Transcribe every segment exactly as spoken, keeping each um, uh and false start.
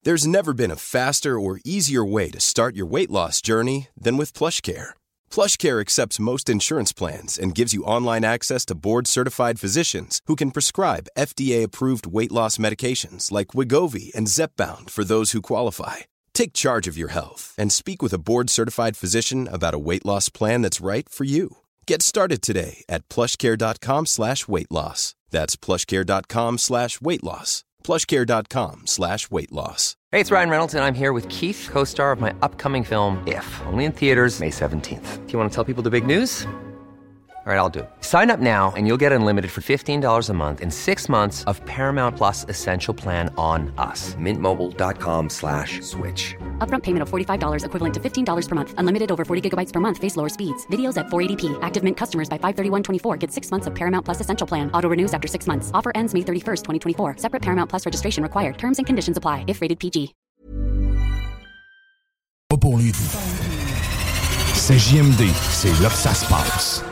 There's never been a faster or easier way to start your weight loss journey than with PlushCare. PlushCare accepts most insurance plans and gives you online access to board-certified physicians who can prescribe F D A-approved weight loss medications like Wegovy and Zepbound for those who qualify. Take charge of your health and speak with a board-certified physician about a weight loss plan that's right for you. Get started today at plushcare.com slash weight loss. That's plushcare.com slash weight loss. plushcare.com slash weight loss. Hey, it's Ryan Reynolds, and I'm here with Keith, co-star of my upcoming film, If, only in theaters May seventeenth. Do you want to tell people the big news? All right, I'll do it. Sign up now and you'll get unlimited for fifteen dollars a month and six months of Paramount Plus Essential Plan on us. Mintmobile.com slash switch. Upfront payment of forty-five dollars equivalent to fifteen dollars per month. Unlimited over forty gigabytes per month. Face lower speeds. Videos at four eighty p. Active Mint customers by five thirty-one twenty-four get six months of Paramount Plus Essential Plan. Auto renews after six months. Offer ends May thirty-first, twenty twenty-four. Separate Paramount Plus registration required. Terms and conditions apply if rated P G. Pas pour les doux. C'est J M D. C'est là que ça se passe.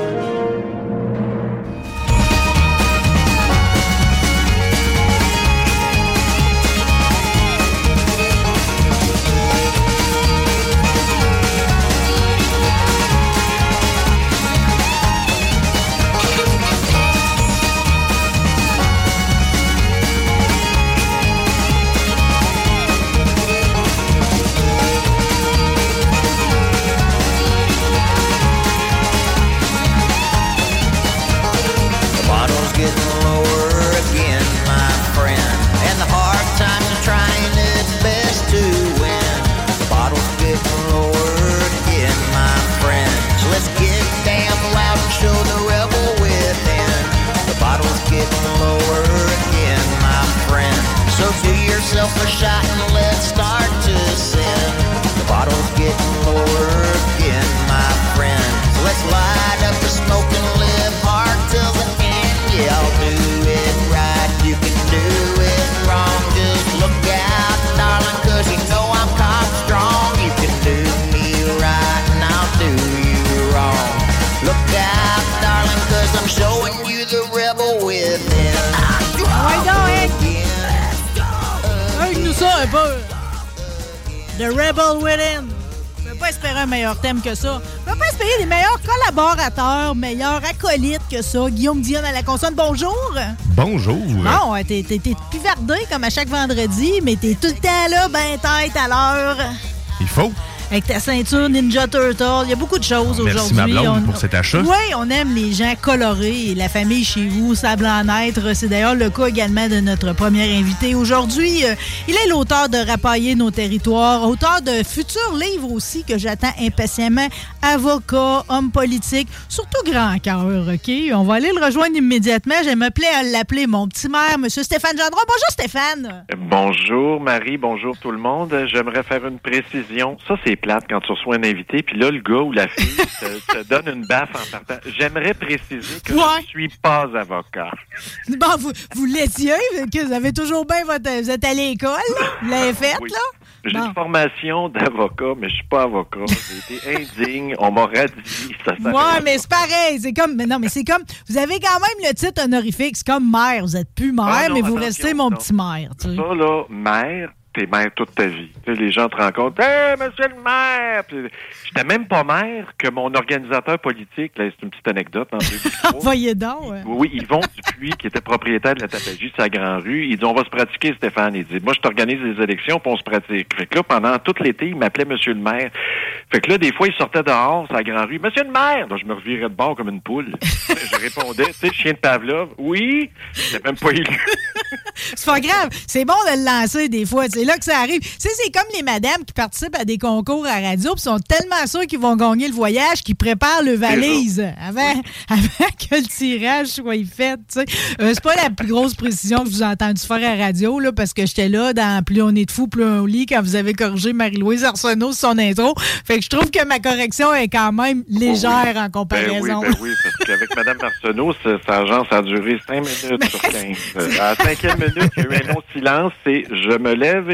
A shot and let's start to sing. The bottle's getting lower again, my friend. So let's light up the smoke and live hard till the end. Yeah, I'll do it right, you can do it wrong. Just look out, darling, cause you know I'm cock strong. You can do me right and I'll do you wrong. Look out, darling, cause I'm showing you the rebel within. Why don't nous ça un peu. The Rebel Within. Je peux pas espérer un meilleur thème que ça. Je peux pas espérer des meilleurs collaborateurs, meilleurs acolytes que ça. Guillaume Dion à la console, bonjour. Bonjour. Bon, t'es, t'es, t'es pivardé comme à chaque vendredi, mais t'es tout le temps là, ben tête à l'heure. Il faut. Avec ta ceinture Ninja Turtle. Il y a beaucoup de choses Merci aujourd'hui. Merci ma blonde on... pour cet achat. Oui, on aime les gens colorés et la famille chez vous, sable en être. C'est d'ailleurs le cas également de notre premier invité aujourd'hui. Il est l'auteur de Rapailler nos territoires, auteur de futurs livres aussi que j'attends impatiemment. Avocat, homme politique, surtout grand cœur, OK? On va aller le rejoindre immédiatement. J'aime m'appeler à l'appeler mon petit maire, M. Stéphane Gendron. Bonjour Stéphane. Bonjour Marie, bonjour tout le monde. J'aimerais faire une précision. Ça, c'est plate quand tu reçois un invité, puis là, le gars ou la fille te, te donne une baffe en partant. J'aimerais préciser que ouais. je ne suis pas avocat. Bon, vous, vous l'étiez, que vous avez toujours bien votre... Vous êtes à l'école, là? Vous l'avez faite, oui. là? J'ai bon. une formation d'avocat, mais je suis pas avocat. J'ai été indigne. On m'a radis. Ça, ça ouais, mais c'est pareil. C'est comme... Mais non, mais c'est comme... Vous avez quand même le titre honorifique. C'est comme maire. Vous êtes plus maire, ah, non, mais vous restez mon non. petit maire. Tu sais. Ça, là, maire... t'es maire toute ta vie. Tu sais, les gens te rencontrent. « Hey, monsieur le maire! » J'étais même pas maire que mon organisateur politique, là, c'est une petite anecdote en deux mille trois. Voyez donc. Ouais. Oui, Yvon Dupuis, qui était propriétaire de la tapagie de sa Grand-Rue, il dit « On va se pratiquer, Stéphane. » Il dit « Moi, je t'organise les élections, puis on se pratique. » Fait que là, pendant tout l'été, il m'appelait monsieur le maire. Fait que là, des fois, il sortait dehors, sa Grand-Rue. « Monsieur le maire! » Là, je me revirais de bord comme une poule. Je répondais, tu sais, chien de Pavlov. « Oui! » J'étais même pas élu. C'est pas grave. C'est bon de le lancer des fois. C'est là que ça arrive. Tu sais, c'est comme les madames qui participent à des concours à radio puis sont tellement sûrs qu'ils vont gagner le voyage qu'ils préparent le valise avant, oui. avant que le tirage soit fait. Tu sais. Euh, c'est pas la plus grosse précision que je vous ai entendu faire à la radio là, parce que j'étais là dans Plus on est de fou, plus on lit quand vous avez corrigé Marie-Louise Arsenault sur son intro. Fait que je trouve que ma correction est quand même légère oh oui. en comparaison. Ben oui, ben oui, parce qu'avec Mme Arsenault, sa agence a duré cinq minutes sur quinze. À la cinquième minute, il y a eu un long silence, c'est « Je me lève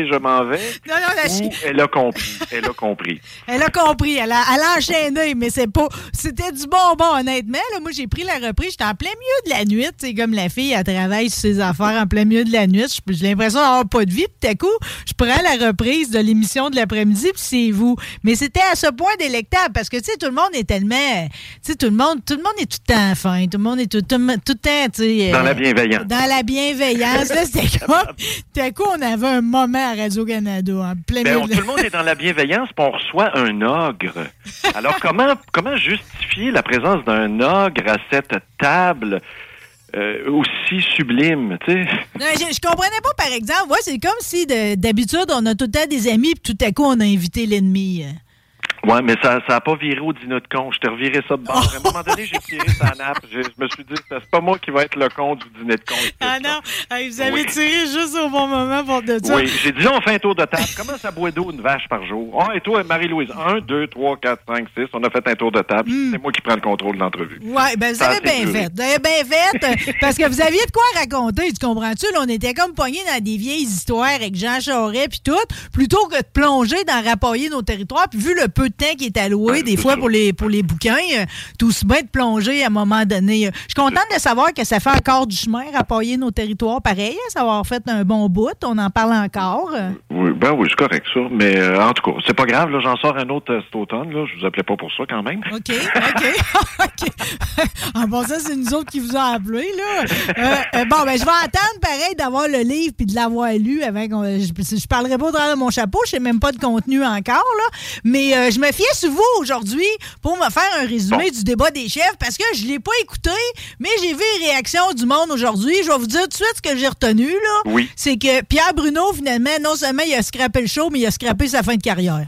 et je m'en vais. Non, non, la Ou elle a compris. Elle a compris. Elle a compris. Elle a, elle a enchaîné, mais c'est pas. C'était du bonbon, honnêtement. Là, moi, j'ai pris la reprise. J'étais en plein milieu de la nuit. C'est comme la fille, elle travaille sur ses affaires en plein milieu de la nuit. J'ai l'impression d'avoir pas de vie. Puis, tout à coup, je prends la reprise de l'émission de l'après-midi, puis c'est vous. Mais c'était à ce point délectable parce que, tu sais, tout le monde est tellement. Tu sais, tout le monde, tout le monde est tout le temps fin. Tout le monde est tout, tout, tout le temps, tu sais. Dans la bienveillance. Dans la bienveillance. Là, c'était comme. Tout à coup, on avait un moment à Radio-Canada, en plein Ben, milieu. on, de... tout le monde est dans la bienveillance, puis on reçoit un ogre. Alors, comment, comment justifier la présence d'un ogre à cette table euh, aussi sublime, tu sais? Non, je, je comprenais pas, par exemple. Ouais, c'est comme si, de, d'habitude, on a tout le temps des amis, puis tout à coup, on a invité l'ennemi. Ouais, mais ça ça a pas viré au dîner de con. Je t'ai reviré ça de bord. À un moment donné, j'ai tiré sa nappe. Je, je me suis dit, c'est pas moi qui va être le con du dîner de con. Ah non, hey, vous avez oui. tiré juste au bon moment pour de ça. Oui, j'ai dit, on fait un tour de table. Comment ça boit d'eau une vache par jour? Ah, et toi, Marie-Louise? Un, deux, trois, quatre, cinq, six. On a fait un tour de table. Mm. C'est moi qui prends le contrôle de l'entrevue. Ouais, ben vous avez bien fait. Vous avez bien fait parce que vous aviez de quoi raconter, tu comprends-tu? Là, on était comme pognés dans des vieilles histoires avec Jean Charest puis tout, plutôt que de plonger dans rappailler nos territoires. Puis vu le peu de temps qui est alloué, des fois, pour les, pour les bouquins, euh, tout aussi bien de plonger à un moment donné. Je suis contente de savoir que ça fait encore du chemin à pailler nos territoires. Pareil, ça va avoir fait un bon bout. On en parle encore. Oui, ben oui, c'est correct, ça. Mais euh, en tout cas, c'est pas grave. Là, j'en sors un autre euh, cet automne. Là. Je vous appelais pas pour ça, quand même. OK, OK. OK. En bon, ça, c'est nous autres qui vous a appelé, là. Euh, euh, bon, ben, je vais attendre, pareil, d'avoir le livre puis de l'avoir lu avant qu'on... Je, je parlerai pas de mon chapeau. Je sais même pas de contenu encore, là. Mais euh, je me fiais sur vous aujourd'hui pour me faire un résumé bon. du débat des chefs parce que je l'ai pas écouté, mais j'ai vu les réactions du monde aujourd'hui. Je vais vous dire tout de suite ce que j'ai retenu, là. Oui. C'est que Pierre Bruno, finalement, non seulement il a scrappé le show, mais il a scrappé sa fin de carrière.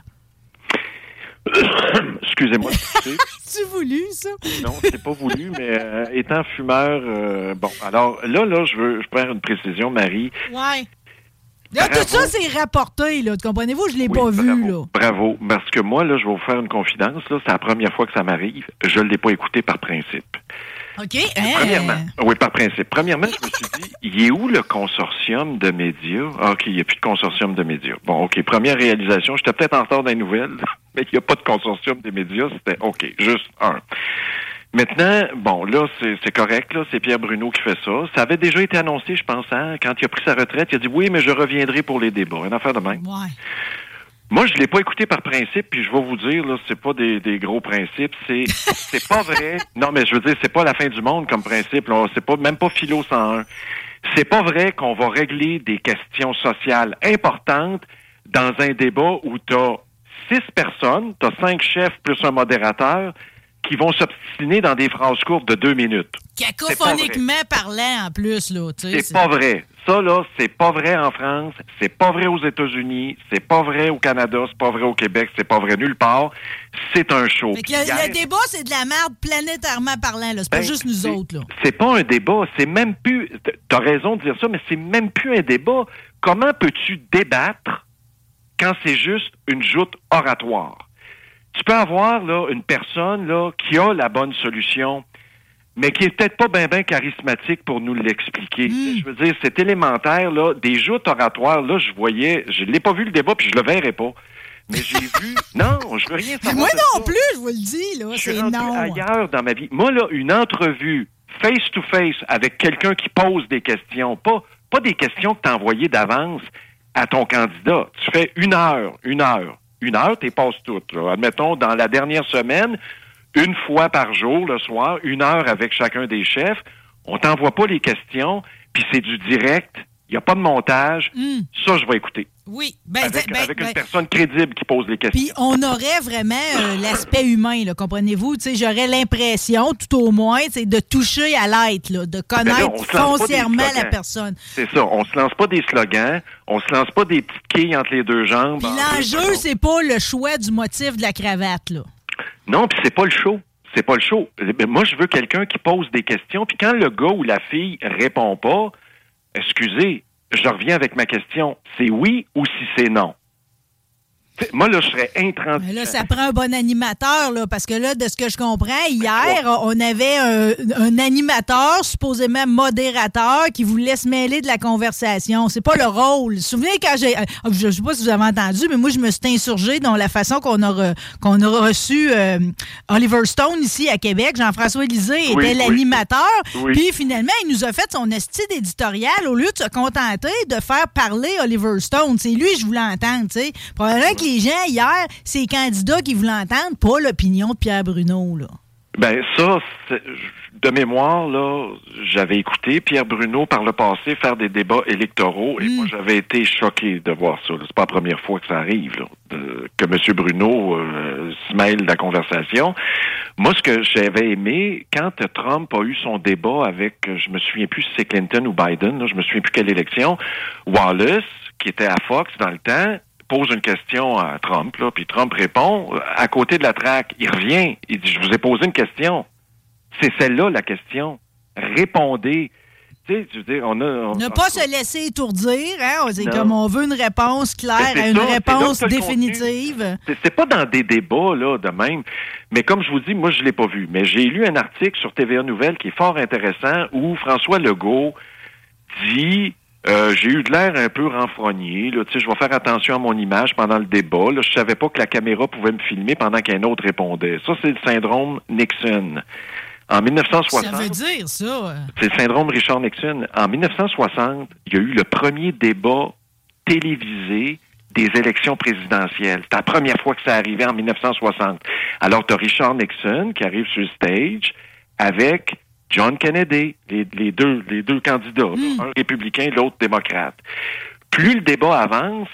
Excusez-moi. C'est voulu, ça? Non, c'est pas voulu, mais euh, étant fumeur, euh, bon, alors là, là, je veux, je prends une précision, Marie. Ouais. Là, bravo. Tout ça, c'est rapporté, là. Comprenez-vous? Je l'ai oui, pas bravo, vu, là. Bravo. Parce que moi, là, je vais vous faire une confidence, là. C'est la première fois que ça m'arrive. Je ne l'ai pas écouté par principe. OK. Hein? Premièrement. Oui, par principe. Premièrement, je me suis dit, il est où le consortium de médias? Ah, OK, il n'y a plus de consortium de médias. Bon, OK. Première réalisation. J'étais peut-être en retard dans les nouvelles, mais il n'y a pas de consortium des médias. C'était OK. Juste un. Maintenant, bon, là, c'est, c'est correct, là, c'est Pierre Bruno qui fait ça. Ça avait déjà été annoncé, je pense, hein, quand il a pris sa retraite, il a dit oui, mais je reviendrai pour les débats. Une affaire de même. Ouais. Moi, je l'ai pas écouté par principe, puis je vais vous dire, là, c'est pas des, des gros principes, c'est c'est pas vrai. Non, mais je veux dire, c'est pas la fin du monde comme principe, là. C'est pas même pas philo cent un. C'est pas vrai qu'on va régler des questions sociales importantes dans un débat où t'as six personnes, t'as cinq chefs plus un modérateur, qui vont s'obstiner dans des phrases courtes de deux minutes. Cacophoniquement parlant, en plus, là. Tu sais, c'est, c'est pas vrai. Ça, là, c'est pas vrai en France, c'est pas vrai aux États-Unis, c'est pas vrai au Canada, c'est pas vrai au Québec, c'est pas vrai nulle part. C'est un show. Fait que le, le débat, c'est de la merde planétairement parlant, là. C'est ben, pas juste nous c'est, autres, là. C'est pas un débat. C'est même plus... T'as raison de dire ça, mais c'est même plus un débat. Comment peux-tu débattre quand c'est juste une joute oratoire? Tu peux avoir là une personne là qui a la bonne solution, mais qui est peut-être pas bien ben charismatique pour nous l'expliquer. Mmh. Je veux dire, c'est élémentaire là, des joutes oratoires là, je voyais, je l'ai pas vu le débat puis je le verrai pas. Mais j'ai vu non, je veux rien savoir. Moi de non ça. plus, je vous le dis là, je c'est suis rentré non. ailleurs dans ma vie. Moi là, une entrevue face to face avec quelqu'un qui pose des questions, pas pas des questions que tu as envoyées d'avance à ton candidat. Tu fais une heure, une heure. Une heure, t'es passes toutes. Là. Admettons, dans la dernière semaine, une fois par jour, le soir, une heure avec chacun des chefs, on t'envoie pas les questions, puis c'est du direct, il n'y a pas de montage. Mm. Ça, je vais écouter. Oui. Ben, avec ben, avec ben, une personne crédible qui pose les questions. Puis on aurait vraiment euh, l'aspect humain, là, comprenez-vous? T'sais, j'aurais l'impression, tout au moins, de toucher à l'être, là, de connaître ben là, foncièrement la personne. C'est ça. On se lance pas des slogans, on se lance pas des petites quilles entre les deux jambes. Puis l'enjeu, c'est pas le choix du motif de la cravate, là. Non, puis c'est pas le show. C'est pas le show. Moi, je veux quelqu'un qui pose des questions, puis quand le gars ou la fille répond pas, excusez, je reviens avec ma question. C'est oui ou si c'est non? Moi, là, je serais intransigeant. Mais là, ça prend un bon animateur, là, parce que là, de ce que je comprends, hier, on avait un, un animateur, supposément modérateur, qui voulait se mêler de la conversation. C'est pas le rôle. Vous vous souvenez quand j'ai... Je sais pas si vous avez entendu, mais moi, je me suis insurgée dans la façon qu'on a, re, qu'on a reçu euh, Oliver Stone ici à Québec. Jean-François Lisée était oui, l'animateur. Oui. Puis finalement, il nous a fait son esti d'éditorial au lieu de se contenter de faire parler Oliver Stone. C'est lui que je voulais entendre, tu sais. Probablement que les gens, hier, c'est les candidats qui voulaient entendre, pas l'opinion de Pierre Bruno, là. Ben ça, c'est, de mémoire, là, j'avais écouté Pierre Bruno par le passé faire des débats électoraux et mm. moi, j'avais été choqué de voir ça. Là. C'est pas la première fois que ça arrive, là, de, que M. Bruno euh, se mêle de la conversation. Moi, ce que j'avais aimé, quand Trump a eu son débat avec, je me souviens plus si c'est Clinton ou Biden, là, je me souviens plus quelle élection, Wallace, qui était à Fox dans le temps, pose une question à Trump, là, puis Trump répond, à côté de la traque, il revient, il dit, je vous ai posé une question. C'est celle-là, la question. Répondez. Tu sais, je veux dire, on a... On, ne pas on, se laisser étourdir, hein? C'est non. comme on veut une réponse claire à une ça, réponse définitive. C'est, c'est pas dans des débats, là, de même. Mais comme je vous dis, moi, je l'ai pas vu. Mais j'ai lu un article sur T V A Nouvelles qui est fort intéressant où François Legault dit... Euh, j'ai eu de l'air un peu renfrogné. Là, tu sais, je vais faire attention à mon image pendant le débat. Là, je savais pas que la caméra pouvait me filmer pendant qu'un autre répondait. Ça, c'est le syndrome Nixon. En dix-neuf cent soixante... Ça veut dire, ça... C'est le syndrome Richard Nixon. En dix-neuf cent soixante, il y a eu le premier débat télévisé des élections présidentielles. C'était la première fois que ça arrivait en dix-neuf cent soixante. Alors, tu as Richard Nixon qui arrive sur le stage avec... John Kennedy, les, les deux les deux candidats, mm. un républicain, l'autre démocrate. Plus le débat avance,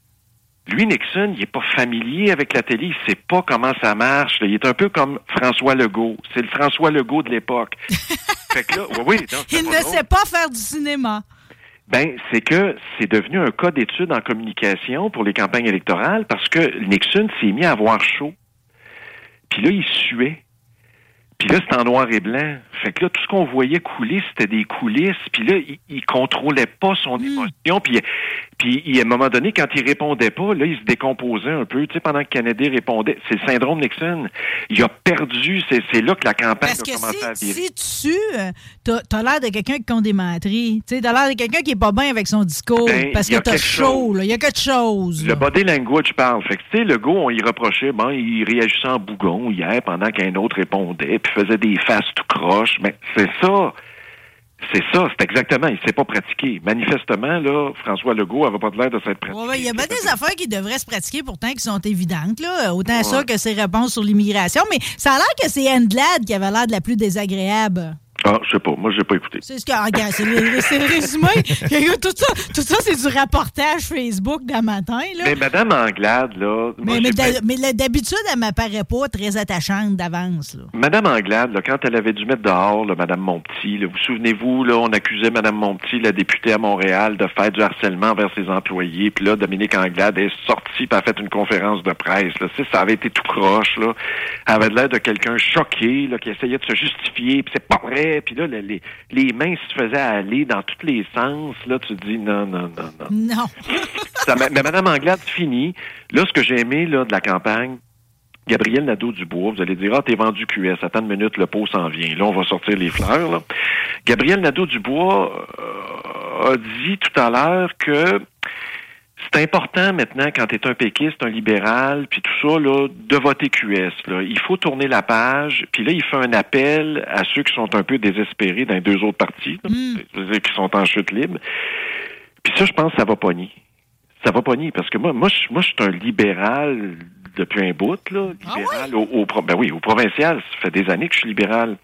lui, Nixon, il n'est pas familier avec la télé, il sait pas comment ça marche. Là. Il est un peu comme François Legault. C'est le François Legault de l'époque. Fait que là, oui, oui, non, il ne drôle. sait pas faire du cinéma. Ben, c'est que c'est devenu un cas d'étude en communication pour les campagnes électorales parce que Nixon s'est mis à avoir chaud. Puis là, il suait. Puis là, c'était en noir et blanc. Fait que là, tout ce qu'on voyait couler, c'était des coulisses. Puis là, il, il contrôlait pas son mmh. émotion. Puis, puis à un moment donné, quand il répondait pas, là, il se décomposait un peu. Tu sais, pendant que Kennedy répondait, c'est le syndrome Nixon. Il a perdu. C'est, c'est là que la campagne Parce a commencé si, à virer. Si tu t'as, t'as l'air de quelqu'un qui compte des menteries. Tu sais, t'as l'air de quelqu'un qui est pas bien avec son discours. Ben, parce que t'as chaud, là. Il y a quelque chose. Le là. body language parle. Fait que, tu sais, le gars, on y reprochait, bon, il réagissait en bougon hier pendant qu'un autre répondait. Puis faisait des faces tout croche, mais c'est ça. C'est ça, c'est exactement. Il ne s'est pas pratiqué. Manifestement, là, François Legault n'avait pas l'air de s'être pratiqué. Ouais, il y a bien des affaires qui devraient se pratiquer pourtant qui sont évidentes, là. Autant ouais. ça que ses réponses sur l'immigration. Mais ça a l'air que c'est Andelade qui avait l'air de la plus désagréable. Ah, je sais pas. Moi, je n'ai pas écouté. C'est ce que, regarde, c'est le, c'est le résumé. tout, ça, tout ça, c'est du reportage Facebook d'un matin, là. Mais Mme Anglade, là... Mais, mais, d'a, mais là, d'habitude, elle ne m'apparaît pas très attachante d'avance, là. Mme Anglade, là, quand elle avait dû mettre dehors, là, Mme Montpetit, là, vous souvenez-vous, là, on accusait Mme Montpetit, la députée à Montréal, de faire du harcèlement envers ses employés. Puis là, Dominique Anglade est sortie puis a fait une conférence de presse, là. Tu sais, ça avait été tout croche, là. Elle avait l'air de quelqu'un choqué, là, qui essayait de se justifier, puis c'est pas vrai. Puis là, les, les mains se faisaient aller dans tous les sens. Là, tu te dis non, non, non, non. Non. Ça, mais Mme Anglade finit. Là, ce que j'ai aimé là, de la campagne, Gabriel Nadeau-Dubois, vous allez dire, ah, t'es vendu Q S, attends une minute, le pot s'en vient. Là, on va sortir les fleurs. Là. Gabriel Nadeau-Dubois euh, a dit tout à l'heure que c'est important maintenant, quand tu es un péquiste, un libéral, puis tout ça, là, de voter Q S. Là. Il faut tourner la page, puis là, il fait un appel à ceux qui sont un peu désespérés dans les deux autres partis, là, mm. qui sont en chute libre. Puis ça, je pense que ça va pogner. Ça va pogner, parce que moi, moi, je, moi, je suis un libéral depuis un bout, là. Libéral ah ouais? au, au, ben oui, au provincial. Ça fait des années que je suis libéral.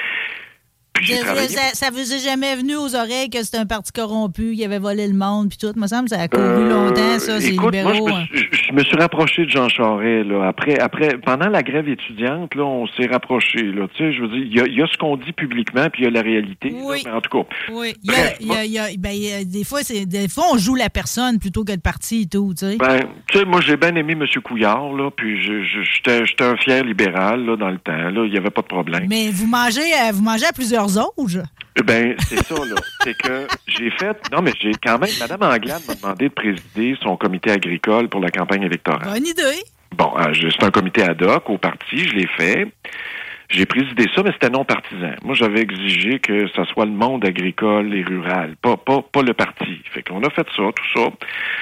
Ça, ça vous est jamais venu aux oreilles que c'était un parti corrompu, qui avait volé le monde, puis tout. Il me semble que ça a couru euh, longtemps, ça, ces écoute, libéraux. Moi, je, me, je, je me suis rapproché de Jean Charest, là. Après, après, pendant la grève étudiante, là, on s'est rapproché, là. Tu sais, je veux dire, il y a, y a ce qu'on dit publiquement, puis il y a la réalité. Oui. Là, mais en tout cas. Oui. Il y a, il y a, il y a, ben, il y a, des fois, c'est, des fois, on joue la personne plutôt que le parti et tout, tu sais. Ben, tu sais, moi, j'ai bien aimé M. Couillard, là, puis je, je, j'étais, j'étais un fier libéral, là, dans le temps, là. Il n'y avait pas de problème. Mais vous mangez, vous mangez à plusieurs auges? Eh ben, c'est ça, là. C'est que j'ai fait... Non, mais j'ai quand même... Mme Anglade m'a demandé de présider son comité agricole pour la campagne électorale. Bonne idée. Bon, euh, c'est un comité ad hoc au parti, je l'ai fait. J'ai présidé ça, mais c'était non partisan. Moi, j'avais exigé que ça soit le monde agricole et rural, pas, pas, pas le parti. Fait qu'on a fait ça, tout ça.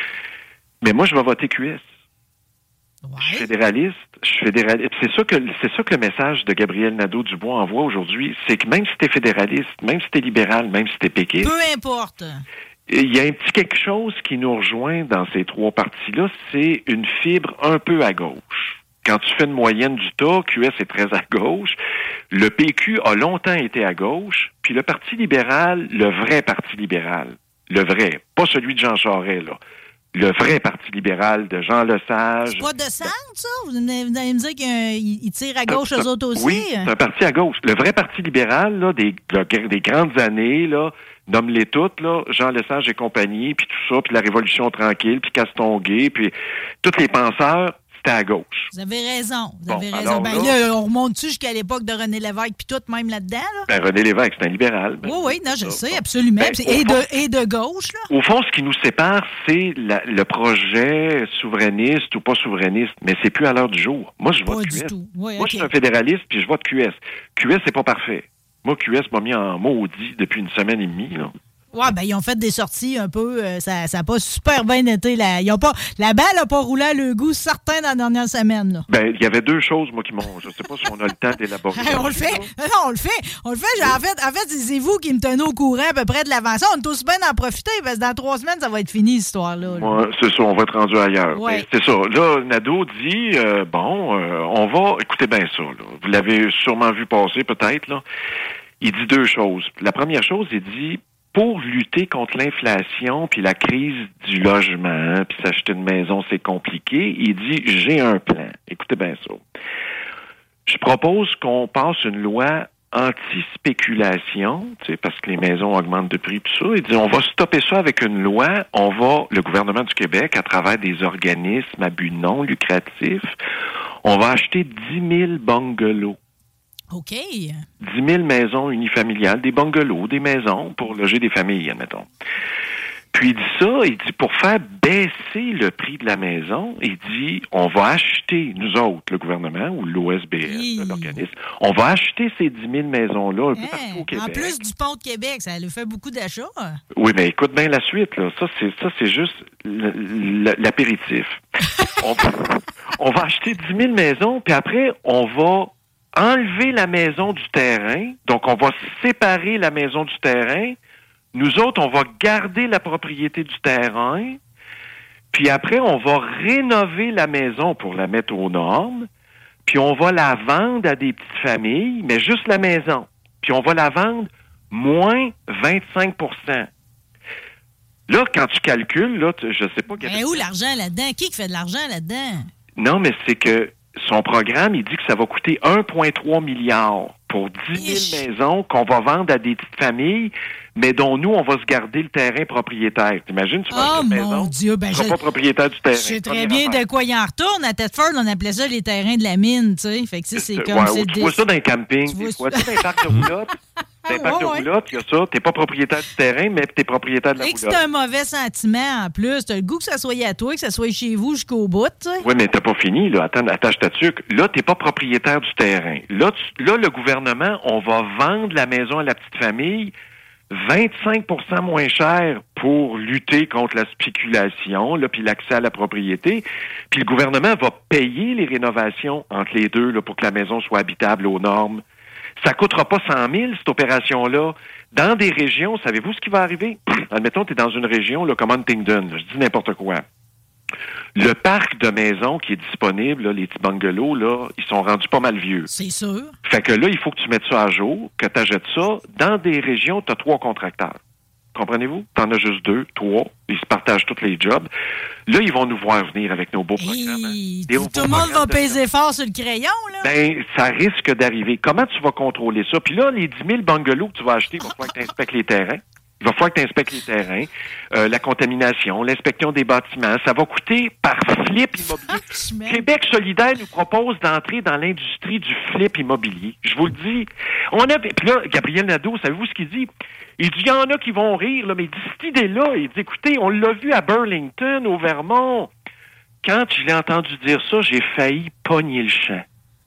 Mais moi, je vais voter Q S. Ouais. Je suis fédéraliste, je suis fédéraliste. C'est ça que c'est ça que le message de Gabriel Nadeau-Dubois envoie aujourd'hui, c'est que même si t'es fédéraliste, même si t'es libéral, même si t'es péquiste, peu importe. Il y a un petit quelque chose qui nous rejoint dans ces trois partis-là, c'est une fibre un peu à gauche. Quand tu fais une moyenne du tas, Q S est très à gauche. Le P Q a longtemps été à gauche, puis le Parti libéral, le vrai Parti libéral, le vrai, pas celui de Jean Charest, là. Le vrai Parti libéral de Jean Lesage. C'est pas de centre, ça? Vous allez me dire qu'ils tirent à gauche, eux autres aussi? Oui, c'est un parti à gauche. Le vrai Parti libéral, là, des, des grandes années, là, nomme-les toutes, là, Jean Lesage et compagnie, puis tout ça, puis la Révolution tranquille, puis Castonguay, puis tous les penseurs, c'était à gauche. Vous avez raison. Vous bon, avez raison. alors, Ben là, là, on remonte-tu jusqu'à l'époque de René Lévesque puis tout, même là-dedans, là? Ben, René Lévesque, c'est un libéral. Ben, oui, oui, non, je ça, sais, bon. absolument. Ben, et, fond, de, et de gauche, là? Au fond, ce qui nous sépare, c'est la, le projet souverainiste ou pas souverainiste, mais c'est plus à l'heure du jour. Moi, je Pas vote du Q S. tout. Oui, Moi, okay. je suis un fédéraliste, puis je vote Q S. Q S, c'est pas parfait. Moi, Q S m'a mis en maudit depuis une semaine et demie, là. Oui, ben ils ont fait des sorties un peu, euh, ça n'a pas super bien été. Là. Ils ont pas, la balle n'a pas roulé à le goût certain dans la dernière semaine. Là. Ben, il y avait deux choses, moi, qui m'ont... Je sais pas si on a le temps d'élaborer. Hey, on le fait. Non, non, on le fait. On le fait. En fait, en fait c'est vous qui me tenez au courant à peu près de l'avancée. On est aussi bien d'en profiter parce que dans trois semaines, ça va être fini, cette histoire-là. Là. Ouais, c'est ça, on va être rendu ailleurs. Ouais. Ben, c'est ça. Là, Nadeau dit, euh, bon, euh, on va... Écoutez bien ça, là. Vous l'avez sûrement vu passer, peut-être, là. Il dit deux choses. La première chose, il dit... Pour lutter contre l'inflation puis la crise du logement, puis s'acheter une maison, c'est compliqué, il dit, j'ai un plan. Écoutez bien ça. Je propose qu'on passe une loi anti-spéculation, tu sais, parce que les maisons augmentent de prix, tout ça. Il dit, on va stopper ça avec une loi. On va, le gouvernement du Québec, à travers des organismes à but non lucratif, on va acheter dix mille bungalows. OK. dix mille maisons unifamiliales, des bungalows, des maisons pour loger des familles, admettons. Puis il dit ça, il dit pour faire baisser le prix de la maison, il dit on va acheter, nous autres, le gouvernement ou l'O S B S, oui. l'organisme, on va acheter ces dix mille maisons-là un peu hey, partout au Québec. En plus du pont de Québec, ça lui fait beaucoup d'achats. Oui, mais écoute bien la suite, là. Ça, c'est ça, c'est juste l'apéritif. on, on va acheter dix mille maisons, puis après, on va enlever la maison du terrain. Donc, on va séparer la maison du terrain. Nous autres, on va garder la propriété du terrain. Puis après, on va rénover la maison pour la mettre aux normes. Puis on va la vendre à des petites familles, mais juste la maison. Puis on va la vendre moins vingt-cinq pour cent. Là, quand tu calcules, là, tu, je sais pas... Mais où l'argent là-dedans? Qui fait de l'argent là-dedans? Non, mais c'est que son programme, il dit que ça va coûter un virgule trois milliard pour dix mille maisons qu'on va vendre à des petites familles, mais dont nous, on va se garder le terrain propriétaire. T'imagines, tu vas oh, acheter une mon maison, Dieu, ben tu seras je... pas propriétaire du terrain. Je sais très bien affaire. De quoi il en retourne. À Thetford, on appelait ça les terrains de la mine, tu sais. Fait que, c'est euh, comme... Ouais, c'est tu des... vois ça dans les campings, tu vois ça dans les parcs de roulotte. Dans les parcs de roulotte, il y a ça. T'es pas propriétaire du terrain, mais t'es propriétaire de la et roulotte. Et que c'est un mauvais sentiment, en plus. T'as le goût que ça soit à toi, que ça soit chez vous jusqu'au bout, tu sais. Oui, mais t'as pas fini, là. Attends, attache ta tuque. Là, t'es pas propriétaire du terrain. Là, tu, là, le gouvernement, on va vendre la maison à la petite famille vingt-cinq pour cent moins cher pour lutter contre la spéculation, là, puis l'accès à la propriété. Puis le gouvernement va payer les rénovations entre les deux, là, pour que la maison soit habitable aux normes. Ça coûtera pas cent mille, cette opération-là. Dans des régions, savez-vous ce qui va arriver? Admettons, tu es dans une région, là, comme Huntingdon, là, je dis n'importe quoi. Le parc de maisons qui est disponible, là, les petits bungalows, là, ils sont rendus pas mal vieux. C'est sûr. Fait que là, il faut que tu mettes ça à jour, que tu achètes ça. Dans des régions, tu as trois contracteurs. Comprenez-vous? T'en as juste deux, trois. Ils se partagent tous les jobs. Là, ils vont nous voir venir avec nos beaux programmes. Hey, hein? Tout le monde va peser fort sur le crayon, là. Ben, ça risque d'arriver. Comment tu vas contrôler ça? Puis là, les dix mille bungalows que tu vas acheter, il va falloir que tu inspectes les terrains. Il va falloir que tu inspectes les terrains, euh, la contamination, l'inspection des bâtiments. Ça va coûter par flip immobilier. Québec solidaire nous propose d'entrer dans l'industrie du flip immobilier. Je vous le dis. On a, puis là, Gabriel Nadeau, savez-vous ce qu'il dit? Il dit, il y en a qui vont rire, là, mais il dit, cette idée-là, il dit, écoutez, on l'a vu à Burlington, au Vermont. Quand je l'ai entendu dire ça, j'ai failli pogner le champ.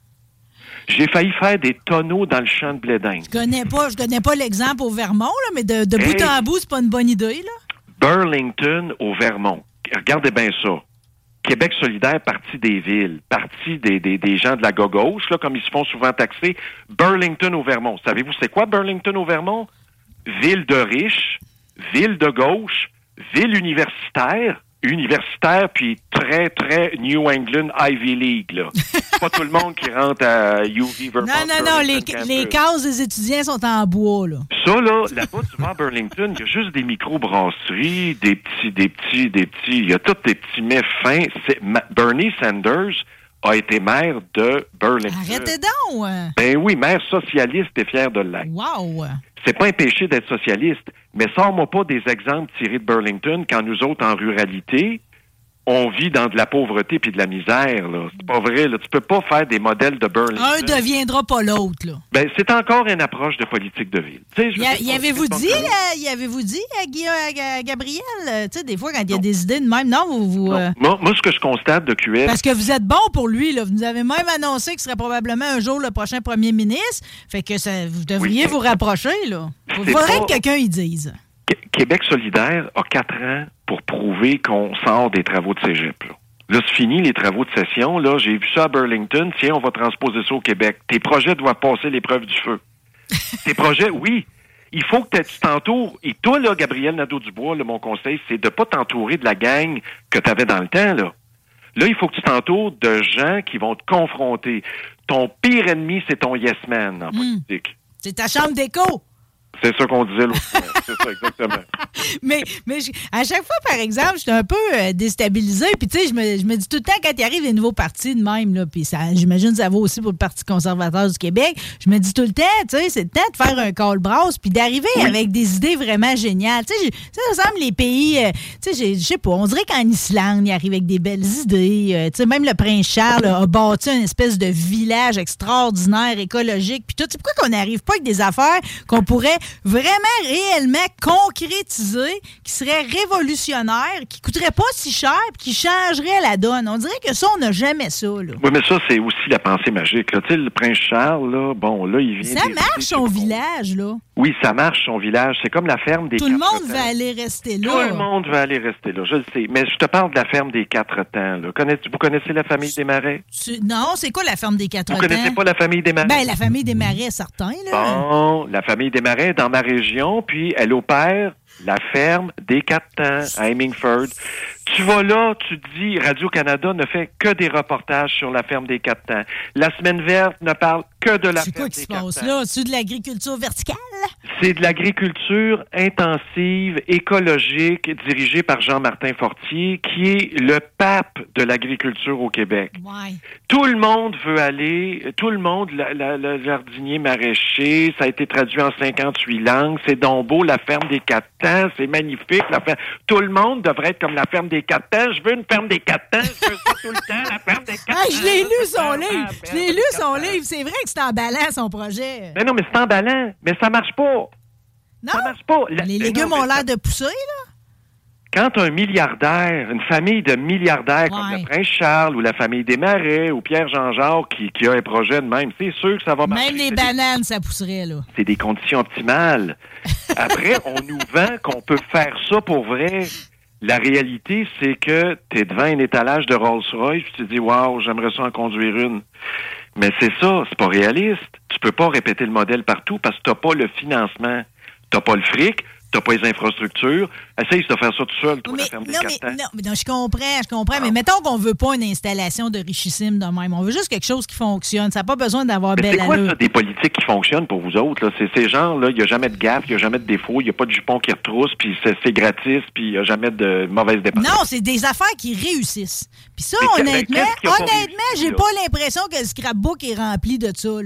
J'ai failli faire des tonneaux dans le champ de blé d'Inde. Je connais pas, je connais pas l'exemple au Vermont, là, mais de, de hey, bout en bout, c'est pas une bonne idée, là. Burlington au Vermont. Regardez bien ça. Québec solidaire, parti des villes, parti des, des, des gens de la gauche, là, comme ils se font souvent taxer. Burlington au Vermont. Savez-vous c'est quoi Burlington au Vermont? Ville de riches, ville de gauche, ville universitaire, universitaire, puis très, très New England Ivy League, là. Pas tout le monde qui rentre à U V Vermont. Non, non, non, les, les cases des étudiants sont en bois, là. Ça, là, là-bas, tu vas à Burlington, il y a juste des micro-brasseries, des petits, des petits, des petits, il y a tous des petits mets fins. C'est, Ma- Bernie Sanders a été maire de Burlington. Arrêtez donc! Ben oui, maire socialiste et fier de l'être. Wow! C'est pas un péché d'être socialiste, mais sors-moi pas des exemples tirés de Burlington quand nous autres, en ruralité, on vit dans de la pauvreté puis de la misère, là. C'est pas vrai, là. Tu peux pas faire des modèles de Burlington. Un deviendra pas l'autre, là. Ben, c'est encore une approche de politique de ville. Tu sais, je y, y avez-vous dit, là, y avez-vous dit à, Guy, à Gabriel, tu sais, des fois, quand il y a des idées de même, non, vous... vous euh... moi, moi, ce que je constate de Q S... Parce que vous êtes bon pour lui, là. Vous nous avez même annoncé qu'il serait probablement un jour le prochain premier ministre. Fait que ça, vous devriez oui, vous rapprocher, là. Il faudrait pas... que quelqu'un y dise. Québec solidaire a quatre ans pour prouver qu'on sort des travaux de cégep, là. Là, c'est fini, les travaux de session. Là, j'ai vu ça à Burlington. Tiens, on va transposer ça au Québec. Tes projets doivent passer l'épreuve du feu. Tes projets, oui. Il faut que tu t'entoures. Et toi, là, Gabriel Nadeau-Dubois, là, mon conseil, c'est de pas t'entourer de la gang que tu avais dans le temps, là. Là, il faut que tu t'entoures de gens qui vont te confronter. Ton pire ennemi, c'est ton yes man en mmh. politique. C'est ta chambre d'écho. C'est ça qu'on disait l'autre fois. C'est ça, exactement. mais mais je, à chaque fois, par exemple, j'étais un peu euh, déstabilisée. Puis, tu sais, je me, je me dis tout le temps, quand il arrive des nouveaux partis de même, là, puis ça, j'imagine que ça vaut aussi pour le Parti conservateur du Québec, je me dis tout le temps, tu sais, c'est le temps de faire un call-brass puis d'arriver oui. avec des idées vraiment géniales. Tu sais, ça ressemble les pays, euh, tu sais, je sais pas, on dirait qu'en Islande, ils arrivent avec des belles idées. Euh, tu sais, même le prince Charles a bâti une espèce de village extraordinaire, écologique. Puis tout, c'est pourquoi qu'on n'arrive pas avec des affaires qu'on pourrait vraiment réellement concrétisé, qui serait révolutionnaire, qui coûterait pas si cher, puis qui changerait la donne. On dirait que ça, on n'a jamais ça, là. Oui, mais ça, c'est aussi la pensée magique, là. Tu sais, le prince Charles, là, bon, là, il vient... Ça marche, son village, là. Oui, ça marche, son village. C'est comme la ferme des Tout quatre temps. Tout le monde va aller rester là. Tout le monde va aller rester là, je le sais. Mais je te parle de la ferme des quatre temps, là. Connais- vous connaissez la famille des Marais? Tu... Non, c'est quoi la ferme des quatre temps? Vous connaissez pas la famille des Marais? Ben, la famille des Marais, certains, là. Bon, la famille des Marais dans ma région, puis elle opère la ferme des quatre temps à Hemingford. Tu vas là, tu te dis, Radio-Canada ne fait que des reportages sur la ferme des quatre temps. La Semaine verte ne parle que de la c'est ferme quoi qui des se quatre passe temps. là? C'est de l'agriculture verticale? C'est de l'agriculture intensive, écologique, dirigée par Jean-Martin Fortier, qui est le pape de l'agriculture au Québec. Ouais. Tout le monde veut aller, tout le monde, la, la, le jardinier maraîcher, ça a été traduit en cinquante-huit langues, c'est donc beau, la ferme des quatre temps, c'est magnifique, la ferme... Tout le monde devrait être comme la ferme des quatre temps, je veux une ferme des quatre temps, je veux ça tout le temps, la ferme des quatre temps. Ah, je l'ai lu son livre, je l'ai lu son livre, c'est vrai que c'est emballant son projet. Mais non, mais c'est emballant, mais ça marche pas. Non? Ça marche pas. La... Les légumes non, ont l'air ça... de pousser, là. Quand un milliardaire, une famille de milliardaires ouais. comme le prince Charles ou la famille des Marais ou Pierre-Jean-Jacques qui, qui a un projet de même, c'est sûr que ça va marcher. Même les c'est bananes, des... ça pousserait, là. C'est des conditions optimales. Après, on nous vend qu'on peut faire ça pour vrai. La réalité, c'est que tu es devant un étalage de Rolls-Royce puis tu te dis « Wow, j'aimerais ça en conduire une ». Mais c'est ça, c'est pas réaliste. Tu peux pas répéter le modèle partout parce que t'as pas le financement, t'as pas le fric, t'as pas les infrastructures. Essaye de faire ça tout seul, toi, mais, la ferme des non, quatre mais, temps. non, mais non, je comprends, je comprends. Ah. Mais mettons qu'on veut pas une installation de richissime de même. On veut juste quelque chose qui fonctionne. Ça n'a pas besoin d'avoir belle allure. C'est quoi ça, des politiques qui fonctionnent pour vous autres? Là? C'est ces gens-là, il n'y a jamais de gaffe, il n'y a jamais de défaut, il n'y a pas de jupon qui retrousse, puis c'est, c'est gratis, puis il n'y a jamais de mauvaise dépense. Non, c'est des affaires qui réussissent. Puis ça, mais honnêtement, honnêtement, j'ai là? pas l'impression que le scrapbook est rempli de ça, là.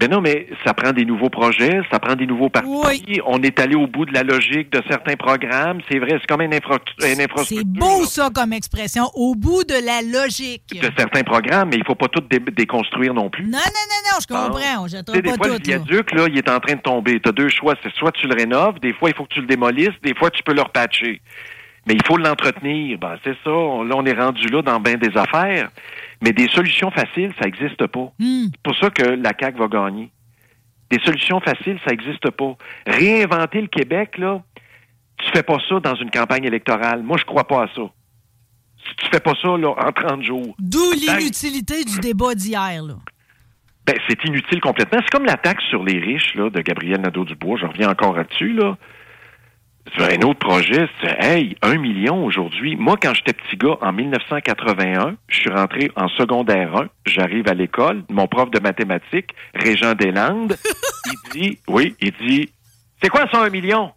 Ben non, mais ça prend des nouveaux projets, ça prend des nouveaux partis. Oui. On est allé au bout de la logique de certains programmes. C'est vrai, c'est comme une, infra- une infrastructure. C'est beau, là. ça, comme expression. Au bout de la logique. De certains programmes, mais il faut pas tout dé- déconstruire non plus. Non, non, non, non, je comprends. On Tu jettera sais, pas des fois, tout. le viaduc, là, il est en train de tomber. Tu as deux choix. C'est soit tu le rénoves, des fois, il faut que tu le démolisses, des fois, tu peux le repatcher. Mais il faut l'entretenir. Ben, c'est ça. Là, on est rendu là dans bien des affaires. Mais des solutions faciles, ça n'existe pas. Mm. C'est pour ça que la C A Q va gagner. Des solutions faciles, ça n'existe pas. Réinventer le Québec, là, tu fais pas ça dans une campagne électorale. Moi, je crois pas à ça. Si tu fais pas ça, là, en trente jours. D'où l'inutilité du débat d'hier, là. Ben, c'est inutile complètement. C'est comme la taxe sur les riches, là, de Gabriel Nadeau-Dubois. Je reviens encore là-dessus, là. C'est un autre projet. C'est, hey, un million aujourd'hui. Moi, quand j'étais petit gars, en dix-neuf cent quatre-vingt-un, je suis rentré en secondaire un. J'arrive à l'école. Mon prof de mathématiques, Régent Deslandes, il dit, oui, il dit, c'est quoi ça, un million?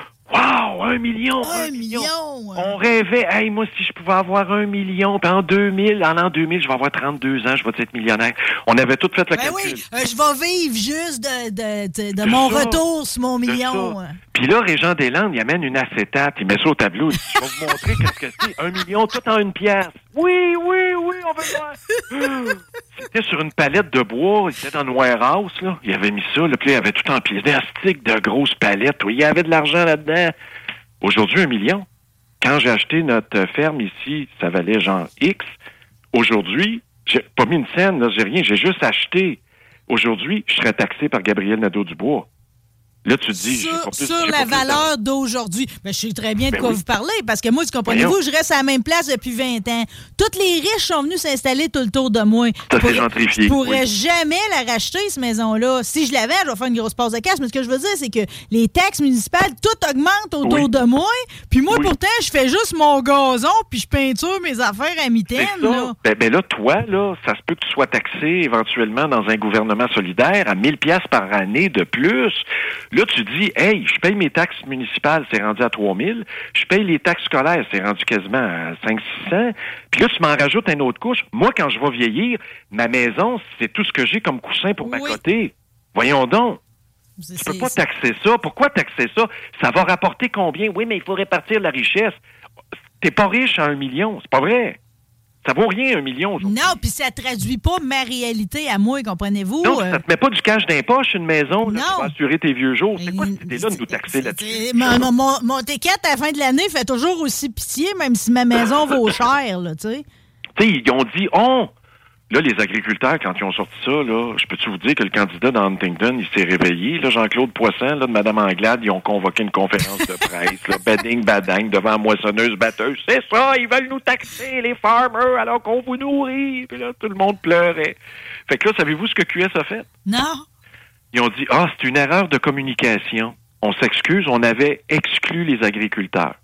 Wow, un million! Un Un million! On rêvait, hey, moi, si je pouvais avoir un million, puis en deux mille, en l'an deux mille, je vais avoir trente-deux ans, je vais être millionnaire. On avait tout fait le Ben calcul. oui, euh, je vais vivre juste de, de, de, de De mon ça. retour sur mon De million. ça. Puis là, Régent Deslandes, il amène une acétate, il met ça au tableau. Il dit, je vais vous montrer qu'est-ce que c'est. Un million, tout en une pièce. Oui, oui, oui, on veut voir. C'était sur une palette de bois, il était dans le warehouse, là. Il avait mis ça, là, puis là, il avait tout en plastique de grosses palettes. Oui, il y avait de l'argent là-dedans. Aujourd'hui, un million. Quand j'ai acheté notre ferme ici, ça valait genre X. Aujourd'hui, j'ai pas mis une scène, là, j'ai rien, j'ai juste acheté. Aujourd'hui, je serais taxé par Gabriel Nadeau-Dubois. Là, tu te dis... j'ai Sur, pas plus- sur j'ai la pas plus valeur d'aujourd'hui. Ben, je sais très bien de Ben quoi oui. vous parlez, parce que moi, comprenez-vous, Voyons. je reste à la même place depuis vingt ans. Tous les riches sont venus s'installer tout le tour de moi. Ça, Je c'est pourrais- gentrifié, Je pourrais oui. jamais la racheter, cette maison-là. Si je l'avais, je vais faire une grosse pause de cash, mais ce que je veux dire, c'est que les taxes municipales, tout augmente autour Oui. de moi. Puis moi, Oui. pourtant, je fais juste mon gazon, puis je peinture mes affaires à C'est mitaine, ça. là. Ben, ben là, toi, là, ça se peut que tu sois taxé éventuellement dans un gouvernement solidaire à mille piastres par année de plus. Là, tu dis, hey, je paye mes taxes municipales, c'est rendu à trois mille. Je paye les taxes scolaires, c'est rendu quasiment à cinq six cents. Puis là, tu m'en rajoutes une autre couche. Moi, quand je vais vieillir, ma maison, c'est tout ce que j'ai comme coussin pour Oui. m'accoter. Voyons donc. C'est- Tu peux c'est- pas taxer ça. Pourquoi taxer ça? Ça va rapporter combien? Oui, mais il faut répartir la richesse. T'es pas riche à un million. C'est pas vrai. Ça vaut rien, un million aujourd'hui. Non, puis ça traduit pas ma réalité à moi, comprenez-vous? Non, Euh, ça te met pas du cash d'impoche, une maison, là, Non. qui va assurer tes vieux jours. C'est quoi Mais- cette idée-là de nous taxer c'est- là-dessus? c'est- Mon, mon, mon, mon ticket à la fin de l'année fait toujours aussi pitié, même si ma maison vaut cher, là, tu sais. Tu sais, ils ont dit, oh! Là, les agriculteurs, quand ils ont sorti ça, là, je peux-tu vous dire que le candidat dans Huntington, il s'est réveillé, là, Jean-Claude Poisson, là, de Mme Anglade, ils ont convoqué une conférence de presse, là, bading, badang, devant la moissonneuse, batteuse. C'est ça, ils veulent nous taxer, les farmers, alors qu'on vous nourrit. Puis là, tout le monde pleurait. Fait que là, savez-vous ce que Q S a fait? Non? Ils ont dit, ah, c'est une erreur de communication. On s'excuse, on avait exclu les agriculteurs.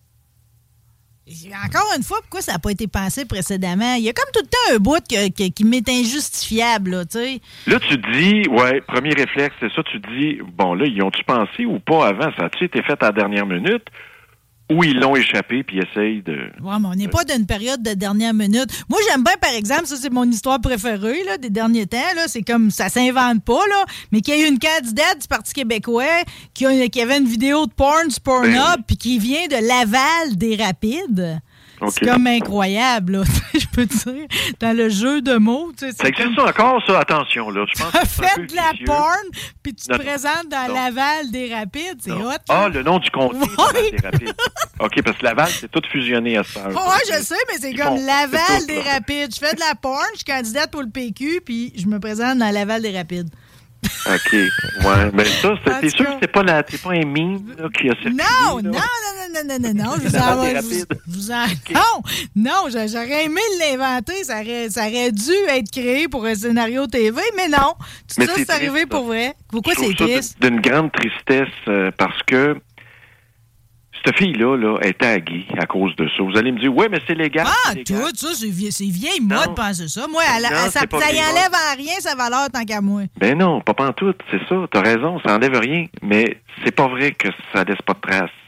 Encore une fois, pourquoi ça n'a pas été pensé précédemment? Il y a comme tout le temps un bout que- que- qui m'est injustifiable, là, tu sais. Là, tu te dis, ouais, premier réflexe, c'est ça, tu te dis, bon, là, ils ont-tu pensé ou pas avant? Ça a-tu été fait à la dernière minute? Ou ils l'ont échappé puis essayent de... Ouais, mais on n'est pas d'une période de dernière minute. Moi, j'aime bien, par exemple, ça, c'est mon histoire préférée, là, des derniers temps, là. C'est comme, ça s'invente pas, là. Mais qu'il y a eu une candidate du Parti québécois qui, a- qui avait une vidéo de porn sur Pornhub Ben. puis qui vient de Laval des Rapides. OK. C'est comme incroyable, là. Je peux te dire, dans le jeu de mots, tu sais. c'est Ça existe comme- encore, ça? Attention, là. Je pense que c'est un peu Faites de la vicieux. porn, puis tu te Non, présentes dans non. Laval des Rapides. C'est Non. hot, Ah, là. le nom du comté, Ouais. Laval des Rapides. OK, parce que Laval, c'est tout fusionné à cette heure. Ouais, je sais, mais c'est Ils comme font- Laval c'est tout, des là. Rapides. Je fais de la porn, je suis candidate pour le P Q, puis je me présente dans Laval des Rapides. OK, ouais. Mais ça, c'est- En t'es tout sûr cas- que c'est pas, la, c'est pas un meme là, qui a circulé? Non, là? non, non, non, non, non, non, non, je vous Laval en des je vous- Rapides. je vous en- Non, non, j'a- j'aurais aimé l'inventer, ça aurait, ça aurait dû être créé pour un scénario T V, mais non, tout Mais ça, c'est c'est arrivé triste, pour vrai. Pourquoi Je trouve c'est ça triste? d'une grande tristesse euh, parce que cette fille-là là, est taguée à cause de ça. Vous allez me dire, ouais, mais c'est légal. Ah, c'est légal. tout ça, c'est vie- c'est vieille mode, Non. penser ça. Moi, elle- Non, elle- ça, c'est pas ça y vieille enlève mode. en rien sa valeur tant qu'à moi. Ben non, pas pantoute, c'est ça. T'as raison, ça enlève rien. Mais c'est pas vrai que ça laisse pas de traces.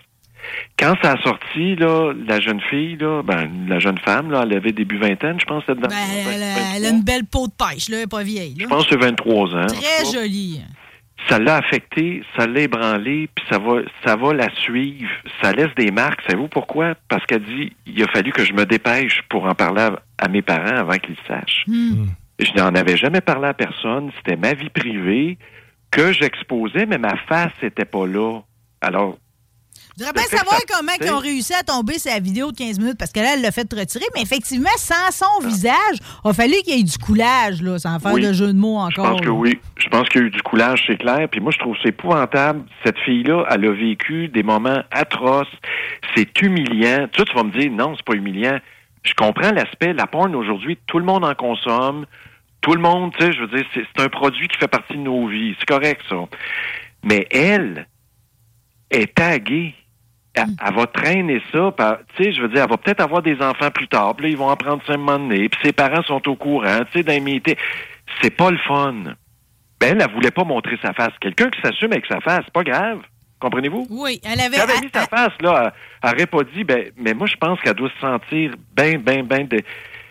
Quand ça a sorti, là, la jeune fille, là, ben, la jeune femme, là, elle avait début vingtaine, je pense. Dedans, ben, elle, a, elle a une belle peau de pêche, là, elle n'est pas vieille. Là. Je pense que c'est vingt-trois ans. Très jolie. Ça l'a affecté, ça l'a ébranlé, puis ça va, ça va la suivre. Ça laisse des marques. Savez-vous pourquoi? Parce qu'elle dit, il a fallu que je me dépêche pour en parler à, à mes parents avant qu'ils le sachent. Mm. Je n'en avais jamais parlé à personne. C'était ma vie privée que j'exposais, mais ma face n'était pas là. Alors, je voudrais bien savoir comment ils ont réussi à tomber sur la vidéo de quinze minutes, parce que là, elle l'a fait retirer, mais effectivement, sans son ah. visage, il a fallu qu'il y ait du coulage, là, sans faire oui. de jeu de mots encore. Je pense que là. oui. Je pense qu'il y a eu du coulage, c'est clair. Puis moi, je trouve que c'est épouvantable. Cette fille-là, elle a vécu des moments atroces. C'est humiliant. Tu, tu vas me dire, non, c'est pas humiliant. Je comprends l'aspect. La porn, aujourd'hui, tout le monde en consomme. Tout le monde, tu sais, je veux dire, c'est, c'est un produit qui fait partie de nos vies. C'est correct, ça. Mais elle est taguée. Elle, elle va traîner ça, tu sais, je veux dire, elle va peut-être avoir des enfants plus tard, puis là, ils vont en prendre cinq mois de nez, puis ses parents sont au courant, tu sais, d'imiter. C'est pas le fun. Ben, elle, elle voulait pas montrer sa face. Quelqu'un qui s'assume avec sa face, c'est pas grave. Comprenez-vous? Oui, elle avait... Si elle avait mis sa face, là, elle n'aurait pas dit, ben, mais moi, je pense qu'elle doit se sentir bien, bien, bien de...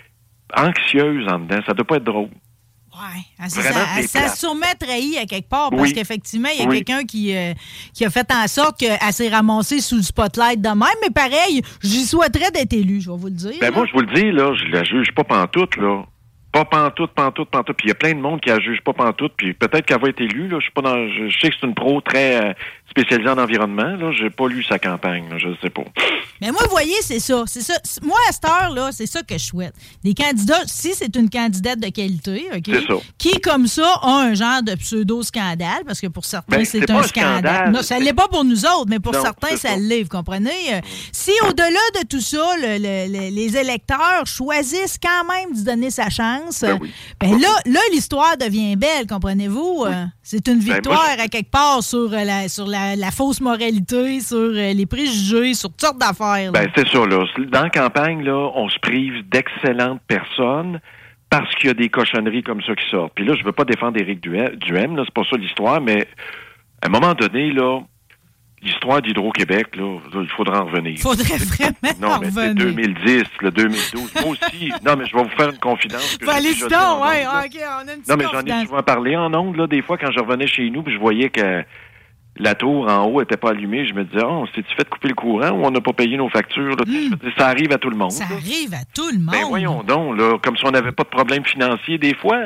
anxieuse en dedans. Ça doit pas être drôle. Oui, elle, Vraiment, elle, elle s'est sûrement trahie à quelque part, parce oui. qu'effectivement, il y a oui. quelqu'un qui, euh, qui a fait en sorte qu'elle s'est ramassée sous le spotlight de même, mais pareil, j'y souhaiterais d'être élue, je vais vous le dire. Ben là. moi, je vous le dis, là, je la juge pas pantoute, là. Pas pantoute, pantoute, pantoute. Puis il y a plein de monde qui la juge pas pantoute, puis peut-être qu'elle va être élue, là. Je suis pas dans. Je, je sais que c'est une pro très euh, spécialisée en environnement, là. J'ai pas lu sa campagne, là. Je sais pas. Mais moi, vous voyez, c'est ça. C'est ça. Moi, à cette heure-là, c'est ça que je souhaite. Des candidats, si c'est une candidate de qualité, OK? C'est ça. Qui, comme ça, a un genre de pseudo-scandale, parce que pour certains, ben, c'est, c'est un scandale. scandale. Non, ça ne l'est pas pour nous autres, mais pour non, certains, ça l'est, vous comprenez? Si, au-delà de tout ça, le, le, le, les électeurs choisissent quand même de donner sa chance, ben, oui. ben là, là, l'histoire devient belle, comprenez-vous? Oui. C'est une victoire ben, moi, je... à quelque part sur, la, sur la, la fausse moralité, sur les préjugés, sur toutes sortes d'affaires. Ben, c'est ça, là. Dans la campagne, là, on se prive d'excellentes personnes parce qu'il y a des cochonneries comme ça qui sortent. Puis là, je veux pas défendre Éric Duhaime, là, c'est pas ça l'histoire, mais à un moment donné, là, l'histoire d'Hydro-Québec, là, là, il faudra en revenir. Il faudrait vraiment non, en mais revenir. C'est deux mille dix, le deux mille douze. Moi aussi, non, mais je vais vous faire une confidence. Que allez, donc, ouais, OK, on a une petite Non, mais confidence. j'en ai souvent parlé en ondes, là, des fois, quand je revenais chez nous, puis je voyais que la tour en haut était pas allumée, je me disais, oh, on s'est-tu fait couper le courant ou on n'a pas payé nos factures? Là? Mmh. Ça arrive à tout le monde. Ça là. arrive à tout le monde. Ben voyons donc, là, comme si on n'avait pas de problème financier des fois.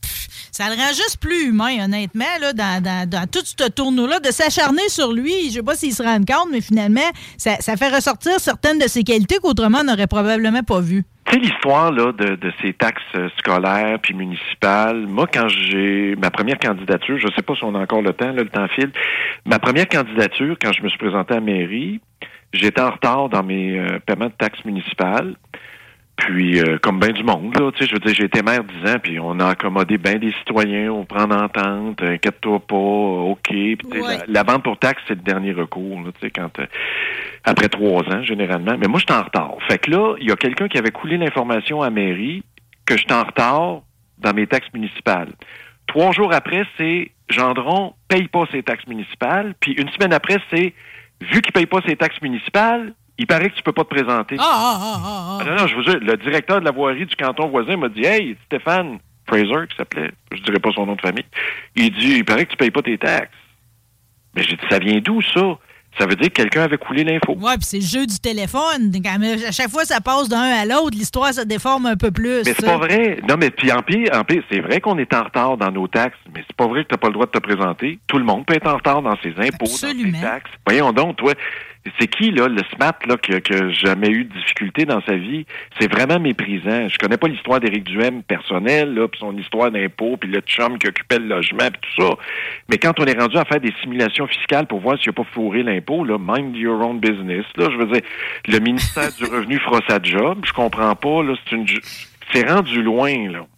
Ça le rend juste plus humain, honnêtement, là, dans, dans, dans tout ce tournoi-là, de s'acharner sur lui. Je ne sais pas s'il se rend compte, mais finalement, ça, ça fait ressortir certaines de ses qualités qu'autrement, on n'aurait probablement pas vues. Tu sais, l'histoire là de, de ces taxes scolaires puis municipales, moi, quand j'ai ma première candidature, je sais pas si on a encore le temps, là, le temps file, ma première candidature, quand je me suis présenté à la mairie, j'étais en retard dans mes euh, paiements de taxes municipales. Puis, euh, comme bien du monde, là, tu sais, je veux dire, j'ai été maire dix ans, puis on a accommodé bien des citoyens, on prend l'entente, inquiète-toi pas, OK. Puis, ouais. la, la vente pour taxes, c'est le dernier recours, là, tu sais, quand, euh, après trois ans, généralement. Mais moi, j'étais en retard. Fait que là, il y a quelqu'un qui avait coulé l'information à la mairie que j'étais en retard dans mes taxes municipales. Trois jours après, c'est Gendron paye pas ses taxes municipales, puis une semaine après, c'est vu qu'il paye pas ses taxes municipales, il paraît que tu peux pas te présenter. Ah, ah, ah, ah, ah. Non, non, je vous jure, le directeur de la voirie du canton voisin m'a dit, hey, Stéphane Fraser, qui s'appelait, je dirais pas son nom de famille, il dit, il paraît que tu payes pas tes taxes. Mais j'ai dit, ça vient d'où, ça? Ça veut dire que quelqu'un avait coulé l'info. Oui, puis c'est le jeu du téléphone. À chaque fois, ça passe d'un à l'autre, l'histoire se déforme un peu plus. Mais c'est pas vrai. Non, mais puis en pire, en pire, c'est vrai qu'on est en retard dans nos taxes, mais c'est pas vrai que t'as pas le droit de te présenter. Tout le monde peut être en retard dans ses impôts, Absolument. dans ses taxes. Voyons donc, toi, c'est qui, là, le S M A T, là, qui a, qui a jamais eu de difficulté dans sa vie? C'est vraiment méprisant. Je connais pas l'histoire d'Éric Duhaime personnel, là, puis son histoire d'impôt, puis le chum qui occupait le logement, puis tout ça. Mais quand on est rendu à faire des simulations fiscales pour voir s'il n'a pas fourré l'impôt, là, mind your own business, là, je veux dire, le ministère du Revenu fera sa job. Je comprends pas, là, c'est une, c'est rendu loin, là.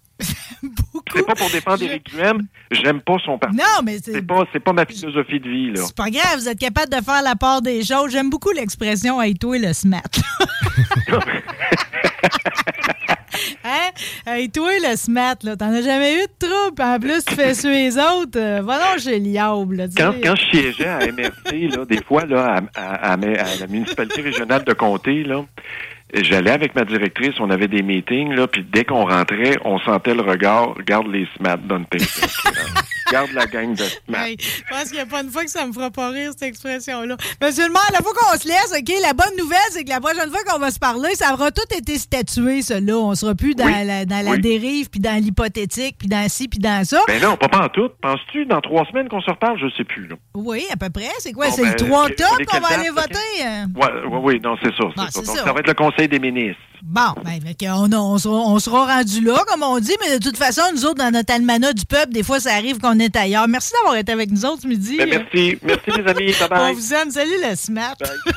C'est pas pour défendre Éric Duhaime, j'aime pas son parti. Non, mais c'est... C'est pas, c'est pas ma philosophie de vie, là. C'est pas grave, vous êtes capable de faire la part des choses. J'aime beaucoup l'expression « hey, toi, le S M A T ». Hein? Hey, toi, le smat, là, t'en as jamais eu de trouble. En plus, tu fais suer les autres. Euh, va donc chez Liable. Là, quand, quand je siégeais à M R C, là, des fois, là, à, à, à, à la municipalité régionale de Comté, là, j'allais avec ma directrice, on avait des meetings, là, puis dès qu'on rentrait, on sentait le regard, regarde les smats dans le pays. Regarde la gang de smats. Hey, je pense qu'il n'y a pas une fois que ça me fera pas rire, cette expression-là. Monsieur le maire, la fois qu'on se laisse, OK, la bonne nouvelle, c'est que la prochaine fois qu'on va se parler, ça aura tout été statué, ça, là. On sera plus dans oui. la, dans la oui. dérive, puis dans l'hypothétique, puis dans ci, puis dans ça. Ben non, pas en tout. Penses-tu, dans trois semaines qu'on se reparle? Je sais plus, là. Oui, à peu près. C'est quoi? Bon, c'est ben, le trois octobre qu'on va date, aller okay? voter? Hein? Ouais, ouais, oui, non, c'est ça. C'est bon, ça. c'est Donc, ça. ça va être le Conseil des ministres. Bon, ben, fait on, on, sera, on sera rendu là, comme on dit, mais de toute façon, nous autres, dans notre almanach du peuple, des fois, ça arrive qu'on est ailleurs. Merci d'avoir été avec nous autres ce midi. Ben, merci. Merci, les amis. Bye-bye. On vous aime. Salut, le smart.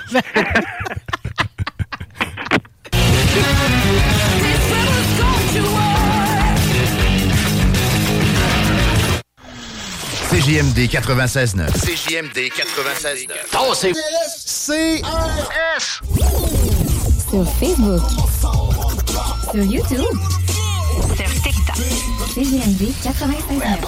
C J M D quatre-vingt-seize neuf. C J M D quatre-vingt-seize neuf. Oh, c'est C R S. Sur Facebook. Sur YouTube. Sur TikTok. C J M D quatre-vingt-seize neuf.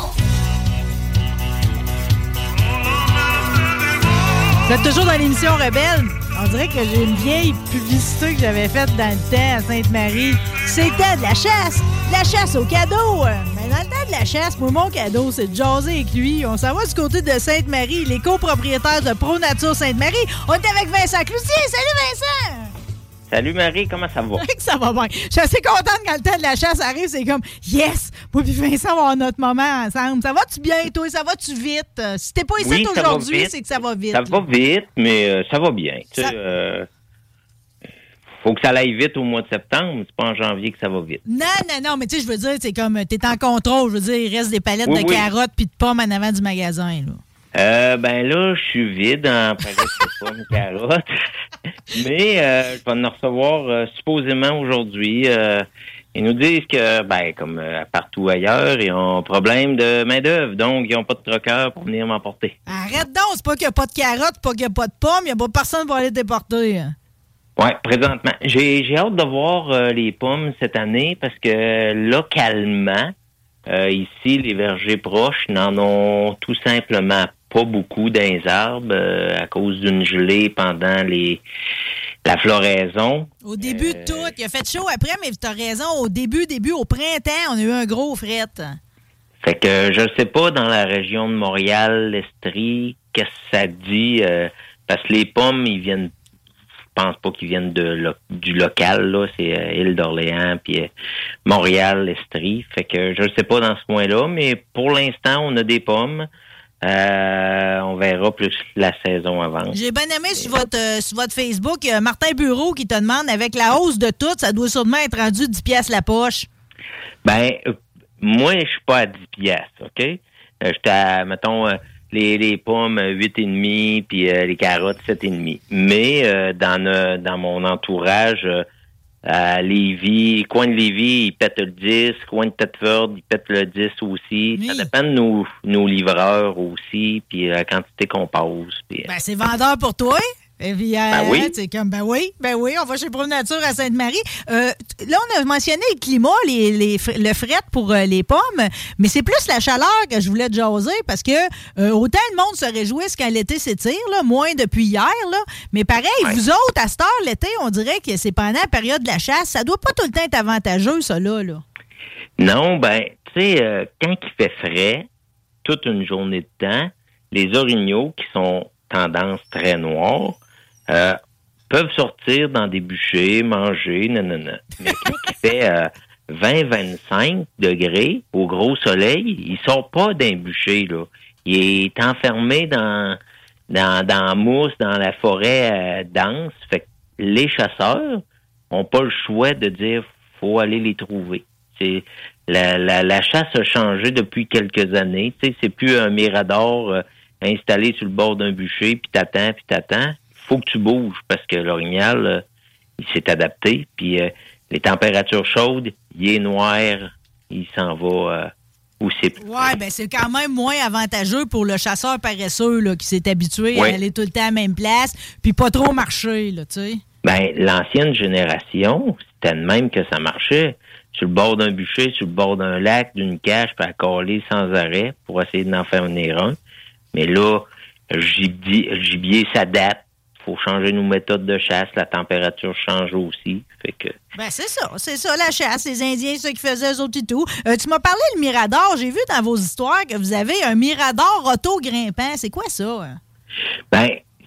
Vous êtes toujours dans l'émission Rebelle. On dirait que j'ai une vieille publicité que j'avais faite dans le temps à Sainte-Marie. C'était de la chasse. De la chasse au cadeau. Mais dans le temps de la chasse, moi, mon cadeau, c'est de jaser avec lui. On s'en va du côté de Sainte-Marie, les copropriétaires de Pro Nature Sainte-Marie. On est avec Vincent Cloutier. Salut, Vincent! Salut Marie, comment ça va? Ça va bien. Je suis assez contente quand le temps de la chasse arrive. C'est comme, yes! Moi et Vincent, on va avoir notre moment ensemble. Ça va-tu bien, toi? Ça va-tu vite? Si t'es pas ici oui, aujourd'hui, c'est que ça va vite. Ça va vite, mais euh, ça va bien. Ça... Euh, faut que ça aille vite au mois de septembre. C'est pas en janvier que ça va vite. Non, non, non, mais tu sais, je veux dire, c'est comme, t'es en contrôle. Je veux dire, il reste des palettes oui, de oui. carottes puis de pommes en avant du magasin, là. Euh, ben là, je suis vide en palette de pommes et carottes. Mais euh, je vais en recevoir euh, supposément aujourd'hui. Euh, ils nous disent que, ben, comme euh, partout ailleurs, ils ont un problème de main-d'œuvre. Donc, ils n'ont pas de troqueur pour venir m'emporter. Arrête donc, c'est pas qu'il n'y a pas de carottes, pas qu'il n'y a pas de pommes, il n'y a pas personne qui va aller déporter. Hein. Oui, présentement. J'ai, j'ai hâte de voir euh, les pommes cette année parce que localement, euh, ici, les vergers proches n'en ont tout simplement pas beaucoup dans les arbres euh, à cause d'une gelée pendant les la floraison. Au début euh, de tout. Il a fait chaud après, mais tu as raison. Au début, début, au printemps, on a eu un gros fret. Fait que je sais pas dans la région de Montréal, l'Estrie, qu'est-ce que ça dit. Euh, parce que les pommes, ils viennent, je pense pas qu'ils viennent de lo, du local, là. C'est euh, Île d'Orléans, puis euh, Montréal, l'Estrie. Fait que je sais pas dans ce coin-là, mais pour l'instant, on a des pommes. Euh, on verra plus la saison avant. J'ai bien aimé sur votre, euh, sur votre Facebook, il y a Martin Bureau qui te demande, avec la hausse de tout, ça doit sûrement être rendu dix piastres la poche. Ben, euh, moi, je suis pas à dix piastres, OK? Euh, j'étais à, mettons, euh, les, les pommes huit virgule cinq puis euh, les carottes sept virgule cinq. Mais euh, dans, euh, dans mon entourage, euh, à Lévis, coin de Lévis, ils pètent le dix, coin de Thetford, ils pètent le dix aussi. Oui. Ça dépend de nos, nos livreurs aussi, puis la quantité qu'on passe. Puis, ben, c'est vendeur pour toi. Et puis, euh, ben oui. C'est comme, ben oui, ben oui, on va chez Pro Nature à Sainte-Marie. Euh, là, on a mentionné le climat, les, les, le fret pour euh, les pommes, mais c'est plus la chaleur que je voulais te jaser parce que euh, autant le monde se réjouisse quand l'été s'étire, là, moins depuis hier, là, mais pareil, ouais. Vous autres, à cette heure, l'été, on dirait que c'est pendant la période de la chasse. Ça doit pas tout le temps être avantageux, ça, là. là. Non, ben, tu sais, euh, quand il fait frais, toute une journée de temps, les orignaux qui sont tendance très noire, Euh, peuvent sortir dans des bûchers, manger, non, non, non. Mais quand il fait euh, vingt à vingt-cinq degrés au gros soleil, il sort pas d'un bûcher, là. Il est enfermé dans, dans, dans la mousse, dans la forêt euh, dense. Fait que les chasseurs ont pas le choix de dire faut aller les trouver. C'est la, la, la chasse a changé depuis quelques années. Tu sais, c'est plus un mirador euh, installé sur le bord d'un bûcher, puis t'attends, puis t'attends. Faut que tu bouges parce que l'orignal, euh, il s'est adapté. Puis euh, les températures chaudes, il est noir, il s'en va euh, où c'est plus. Oui, bien, c'est quand même moins avantageux pour le chasseur paresseux là, qui s'est habitué oui. à aller tout le temps à la même place, puis pas trop marcher, là, tu sais. Bien, l'ancienne génération, c'était de même que ça marchait. sur le bord d'un bûcher, sur le bord d'un lac, d'une cache, puis à caler sans arrêt pour essayer d'en faire venir un. Mais là, le gibier, le gibier s'adapte. Faut changer nos méthodes de chasse. La température change aussi. Fait que... Ben, c'est ça. C'est ça, la chasse. Les Indiens, c'est ça qu'ils faisaient, eux autres et tout. Euh, tu m'as parlé le mirador. J'ai vu dans vos histoires que vous avez un mirador auto-grimpant. C'est quoi ça? Ben,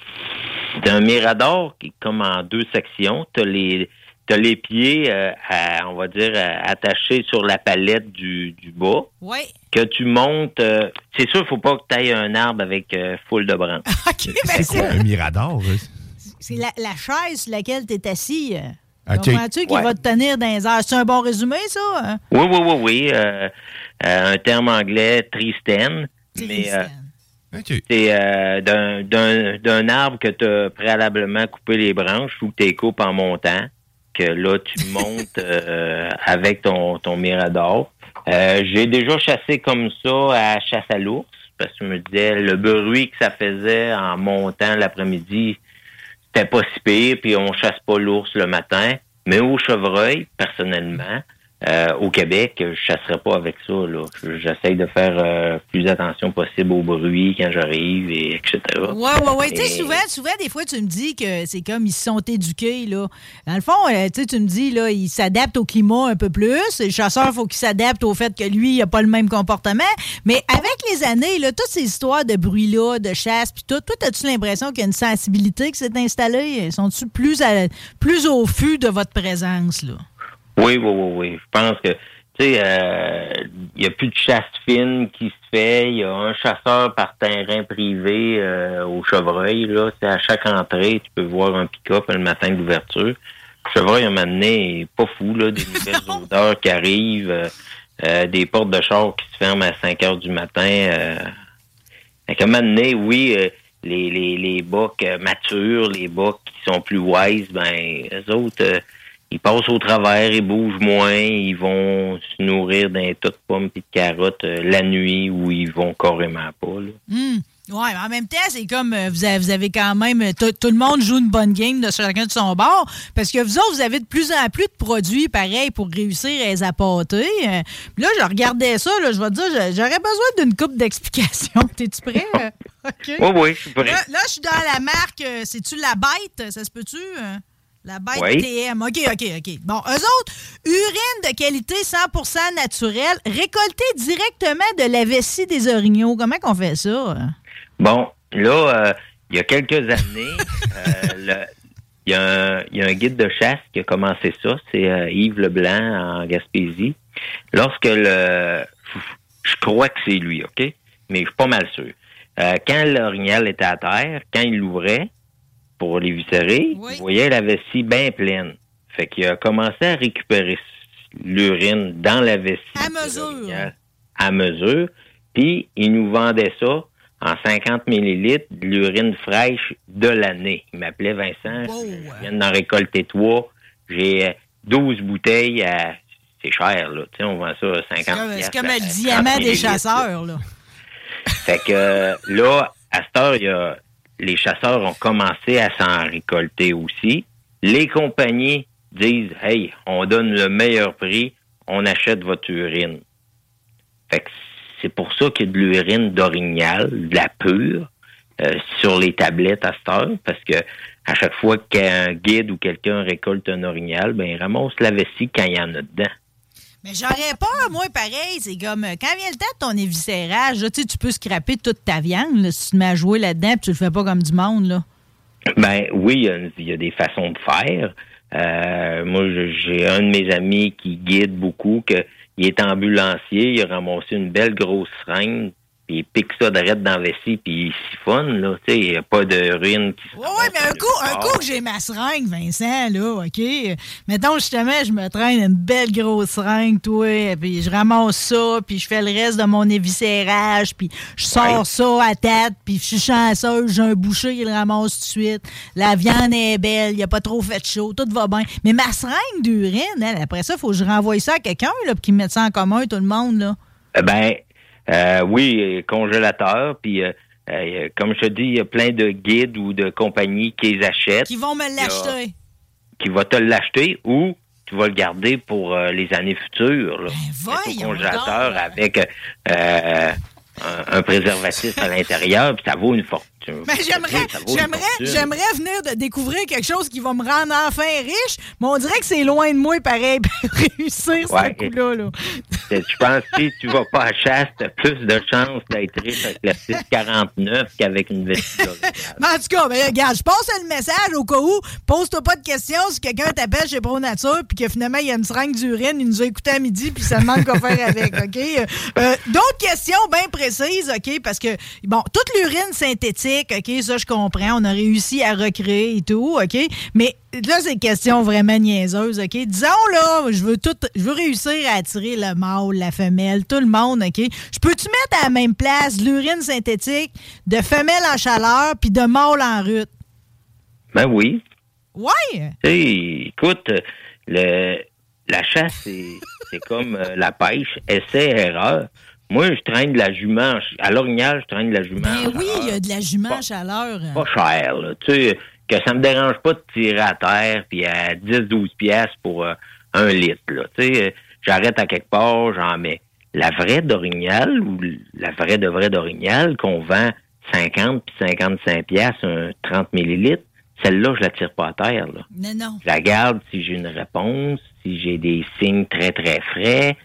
c'est un mirador qui est comme en deux sections. T'as les, t'as les pieds, euh, à, on va dire, à, attachés sur la palette du, du bas. Oui. Que tu montes... Euh, c'est sûr, il ne faut pas que tu ailles un arbre avec euh, full de branches. OK, ben c'est quoi un mirador? C'est la, la chaise sur laquelle tu es assis. Okay. Comprends-tu qui ouais. va te tenir dans les airs? C'est un bon résumé, ça? Hein? Oui, oui, oui, oui. Euh, euh, un terme anglais, tree stand. Mais, euh, okay. C'est euh, d'un, d'un, d'un arbre que tu as préalablement coupé les branches ou tu les coupes en montant, que là, tu montes euh, avec ton, ton mirador. Euh, j'ai déjà chassé comme ça à chasse à l'ours, parce que je me disais, le bruit que ça faisait en montant l'après-midi, c'était pas si pire, puis on chasse pas l'ours le matin. Mais au chevreuil, personnellement, euh, au Québec, je chasserais pas avec ça, là. J'essaye de faire euh, plus attention possible au bruit quand j'arrive, et etc. Oui, oui, oui. Tu sais, souvent, souvent, des fois, tu me dis que c'est comme ils se sont éduqués, là. Dans le fond, euh, tu sais, tu me dis, là, ils s'adaptent au climat un peu plus. Le chasseur, il faut qu'il s'adapte au fait que lui, il n'a pas le même comportement. Mais avec les années, là, toutes ces histoires de bruit-là, de chasse, puis tout, toi, as-tu l'impression qu'il y a une sensibilité qui s'est installée? Sont-tu plus, à, plus au fût de votre présence, là? Oui, oui, oui, oui. Je pense que, tu sais, il euh, n'y a plus de chasse fine qui se fait. Il y a un chasseur par terrain privé euh, au chevreuil, là. C'est à chaque entrée, tu peux voir un pick-up le matin d'ouverture. Le chevreuil, à un moment donné, est pas fou, là. Des nouvelles odeurs qui arrivent, euh, euh, des portes de char qui se ferment à cinq heures du matin. Euh. À un moment donné, oui, euh, les, les, les bocs euh, matures, les bocs qui sont plus wise, ben, eux autres... Euh, ils passent au travers, ils bougent moins, ils vont se nourrir d'un tas de pommes et de carottes euh, la nuit où ils vont carrément pas. Là. Mmh. Oui, mais en même temps, c'est comme euh, vous, avez, vous avez quand même... Tout, tout le monde joue une bonne game de chacun de son bord, parce que vous autres, vous avez de plus en plus de produits pareils pour réussir à les apporter. Euh, là, je regardais ça, là, je vais te dire, j'aurais besoin d'une couple d'explications. T'es-tu prêt? OK. Oui, oui, je suis prêt. Là, là je suis dans la marque, euh, c'est-tu la bête? Ça se peut-tu? Euh? La bête oui. T M. OK, OK, OK. Bon, eux autres, urine de qualité cent pour cent naturelle, récoltée directement de la vessie des orignaux. Comment qu'on fait ça? Bon, là, euh, il y a quelques années, euh, il y, y a un guide de chasse qui a commencé ça. C'est euh, Yves Leblanc en Gaspésie. Lorsque le... Je crois que c'est lui, OK? Mais je suis pas mal sûr. Euh, quand l'orignal était à terre, quand il l'ouvrait, pour les viscérer, oui. Vous voyez la vessie bien pleine. Fait qu'il a commencé à récupérer l'urine dans la vessie. À mesure. À mesure. Puis, il nous vendait ça en cinquante millilitres de l'urine fraîche de l'année. Il m'appelait Vincent. Wow. Je viens d'en récolter trois. J'ai douze bouteilles à... C'est cher, là. Tu sais, on vend ça à cinquante C'est comme, c'est comme le diamant des chasseurs, là. Fait que euh, là, à cette heure, il y a... Les chasseurs ont commencé à s'en récolter aussi. Les compagnies disent « Hey, on donne le meilleur prix, on achète votre urine. » Fait que c'est pour ça qu'il y a de l'urine d'orignal, de la pure, euh, sur les tablettes à cette heure, parce que à chaque fois qu'un guide ou quelqu'un récolte un orignal, ben il ramasse la vessie quand il y en a dedans. Mais j'aurais peur, moi, pareil. C'est comme, quand vient le temps de ton éviscérage, là, tu sais, tu peux scraper toute ta viande, là, si tu te mets à jouer là-dedans et tu le fais pas comme du monde, là. Ben oui, il y a, il y a des façons de faire. Euh, moi, j'ai un de mes amis qui guide beaucoup, que il est ambulancier, il a ramassé une belle grosse seringue, puis il pique ça direct dans la vessie, puis il siphonne, là. Tu sais, il n'y a pas de ruine qui se... Oui, oui, mais un coup, un coup que j'ai ma seringue, Vincent, là, OK? Mettons, justement, je me traîne une belle grosse seringue, toi, puis je ramasse ça, puis je fais le reste de mon éviscérage, puis je sors ouais. ça à tête, puis je suis chanceuse, j'ai un boucher qui le ramasse tout de suite. La viande est belle, il n'y a pas trop fait chaud, tout va bien. Mais ma seringue d'urine, elle, après ça, il faut que je renvoie ça à quelqu'un, là, pour qu'il mette ça en commun, tout le monde, là. Eh ben... Euh, oui, congélateur, puis euh, euh, comme je te dis, il y a plein de guides ou de compagnies qui les achètent. Qui vont me l'acheter. Qui vont te l'acheter ou tu vas le garder pour euh, les années futures. Là. Ben, au congélateur donc. Avec euh, un, un préservatif à l'intérieur, puis ça vaut une fortune. Mais j'aimerais, j'aimerais, j'aimerais venir de découvrir quelque chose qui va me rendre enfin riche, mais on dirait que c'est loin de moi, pareil, pour réussir ouais, ce coup-là. Là. Je pense que si tu vas pas à chasse, tu as plus de chances d'être riche avec la six quarante-neuf qu'avec une vestige. Mais en tout cas, ben, regarde, je passe le message au cas où. Pose-toi pas de questions si quelqu'un t'appelle chez Pro Nature puis que finalement, il y a une seringue d'urine, il nous a écouté à midi puis ça demande quoi faire avec, OK? Euh, d'autres questions bien précises, OK? Parce que, bon, toute l'urine synthétique, OK, ça, je comprends. On a réussi à recréer et tout, OK? Mais là, c'est une question vraiment niaiseuse, OK? Disons, là, je veux tout, je veux réussir à attirer le mâle, la femelle, tout le monde, OK? Je peux-tu mettre à la même place l'urine synthétique de femelle en chaleur puis de mâle en rut? Ben oui. Ouais! Tu sais, écoute, le, la chasse, c'est, c'est comme euh, la pêche, essai-erreur. Moi, je traîne de la jument. À l'Orignal, je traîne de la jument. Ben oui, il y a de la jument en chaleur. Pas cher, là. Tu sais, que ça me dérange pas de tirer à terre puis à dix douze piastres pour euh, un litre, là. Tu sais, j'arrête à quelque part, j'en mets. La vraie d'Orignal ou la vraie de vraie d'Orignal qu'on vend cinquante puis cinquante-cinq piastres, un trente millilitres, celle-là, je la tire pas à terre, là. Non, non. Je la garde si j'ai une réponse, si j'ai des signes très, très frais.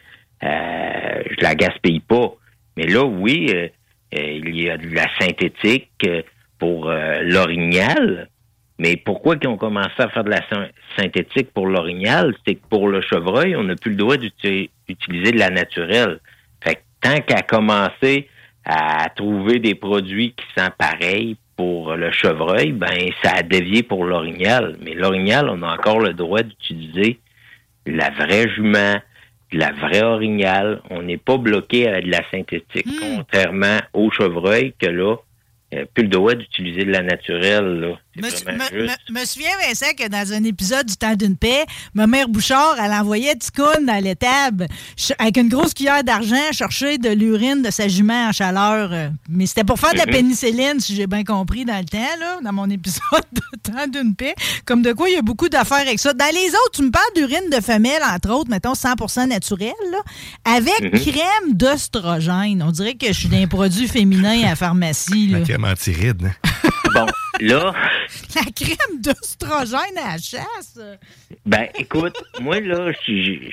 Euh, je la gaspille pas. Mais là, oui, euh, euh, il y a de la synthétique euh, pour euh, l'orignal. Mais pourquoi ils ont commencé à faire de la synthétique pour l'orignal? C'est que pour le chevreuil, on n'a plus le droit d'utiliser de la naturelle. Fait que tant qu'à commencer à trouver des produits qui sont pareils pour le chevreuil, ben ça a dévié pour l'orignal. Mais l'orignal, on a encore le droit d'utiliser la vraie jument, la vraie orignal. On n'est pas bloqué à de la synthétique, mmh. contrairement au chevreuil que là, euh, plus le droit d'utiliser de la naturelle. Là. C'est me, me, me, me souviens, Vincent, que dans un épisode du Temps d'une paix, ma mère Bouchard, elle envoyait Ticoune dans l'étable avec une grosse cuillère d'argent chercher de l'urine de sa jument en chaleur. Mais c'était pour faire de la mm-hmm. pénicilline, si j'ai bien compris, dans le temps, là, dans mon épisode de Temps d'une paix. Comme de quoi, il y a beaucoup d'affaires avec ça. Dans les autres, tu me parles d'urine de femelle, entre autres, mettons cent pour cent naturelle, là, avec mm-hmm. crème d'oestrogène. On dirait que je suis d'un produit féminin à la pharmacie. Là. La crème anti-rides, hein? Bon, là... La crème d'oestrogène à la chasse? Ben, écoute, moi, là, je, je,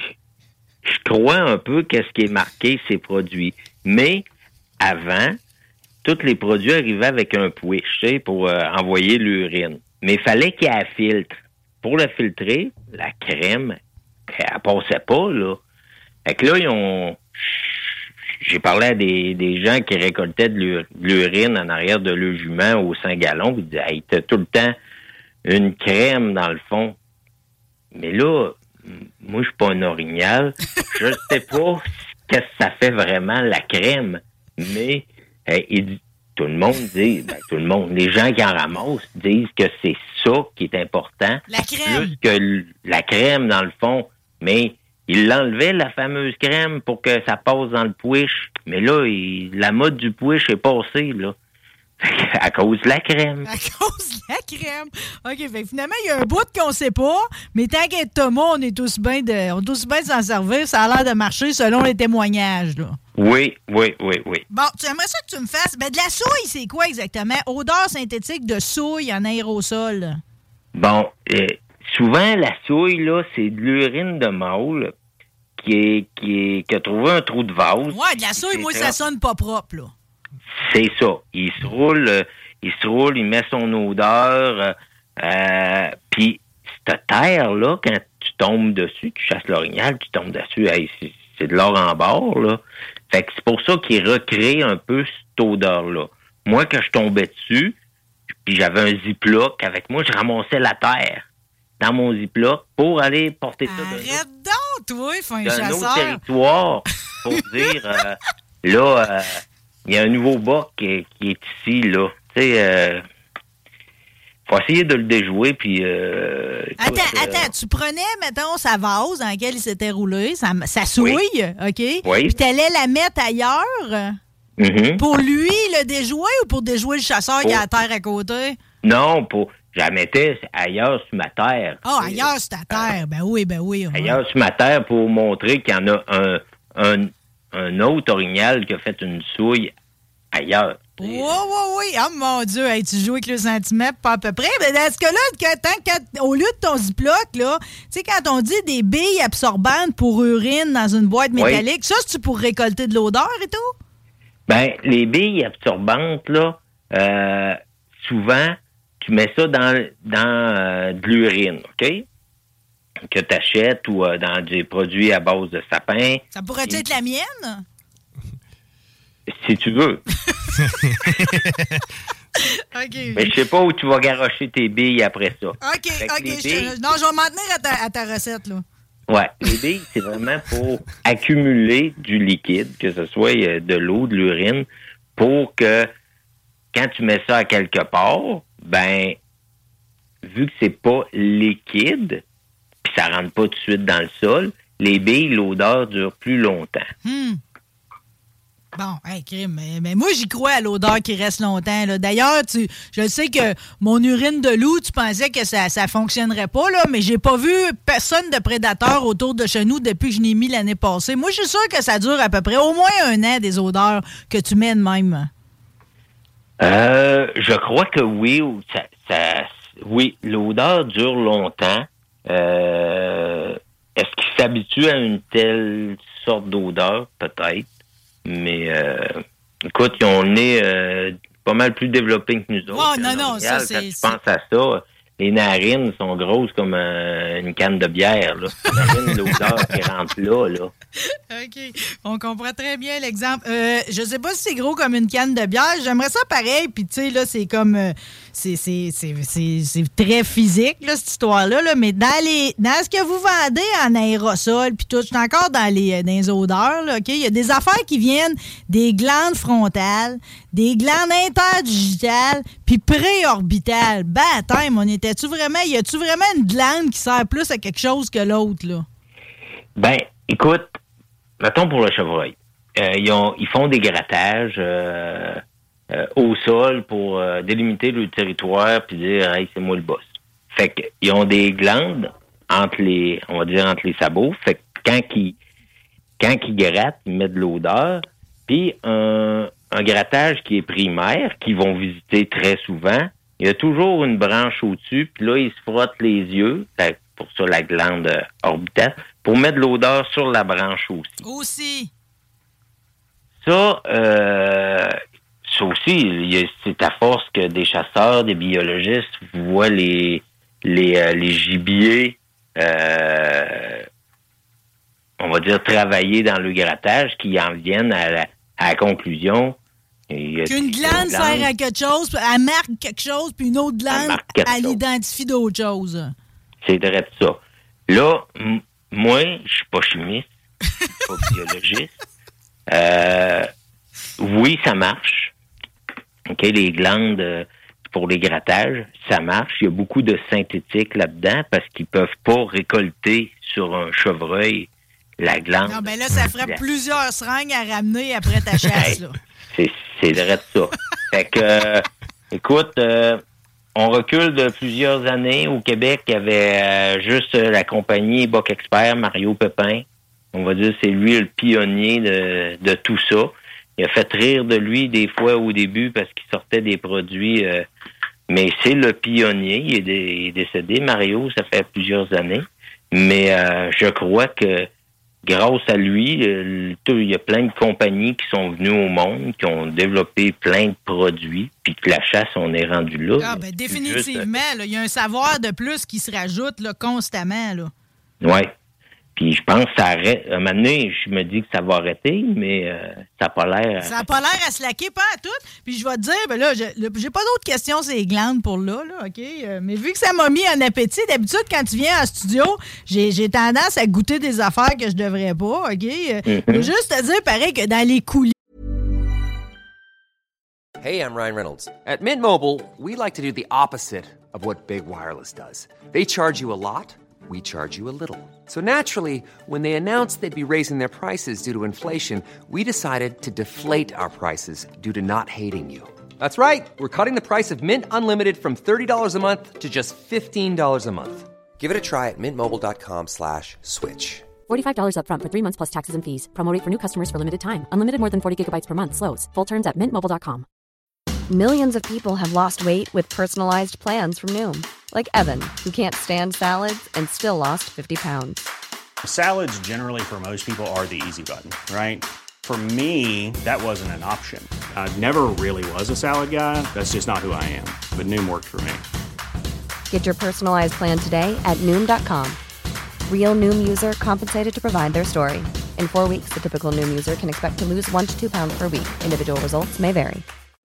je crois un peu qu'est-ce qui est marqué, ces produits. Mais, avant, tous les produits arrivaient avec un push, tu sais, pour euh, envoyer l'urine. Mais il fallait qu'il y ait un filtre. Pour le filtrer, la crème, elle passait pas, là. Fait que là, ils ont... J'ai parlé à des, des gens qui récoltaient de l'urine en arrière de leur jument au Saint-Gallon, puis ils disaient, hey, t'as tout le temps une crème dans le fond. Mais là, moi, je suis pas un orignal. Je sais pas qu'est-ce que ça fait vraiment, la crème. Mais, hey, il, tout le monde dit, ben, tout le monde, les gens qui en ramassent disent que c'est ça qui est important. La crème. Plus que l- la crème, dans le fond. Mais, il l'enlevait, la fameuse crème, pour que ça passe dans le push. Mais là, il, la mode du push est passée, là. À cause de la crème. À cause de la crème. OK, fait finalement, il y a un bout qu'on sait pas, mais tant qu'être Thomas, on est tous bien de, on est tous bien de s'en servir. Ça a l'air de marcher selon les témoignages, là. Oui, oui, oui, oui. Bon, tu aimerais ça que tu me fasses... Ben, de la souille, c'est quoi exactement? Odeur synthétique de souille en aérosol. Bon, euh, souvent, la souille, là, c'est de l'urine de mâle qui est, qui est, qui a trouvé un trou de vase. Ouais, de la souille, moi, ça sonne pas propre, là. C'est ça. Il se roule, euh, il se roule, il met son odeur, euh, euh, puis cette terre-là, quand tu tombes dessus, tu chasses l'orignal, tu tombes dessus, hey, c'est, c'est de l'or en bord, là. Fait que c'est pour ça qu'il recrée un peu cette odeur-là. Moi, quand je tombais dessus, puis j'avais un ziploc avec moi, je ramassais la terre dans mon ziploc pour aller porter ça Arrête donc, toi, fin d'un chasseur. autre territoire pour dire, euh, là, euh, il y a un nouveau bac qui, qui est ici, là. Tu sais, euh, faut essayer de le déjouer, puis... Euh, attends, écoute, attends, euh, tu prenais, mettons, sa vase dans laquelle il s'était roulé, sa, sa souille, oui. OK? Oui. Puis t'allais la mettre ailleurs mm-hmm. pour lui le déjouer ou pour déjouer le chasseur pour... qui a la terre à côté? Non, pour... je la mettais ailleurs sur ma terre. Ah, oh, ailleurs sur ta terre. Euh, ben oui, ben oui. Ouais. Ailleurs sur ma terre pour montrer qu'il y en a un, un, un autre orignal qui a fait une souille ailleurs. Oui, oui, oui. Oh mon Dieu, hey, tu joues avec le centimètre, pas à peu près. Mais est-ce que là, que, tant, quand, au lieu de ton Ziploc, là, tu sais, quand on dit des billes absorbantes pour urine dans une boîte métallique, oui. Ça, c'est-tu pour récolter de l'odeur et tout? Ben, les billes absorbantes, là, euh, souvent, tu mets ça dans, dans euh, de l'urine, OK? Que tu achètes ou euh, dans des produits à base de sapin. Ça pourrait-tu être la mienne? Si tu veux. OK. Mais je sais pas où tu vas garrocher tes billes après ça. OK, OK. Billes, je, non, je vais m'en tenir à ta, à ta recette, là. Ouais. Les billes, c'est vraiment pour accumuler du liquide, que ce soit de l'eau, de l'urine, pour que quand tu mets ça à quelque part, ben, vu que c'est pas liquide, puis ça rentre pas tout de suite dans le sol, les billes, l'odeur dure plus longtemps. Hmm. Bon, hey, crime, mais, mais moi, j'y crois à l'odeur qui reste longtemps. Là. D'ailleurs, tu, je sais que mon urine de loup, tu pensais que ça ça fonctionnerait pas, là, mais j'ai pas vu personne de prédateur autour de chez nous depuis que je l'ai mis l'année passée. Moi, je suis sûr que ça dure à peu près au moins un an, des odeurs que tu mets de même. Euh, je crois que oui. Ça, ça, oui, l'odeur dure longtemps. Euh, est-ce qu'il s'habitue à une telle sorte d'odeur? Peut-être. Mais, euh, écoute, ils ont le nez euh, pas mal plus développé que nous autres. Oh, non, non, Montréal. ça, c'est... Quand tu penses à ça, les narines sont grosses comme euh, une canne de bière, là. Imagine l'odeur qui rentre là, là. OK. On comprend très bien l'exemple. Euh, je sais pas si c'est gros comme une canne de bière. J'aimerais ça pareil. Puis, tu sais, là, c'est comme... Euh, c'est, c'est, c'est, c'est, c'est très physique, là, cette histoire-là. Là. Mais dans les dans ce que vous vendez en aérosol, puis tout, je suis encore dans les, dans les odeurs, là, OK? Il y a des affaires qui viennent des glandes frontales, des glandes interdigitales, puis préorbitales. Baptême, on était-tu vraiment... Y a-tu vraiment une glande qui sert plus à quelque chose que l'autre, là? Ben, écoute, mettons pour le chevreuil. Euh, ils, ont, ils font des grattages euh, euh, au sol pour euh, délimiter le territoire puis dire « Hey, c'est moi le boss ». Fait qu'ils ont des glandes entre les, on va dire, entre les sabots. Fait que quand ils, quand ils grattent, ils mettent de l'odeur. Puis un, un grattage qui est primaire, qu'ils vont visiter très souvent, il y a toujours une branche au-dessus, puis là, ils se frottent les yeux, pour ça la glande orbitale, pour mettre de l'odeur sur la branche aussi. Aussi. Ça, euh, ça aussi, c'est à force que des chasseurs, des biologistes voient les les, euh, les gibiers, euh, on va dire, travailler dans le grattage, qui en viennent à la, à la conclusion. Qu'une glande sert à quelque chose, elle marque quelque chose, puis une autre glande, elle, elle identifie d'autres choses. C'est vrai de ça. Là, m- moi, je suis pas chimiste, je suis pas biologiste. Euh, oui, ça marche. OK, les glandes euh, pour les grattages, ça marche. Il y a beaucoup de synthétique là-dedans parce qu'ils peuvent pas récolter sur un chevreuil la glande. Non, ben là, ça ferait plusieurs seringues à ramener après ta chasse, là. C'est, c'est vrai de ça. Fait que, euh, écoute, euh, on recule de plusieurs années. Au Québec, il y avait euh, juste euh, la compagnie Boc Expert, Mario Pépin. On va dire c'est lui le pionnier de, de tout ça. Il a fait rire de lui des fois au début parce qu'il sortait des produits, euh, mais c'est le pionnier. Il est, dé, il est décédé, Mario, ça fait plusieurs années. Mais euh, je crois que grâce à lui, il y a plein de compagnies qui sont venues au monde, qui ont développé plein de produits, puis que la chasse, on est rendu là. Ah, ben définitivement. Il y a un savoir de plus qui se rajoute là, constamment. Là. Oui. Puis je pense que ça arrête. À un moment donné, je me dis que ça va arrêter, mais euh, ça n'a pas l'air... À... Ça n'a pas l'air à se laquer, pas à tout. Puis je vais te dire, ben là, j'ai pas d'autres questions sur les glandes pour là, là, OK? Euh, mais vu que ça m'a mis en appétit, d'habitude, quand tu viens en studio, j'ai, j'ai tendance à goûter des affaires que je devrais pas, OK? Mm-hmm. Je veux juste te dire, pareil, que dans les coulisses... Hey, I'm Ryan Reynolds. At Mint Mobile, we like to do the opposite of what Big Wireless does. They charge you a lot. We charge you a little. So naturally, when they announced they'd be raising their prices due to inflation, we decided to deflate our prices due to not hating you. That's right. We're cutting the price of Mint Unlimited from thirty dollars a month to just fifteen dollars a month. Give it a try at mintmobile.com slash switch. forty-five dollars up front for three months plus taxes and fees. Promo rate for new customers for limited time. Unlimited more than forty gigabytes per month. Slows full terms at mint mobile dot com. Millions of people have lost weight with personalized plans from Noom. Like Evan, who can't stand salads and still lost fifty pounds. Salads generally for most people are the easy button, right? For me, that wasn't an option. I never really was a salad guy. That's just not who I am. But Noom worked for me. Get your personalized plan today at Noom dot com. Real Noom user compensated to provide their story. In four weeks, the typical Noom user can expect to lose one to two pounds per week. Individual results may vary.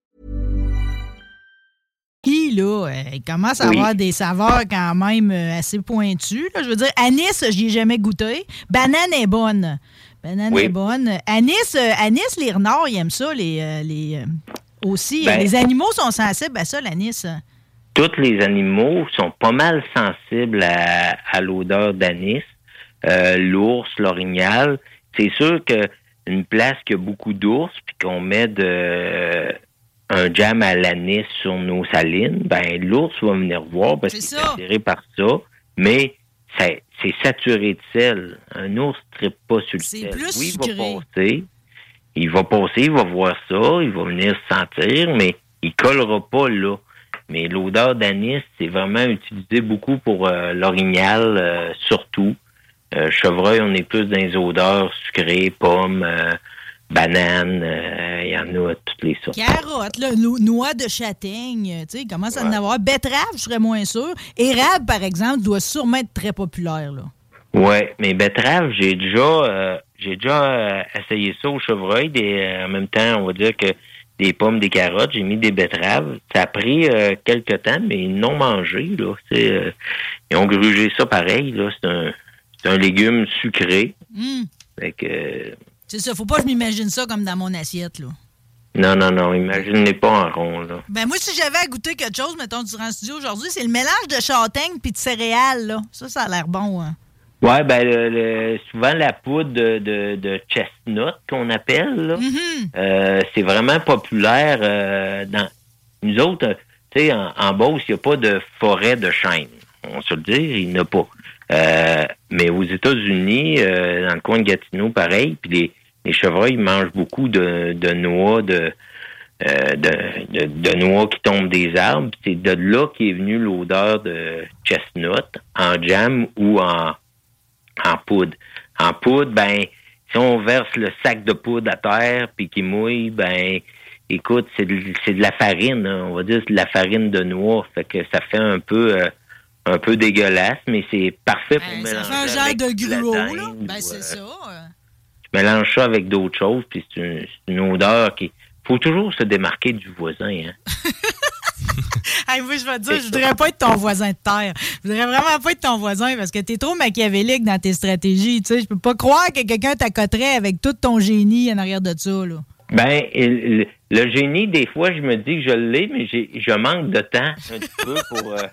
Qui, là, euh, il commence à Oui. avoir des saveurs quand même euh, assez pointues. Là. Je veux dire, anis, j'y ai jamais goûté. Banane est bonne. Banane Oui. est bonne. Anis, euh, anis, les renards, ils aiment ça. Les, euh, les, euh, aussi, Ben- les animaux sont sensibles à ça, l'anis. Tous les animaux sont pas mal sensibles à, à l'odeur d'anis. Euh, l'ours, l'orignal. C'est sûr qu'une place qui a beaucoup d'ours, puis qu'on met de, un jam à l'anis sur nos salines, ben l'ours va venir voir parce C'est qu'il est ça. attiré par ça, mais ça, c'est saturé de sel. Un ours ne trippe pas sur le C'est sel. plus Oui, il sucré. va passer. Il va passer, il va voir ça, il va venir se sentir, mais il collera pas là. Mais l'odeur d'anis, c'est vraiment utilisé beaucoup pour euh, l'orignal, euh, surtout. Euh, chevreuil, on est plus dans les odeurs sucrées, pommes, euh, bananes, euh, il y en a à toutes les sortes. Carottes, là, no- noix de châtaigne, tu sais, il commence à en Ouais. avoir. Betterave, je serais moins sûr. Érable, par exemple, doit sûrement être très populaire, là. Ouais, mais betterave, j'ai déjà euh, j'ai déjà euh, essayé ça au chevreuil. Des, euh, en même temps, on va dire que des pommes, des carottes, j'ai mis des betteraves. Ça a pris euh, quelques temps, mais ils n'ont mangé, là. C'est, euh, ils ont grugé ça pareil, là. C'est un, c'est un légume sucré. Hum. Fait que, euh, C'est ça, faut pas que je m'imagine ça comme dans mon assiette, là. non, non, non, imaginez pas en rond, là. Ben moi, si j'avais à goûter quelque chose, mettons, durant le studio aujourd'hui, c'est le mélange de châtaigne puis de céréales, là. Ça, ça a l'air bon, hein. Ouais, ben le, le- souvent la poudre de, de, de chestnut qu'on appelle, là, Mhm. euh, c'est vraiment populaire euh, dans nous autres. euh, Tu sais, en, en Beauce, il n'y a pas de forêt de chêne. On se le dit, il n'y en a pas. Euh, mais aux États-Unis, euh, dans le coin de Gatineau, pareil, puis les, les chevreuils mangent beaucoup de, de noix, de, euh, de, de, de noix qui tombent des arbres. C'est de là qu'est venue l'odeur de chestnut en jam ou en en poudre. En poudre, ben, si on verse le sac de poudre à terre puis qu'il mouille, ben, écoute, c'est de, c'est de la farine, hein. On va dire c'est de la farine de noix. Fait que ça fait un peu euh, un peu dégueulasse, mais c'est parfait pour Ben, mélanger. ça fait un genre avec de de la gruau, dinde là. Ben, ou, c'est euh, ça. euh. Tu mélanges ça avec d'autres choses, puis c'est une, c'est une odeur qui... Faut toujours se démarquer du voisin, hein. Hey, moi, je vais te dire, je voudrais pas être ton voisin de terre. Je voudrais vraiment pas être ton voisin parce que t'es trop machiavélique dans tes stratégies. Tu sais, je peux pas croire que quelqu'un t'accoterait avec tout ton génie en arrière de ça, là. Ben, le, le génie, des fois, je me dis que je l'ai, mais j'ai, je manque de temps un petit peu pour... Euh,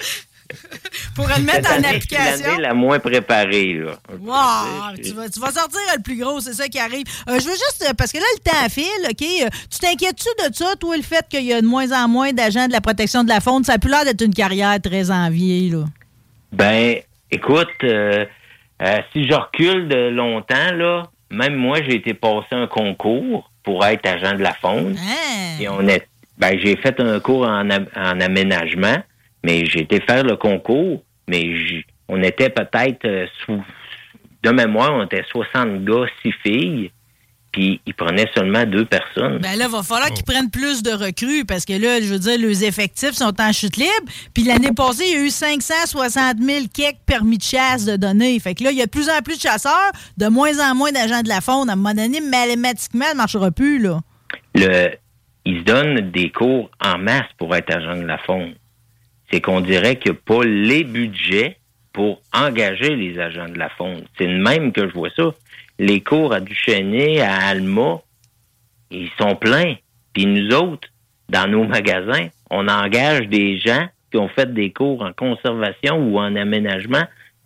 Pour le mettre en cette année, application. C'est l'année la moins préparée, là. Wow! Tu Tu sais, vas, tu vas sortir le plus gros, c'est ça qui arrive. Euh, je veux juste, euh, parce que là, le temps file, OK? euh, tu t'inquiètes-tu de ça, toi, le fait qu'il y a de moins en moins d'agents de la protection de la faune? Ça a plus l'air d'être une carrière très enviée, là. Ben, écoute, euh, euh, si je recule de longtemps, là, même moi, j'ai été passer un concours pour être agent de la faune. Hein? Et on est, ben, j'ai fait un cours en, am- en aménagement, mais j'ai été faire le concours, mais j'- on était peut-être, euh, sous, de mémoire, on était soixante gars, six filles, puis ils prenaient seulement deux personnes. Ben là, il va falloir qu'ils prennent plus de recrues parce que là, je veux dire, les effectifs sont en chute libre. Puis l'année passée, il y a eu cinq cent soixante mille quelques permis de chasse de donner. Fait que là, il y a de plus en plus de chasseurs, de moins en moins d'agents de la faune. À un moment donné, mathématiquement, ça ne marchera plus, là. Le, ils se donnent des cours en masse pour être agent de la faune. C'est qu'on dirait qu'il n'y a pas les budgets pour engager les agents de la faune. C'est de même que je vois ça. Les cours à Duchesnay, à Alma, ils sont pleins. Puis nous autres, dans nos magasins, on engage des gens qui ont fait des cours en conservation ou en aménagement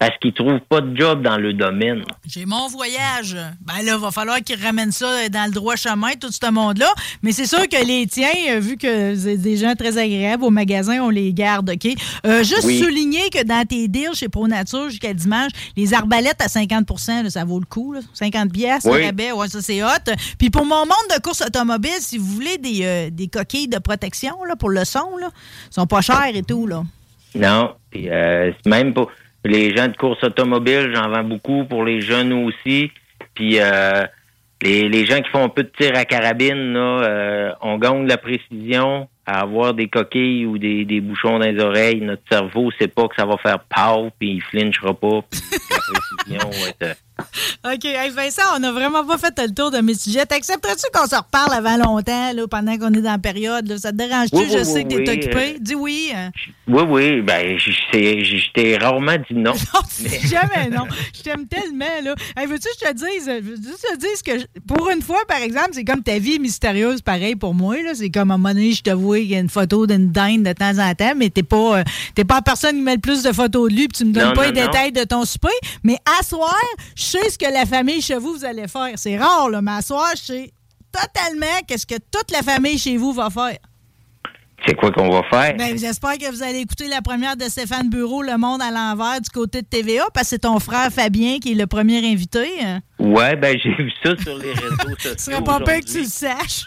parce qu'ils trouvent pas de job dans le domaine. J'ai mon voyage. Ben là, il va falloir qu'ils ramènent ça dans le droit chemin, tout ce monde-là. Mais c'est sûr que les tiens, vu que c'est des gens très agréables au magasin, on les garde, OK? Euh, juste oui. souligner que dans tes deals chez ProNature jusqu'à dimanche, les arbalètes à cinquante pour cent, là, ça vaut le coup. Là. cinquante piastres, oui. rabais, ouais, ça c'est hot. Puis pour mon monde de course automobile, si vous voulez des, euh, des coquilles de protection là, pour le son, là, sont pas chères et tout, là. Non, puis euh, même pour les gens de course automobile, j'en vends beaucoup pour les jeunes aussi. Puis euh, les, les gens qui font un peu de tir à carabine, là, euh, on gagne la précision à avoir des coquilles ou des, des bouchons dans les oreilles. Notre cerveau sait pas que ça va faire pow, puis il flinchera pas. Puis la précision va être... OK. Hey Vincent, on n'a vraiment pas fait le tour de mes sujets. T'accepterais-tu qu'on se reparle avant longtemps, là, pendant qu'on est dans la période? Là? Ça te dérange-tu? Oui, je oui, sais oui, que t'es oui, occupé. euh, Dis oui. Hein. Oui, oui. Ben, je t'ai rarement dit non. Non, mais... jamais non. Je t'aime tellement, là. Hey, veux-tu que je te dise? Veux-tu que je te dise que, pour une fois, par exemple, c'est comme ta vie est mystérieuse, pareil pour moi, là. C'est comme à un moment donné, je te vois, il y a une photo d'une dinde de temps en temps, mais t'es pas, euh, t'es pas la personne qui met le plus de photos de lui, puis tu me donnes non, pas non, les non. détails de ton souper. Mais à soir, je sais ce que la famille chez vous, vous allez faire. C'est rare, là, mais à soir, je sais totalement qu'est-ce que toute la famille chez vous va faire. C'est quoi qu'on va faire? Ben, j'espère que vous allez écouter la première de Stéphane Bureau, Le Monde à l'envers, du côté de T V A, parce que c'est ton frère Fabien qui est le premier invité. Hein? Ouais, ben j'ai vu ça sur les réseaux sociaux. Ce serait pas peur que tu le saches.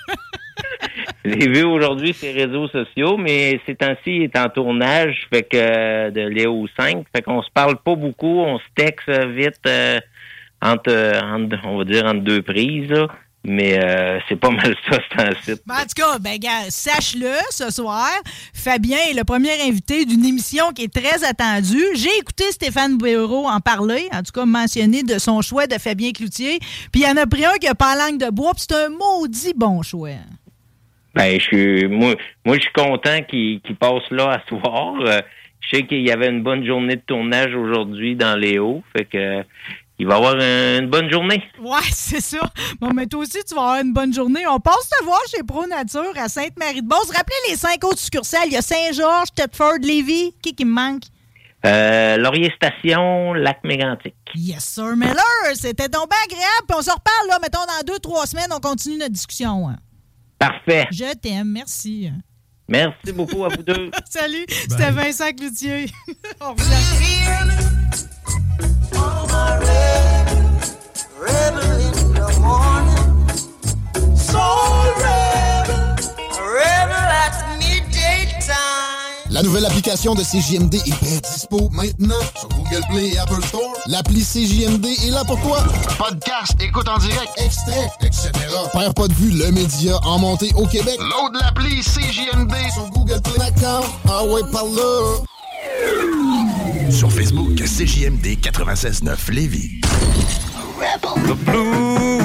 J'ai vu aujourd'hui sur les réseaux sociaux, mais ces temps-ci, il est en tournage, fait que euh, de Léo cinq, fait qu'on se parle pas beaucoup, on se texte vite euh, entre, entre, on va dire, entre deux prises, là. Mais euh, c'est pas mal ça, c'est un site. Ben, en tout cas, ben, gars, sache-le, ce soir, Fabien est le premier invité d'une émission qui est très attendue. J'ai écouté Stéphane Bureau en parler, en tout cas mentionner de son choix de Fabien Cloutier. Puis il y en a pris un qui a pas la langue de bois, puis c'est un maudit bon choix. Ben, je suis, moi, moi, je suis content qu'il, qu'il passe là à soir. Euh, je sais qu'il y avait une bonne journée de tournage aujourd'hui dans Léo, fait que... Il va avoir une bonne journée. Ouais, c'est ça. Bon, mais toi aussi, tu vas avoir une bonne journée. On passe te voir chez ProNature à Sainte-Marie-de-Beauce. Rappelez les cinq autres succursales. Il y a Saint-Georges, Thetford, Lévis. Qui qui me manque? Euh, Laurier-Station, Lac-Mégantic. Yes, sir, Miller. C'était donc bien agréable. Puis on se reparle, là, mettons, dans deux, trois semaines. On continue notre discussion. Hein. Parfait. Je t'aime. Merci. Merci beaucoup à vous deux. Salut. Bye. C'était Vincent Cloutier. Au revoir. Oh, my rebel, rebel in the morning. Soul rebel, rebel at midday time. La nouvelle application de C J M D est bien dispo maintenant sur Google Play et Apple Store. L'appli C J M D est là pour toi. Podcast, écoute en direct, extrait, et cetera. Perds pas de vue, le média en montée au Québec. Load l'appli C J M D sur Google Play. D'accord, ah ouais, par là. Sur Facebook, C J M D quatre-vingt-seize neuf Lévis. Rebel. The blues.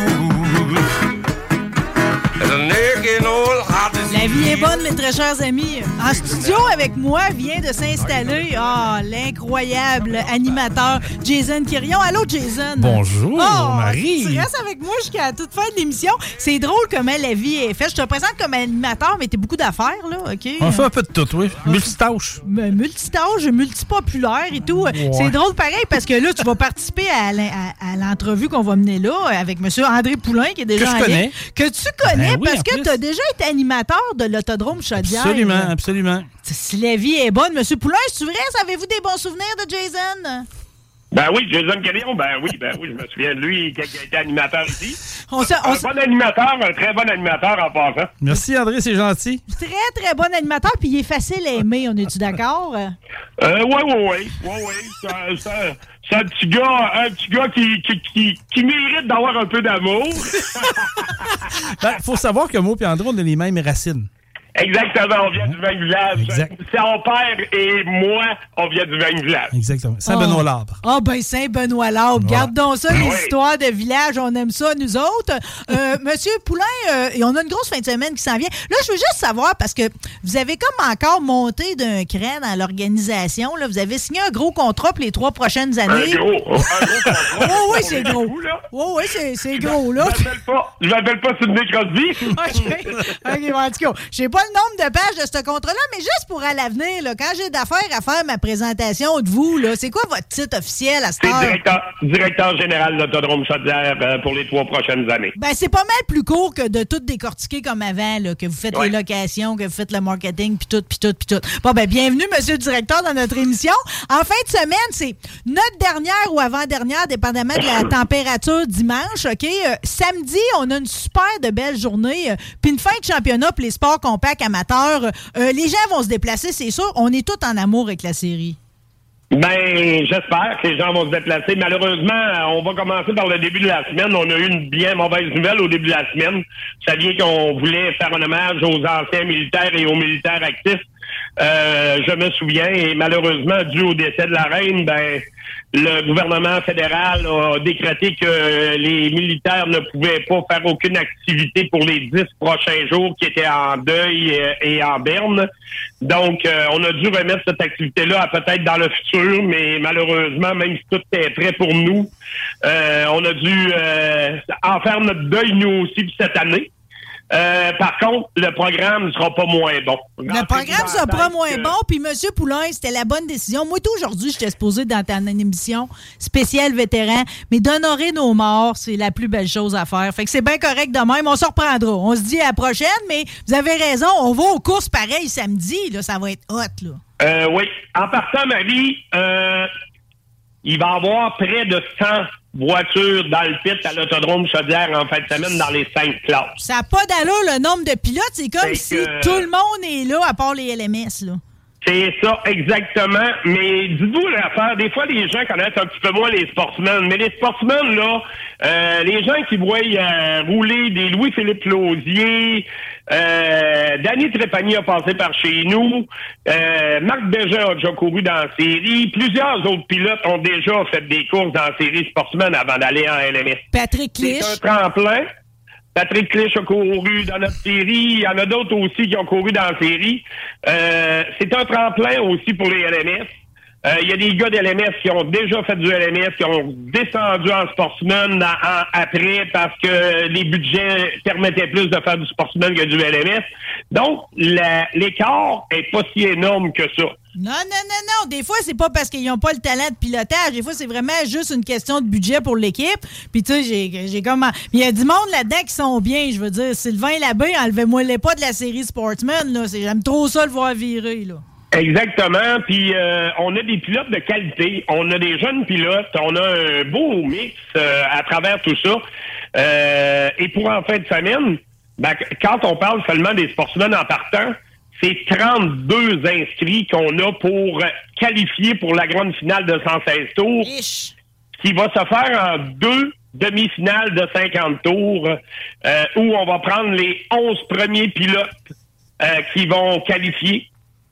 La vie est bonne, mes très chers amis. En studio avec moi vient de s'installer ah, l'incroyable animateur Jason Quirion. Allô, Jason. Bonjour, oh, Marie. Tu restes avec moi jusqu'à toute fin de l'émission. C'est drôle comment la vie est faite. Je te présente comme animateur, mais t'es beaucoup d'affaires, là, OK? On fait un peu de tout, oui. Multitâche. Multitâche, multipopulaire et tout. Ouais. C'est drôle pareil parce que là, tu vas participer à, à, à l'entrevue qu'on va mener là avec M. André Poulain, qui est déjà que je en connais. ligne. Que tu connais Ben oui, parce que tu as déjà été animateur de l'autodrome Chaudière. Absolument, absolument. Si la vie est bonne, M. Poulain, c'est vrai? Avez-vous des bons souvenirs de Jason? Ben oui, Jason Quirion, ben oui, ben oui, je me souviens de lui, qui a été animateur ici. On se, on un bon animateur, un très bon animateur en passant. Merci André, c'est gentil. Très, très bon animateur, puis il est facile à aimer, on est-tu d'accord? Euh, oui, oui, oui, oui, oui, c'est un, c'est un petit gars, un petit gars qui, qui, qui, qui mérite d'avoir un peu d'amour. Ben, faut savoir que moi et André, on a les mêmes racines. Exactement, on vient du même village. Exact. Son père et moi, on vient du même village. Exactement. Saint-Benoît-Labre. Ah, oh, ben Saint-Benoît-Labre. Ouais. Gardons ça, les oui. histoires de village. On aime ça, nous autres. Euh, Monsieur Poulain, euh, et on a une grosse fin de semaine qui s'en vient. Là, je veux juste savoir, parce que vous avez comme encore monté d'un cran dans l'organisation. Là. Vous avez signé un gros contrat pour les trois prochaines années. Un gros, un gros contrat. Oh, oui, c'est gros. Oui, oui, c'est, c'est gros, là. Je m'appelle pas, je m'appelle pas Sidney Crosby. OK. OK, bon, en tout cas, je sais pas le nombre de pages de ce contrat-là, mais juste pour à l'avenir, là, quand j'ai d'affaires à faire ma présentation de vous, là, c'est quoi votre titre officiel à cette heure? C'est directeur, directeur général de l'Autodrome Chaudière euh, pour les trois prochaines années. Ben, c'est pas mal plus court que de tout décortiquer comme avant, là, que vous faites ouais. les locations, que vous faites le marketing, puis tout, puis tout, puis tout. Bon, ben, bienvenue, monsieur le directeur, dans notre émission. En fin de semaine, c'est notre dernière ou avant-dernière, dépendamment de la température dimanche, OK? Euh, samedi, on a une super de belle journée, euh, puis une fin de championnat pour les sports compacts amateurs. Euh, les gens vont se déplacer, c'est sûr. On est tous en amour avec la série. Ben, j'espère que les gens vont se déplacer. Malheureusement, on va commencer par le début de la semaine. On a eu une bien mauvaise nouvelle au début de la semaine. Vous saviez qu'on voulait faire un hommage aux anciens militaires et aux militaires actifs. Euh, je me souviens, et malheureusement, dû au décès de la reine, ben, le gouvernement fédéral a décrété que les militaires ne pouvaient pas faire aucune activité pour les dix prochains jours qui étaient en deuil et, et en berne. Donc, euh, on a dû remettre cette activité-là à peut-être dans le futur, mais malheureusement, même si tout est prêt pour nous, euh, on a dû euh, en faire notre deuil nous aussi cette année. Euh, par contre, le programme ne sera pas moins bon. Le programme sera pas moins que... bon, puis M. Poulain, c'était la bonne décision. Moi, tout aujourd'hui, j'étais supposé dans ta émission spéciale vétéran, mais d'honorer nos morts, c'est la plus belle chose à faire. Fait que c'est bien correct de même. On se reprendra. On se dit à la prochaine, mais vous avez raison, on va aux courses pareil samedi. Là, ça va être hot, là. Euh, oui. En partant, Marie, euh, il va y avoir près de cent voitures dans le pit à l'Autodrome Chaudière en fin de semaine dans les cinq classes. Ça n'a pas d'allure, le nombre de pilotes. C'est comme si que... tout le monde est là, à part les L M S, là. C'est ça, exactement. Mais dites-vous l'affaire, des fois, les gens connaissent un petit peu moins les sportsmen. Mais les sportsmen, là, euh, les gens qui voient euh, rouler des Louis-Philippe Lausier, euh, Danny Trépanier a passé par chez nous, euh, Marc Bégin a déjà couru dans la série, plusieurs autres pilotes ont déjà fait des courses dans la série sportsmen avant d'aller en L M S. Patrick Clich. C'est un tremplin. Patrick Clich a couru dans notre série. Il y en a d'autres aussi qui ont couru dans la série. Euh, c'est un tremplin aussi pour les L M S. Euh, il y a des gars de L M S qui ont déjà fait du L M S, qui ont descendu en sportsman en, en, après parce que les budgets permettaient plus de faire du sportsman que du L M S. Donc, la, l'écart est pas si énorme que ça. Non, non, non, non. Des fois, c'est pas parce qu'ils n'ont pas le talent de pilotage. Des fois, c'est vraiment juste une question de budget pour l'équipe. Puis, tu sais, j'ai, j'ai comme... Il y a du monde là-dedans qui sont bien, je veux dire. Sylvain Labbé, enlevez-moi les pas de la série Sportsman, là. C'est, j'aime trop ça le voir virer, là. Exactement. Puis, euh, on a des pilotes de qualité. On a des jeunes pilotes. On a un beau mix euh, à travers tout ça. Euh, et pour en fin de semaine, ben, quand on parle seulement des sportsmen en partant, c'est trente-deux inscrits qu'on a pour qualifier pour la grande finale de cent seize tours, Ish. qui va se faire en deux demi-finales de cinquante tours, euh, où on va prendre les onze premiers pilotes euh, qui vont qualifier.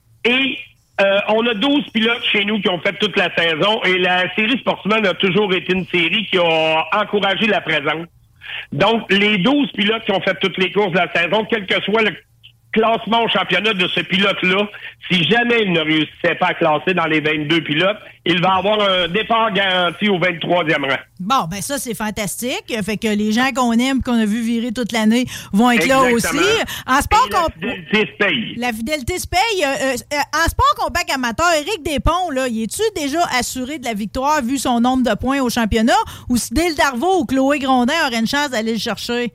Et euh, on a douze pilotes chez nous qui ont fait toute la saison, et la série Sportsman a toujours été une série qui a encouragé la présence. Donc, les douze pilotes qui ont fait toutes les courses de la saison, quel que soit le classement au championnat de ce pilote-là, si jamais il ne réussissait pas à classer dans les vingt-deux pilotes, il va avoir un départ garanti au vingt-troisième rang. Bon, ben ça, c'est fantastique. Fait que les gens qu'on aime, qu'on a vu virer toute l'année, vont être Exactement. là aussi. En sport Et la comp... fidélité se paye. La fidélité se paye. Euh, euh, en sport compact amateur, Éric Desponts, là, y est-tu déjà assuré de la victoire vu son nombre de points au championnat? Ou si Dale Darvaux ou Chloé Grondin auraient une chance d'aller le chercher?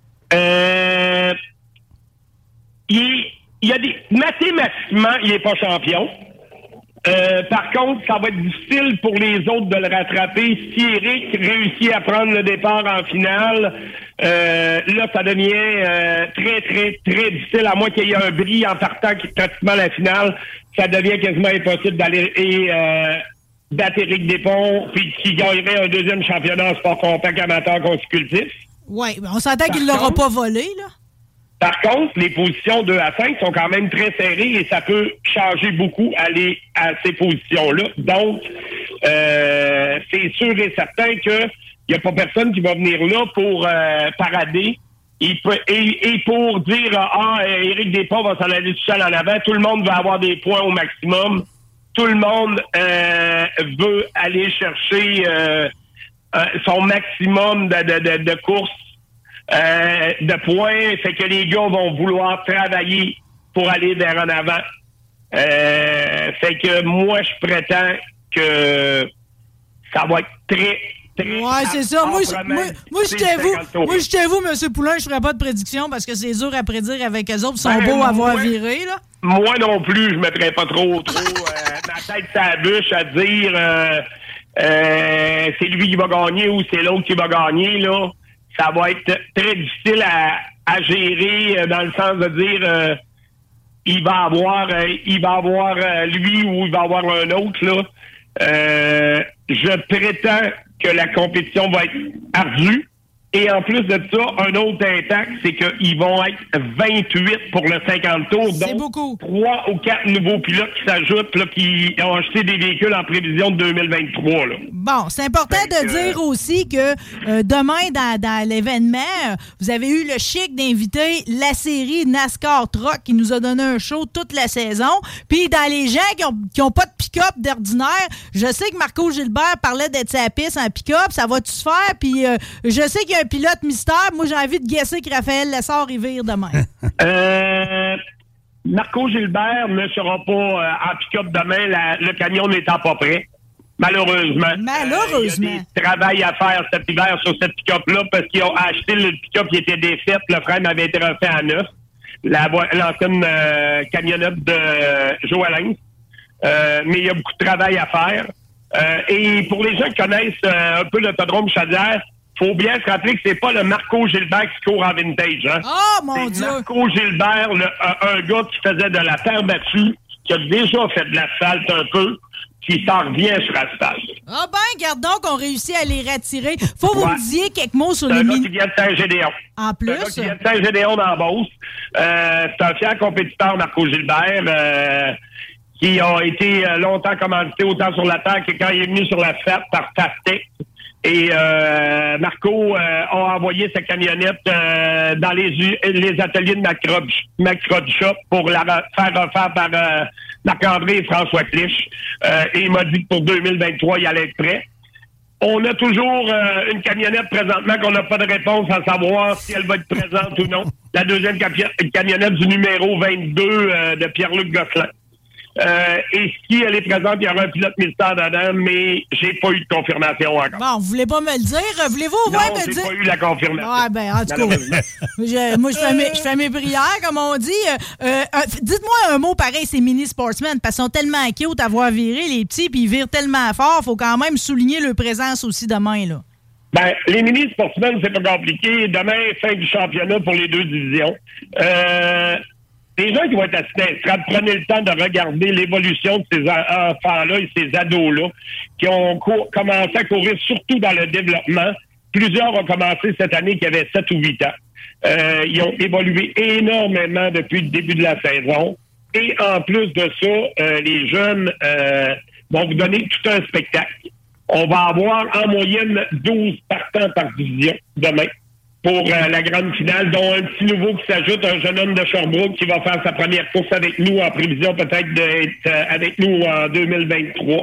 Euh... Il, il y a des... Mathématiquement, il n'est pas champion. Euh, par contre, ça va être difficile pour les autres de le rattraper. Si Éric réussit à prendre le départ en finale, euh, là, ça devient euh, très, très, très difficile, à moins qu'il y ait un bris en partant qui est pratiquement la finale. Ça devient quasiment impossible d'aller et euh, battre Éric Desponts, puis qui gagnerait un deuxième championnat en sport compact amateur consécutif. Oui, on s'entend qu'il ne l'aura pas volé, là. Par contre, les positions deux à cinq sont quand même très serrées et ça peut changer beaucoup aller à ces positions-là. Donc, euh, c'est sûr et certain qu'il n'y a pas personne qui va venir là pour euh, parader et, et, et pour dire « Ah, Éric Desponts va s'en aller tout seul en avant ». Tout le monde va avoir des points au maximum. Tout le monde euh, veut aller chercher euh, euh, son maximum de, de, de, de courses. Euh, de points, fait que les gars vont vouloir travailler pour aller vers en avant. Euh, fait que moi, je prétends que ça va être très, très... Ouais, c'est ça. Moi, je, moi, moi, je t'avoue, moi, je t'avoue, M. Poulain, je ferai pas de prédiction parce que c'est dur à prédire avec eux autres. Ils sont ben, beaux à voir moi, virer, là. Moi non plus, je mettrais pas trop, trop euh, ma tête sur la bûche à dire euh, euh, c'est lui qui va gagner ou c'est l'autre qui va gagner, là. Ça va être très difficile à, à gérer euh, dans le sens de dire euh, il va avoir euh, il va avoir euh, lui ou il va avoir un autre, là. Euh, je prétends que la compétition va être ardue. Et en plus de ça, un autre impact, c'est qu'ils vont être vingt-huit pour le cinquante tours. C'est donc beaucoup. trois ou quatre nouveaux pilotes qui s'ajoutent, là, qui ont acheté des véhicules en prévision de deux mille vingt-trois. Là. Bon, c'est important fait de que, dire aussi que euh, demain, dans, dans l'événement, vous avez eu le chic d'inviter la série NASCAR Truck qui nous a donné un show toute la saison. Puis dans les gens qui ont, qui ont pas de pick-up d'ordinaire, je sais que Marco Gilbert parlait d'être sa piste en pick-up. Ça va-tu se faire? Puis euh, je sais qu'il y a un pilote mystère. Moi, j'ai envie de guesser que Raphaël Lessard y vire demain. euh, Marco Gilbert ne sera pas euh, en pick-up demain, la, le camion n'étant pas prêt. Malheureusement. Malheureusement. Euh, il y a des travail à faire cet hiver sur cette pick-up-là parce qu'ils ont acheté le pick-up qui était défait. Le frame avait été refait à neuf. La, l'ancienne euh, camionnette de euh, Joël. Euh, mais il y a beaucoup de travail à faire. Euh, et pour les gens qui connaissent euh, un peu l'autodrome Chaudière, faut bien se rappeler que c'est pas le Marco Gilbert qui court en vintage. Hein? Oh, mon c'est Dieu! Marco Gilbert, le, un, un gars qui faisait de la terre battue, qui a déjà fait de l'asphalte un peu, qui s'en revient sur l'asphalte. Ah ben, regarde donc, on réussit à les retirer. Faut que vous ouais. me disiez quelques mots sur c'est les... un gars Min... qui vient de Saint-Gédéon. En plus? C'est un gars qui vient de Saint-Gédéon dans la Beauce. Euh, c'est un fier compétiteur, Marco Gilbert, euh, qui a été longtemps commandité autant sur la terre que quand il est venu sur l'asphalte par Tastec. Et euh, Marco euh, a envoyé sa camionnette euh, dans les, les ateliers de Macrod Shop pour la faire refaire par euh, Marc-André et François Clich. Euh, et il m'a dit que pour deux mille vingt-trois, il allait être prêt. On a toujours euh, une camionnette présentement qu'on n'a pas de réponse à savoir si elle va être présente ou non. La deuxième capi- camionnette du numéro vingt-deux euh, de Pierre-Luc Gosselin. Euh, et si elle est présente, il y aura un pilote mystère dedans, mais j'ai pas eu de confirmation encore. Bon, vous voulez pas me le dire? Voulez-vous au moins non, me j'ai dire? pas eu la confirmation. Ah, ben, en tout cas, je, moi, je fais, mes, je fais mes prières, comme on dit. Euh, euh, dites-moi un mot pareil, c'est mini sportsmen, parce qu'ils sont tellement cute à voir virer, les petits, puis ils virent tellement fort, faut quand même souligner leur présence aussi demain, là. Ben, les mini sportsmen, c'est pas compliqué. Demain, fin du championnat pour les deux divisions. Euh... Les gens qui vont être assis prenez le temps de regarder l'évolution de ces enfants-là et ces ados-là qui ont co- commencé à courir surtout dans le développement. Plusieurs ont commencé cette année qui avaient sept ou huit ans. Euh, ils ont évolué énormément depuis le début de la saison. Et en plus de ça, euh, les jeunes euh, vont vous donner tout un spectacle. On va avoir en moyenne douze partants par division demain. Pour euh, la grande finale, dont un petit nouveau qui s'ajoute, un jeune homme de Sherbrooke qui va faire sa première course avec nous en prévision peut-être d'être euh, avec nous en deux mille vingt-trois.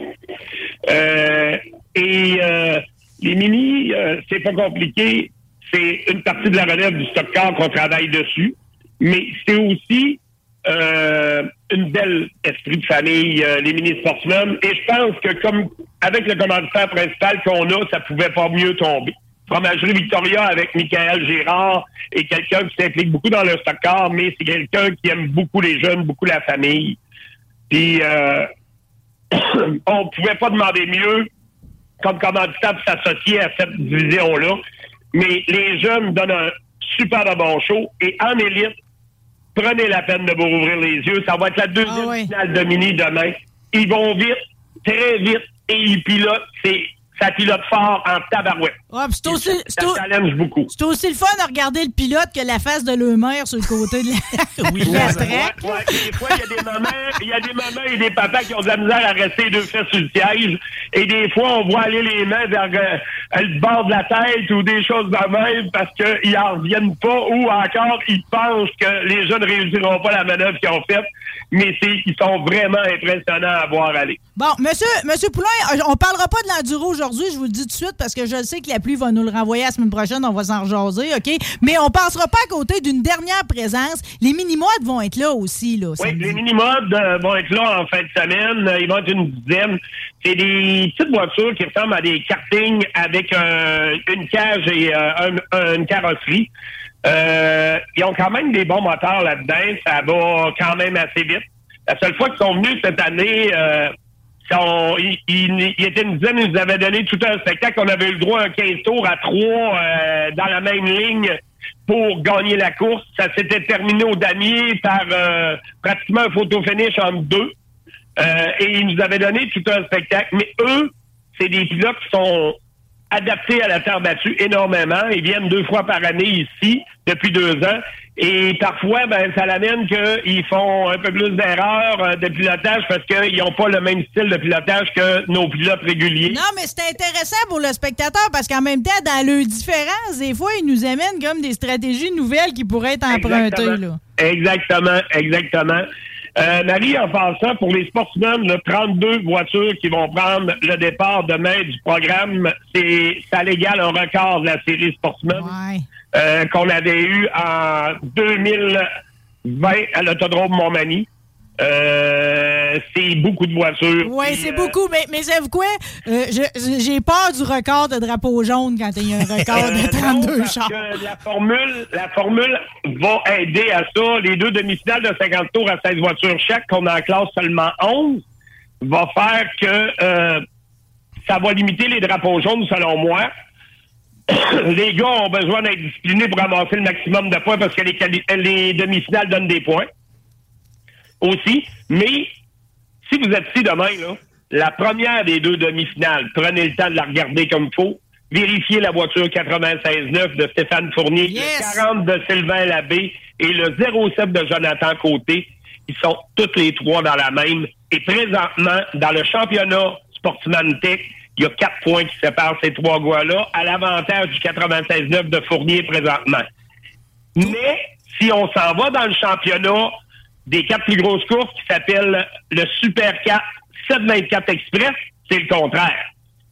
Euh, et euh, les mini, euh, c'est pas compliqué. C'est une partie de la relève du stock car qu'on travaille dessus. Mais c'est aussi euh, une belle esprit de famille, euh, les mini sportsmen. Et je pense que comme avec le commanditaire principal qu'on a, ça pouvait pas mieux tomber. Fromagerie Victoria avec Michael Gérard est quelqu'un qui s'implique beaucoup dans le stock car, mais c'est quelqu'un qui aime beaucoup les jeunes, beaucoup la famille. Puis, euh, on pouvait pas demander mieux comme commanditaire pour s'associer à cette division-là. Mais les jeunes donnent un super de bon show. Et en élite, prenez la peine de vous rouvrir les yeux. Ça va être la deuxième ah oui. finale de mini demain. Ils vont vite, très vite, et ils pilotent. C'est ça pilote fort en tabarouette. Ouais, c'est aussi, ça ça challenge beaucoup. C'est aussi le fun de regarder le pilote que la face de leur mère sur le côté de la, oui, la ouais, track. Ouais, ouais. Des fois, il y a des mamans, il y a des mamans et des papas qui ont de la misère à rester deux fesses sur le siège. Et des fois, on voit aller les mains vers, le bord de la tête ou des choses de même parce qu'ils en reviennent pas ou encore ils pensent que les jeunes ne réussiront pas la manœuvre qu'ils ont faite. Mais c'est, ils sont vraiment impressionnants à voir aller. Bon, monsieur, monsieur Poulain, on parlera pas de l'enduro aujourd'hui, je vous le dis tout de suite, parce que je sais que la pluie va nous le renvoyer la semaine prochaine, on va s'en rejaser, OK? Mais on passera pas à côté d'une dernière présence. Les mini-modes vont être là aussi, là. Oui, les mini-modes euh, vont être là en fin de semaine. Ils vont être une dizaine. C'est des petites voitures qui ressemblent à des kartings avec euh, une cage et euh, un, une carrosserie. Euh, ils ont quand même des bons moteurs là-dedans. Ça va quand même assez vite. La seule fois qu'ils sont venus cette année, euh, sont, ils, ils, ils étaient une dizaine, ils nous avaient donné tout un spectacle. On avait eu le droit à un quinze tours à trois euh, dans la même ligne pour gagner la course. Ça s'était terminé au damier par euh, pratiquement un photo-finish entre deux. Euh, et ils nous avaient donné tout un spectacle. Mais eux, c'est des pilotes qui sont adaptés à la terre battue énormément. Ils viennent deux fois par année ici, depuis deux ans. Et parfois, ben, ça l'amène qu'ils font un peu plus d'erreurs euh, de pilotage parce qu'ils n'ont pas le même style de pilotage que nos pilotes réguliers. Non, mais c'est intéressant pour le spectateur parce qu'en même temps, dans leurs différences, des fois, ils nous amènent comme des stratégies nouvelles qui pourraient être empruntées. Exactement, là. exactement. exactement. Euh, Marie, en passant, pour les sportsmen, là, trente-deux voitures qui vont prendre le départ demain du programme, c'est ça l'égale un record de la série sportsmen ouais. euh, qu'on avait eu en deux mille vingt à l'Autodrome Montmagny. Euh, c'est beaucoup de voitures. Oui, c'est euh... beaucoup, mais, mais savez-vous quoi? Euh, je, j'ai peur du record de drapeau jaune quand il y a un record de trente-deux non, chars. Que la formule, la formule va aider à ça. Les deux demi-finales de cinquante tours à seize voitures chaque, qu'on en classe seulement onze, va faire que euh, ça va limiter les drapeaux jaunes, selon moi. Les gars ont besoin d'être disciplinés pour ramasser le maximum de points parce que les, quali- les demi-finales donnent des points aussi. Mais si vous êtes ici demain, là, la première des deux demi-finales, prenez le temps de la regarder comme il faut. Vérifiez la voiture quatre-vingt-seize neuf de Stéphane Fournier, yes. Le quarante de Sylvain Labbé et le zéro sept de Jonathan Côté. Ils sont toutes les trois dans la même. Et présentement, dans le championnat Sportsman Tech, il y a quatre points qui séparent ces trois gars-là à l'avantage du quatre-vingt-seize neuf de Fournier présentement. Mais si on s'en va dans le championnat des quatre plus grosses courses qui s'appellent le Super quatre sept cent vingt-quatre Express, c'est le contraire.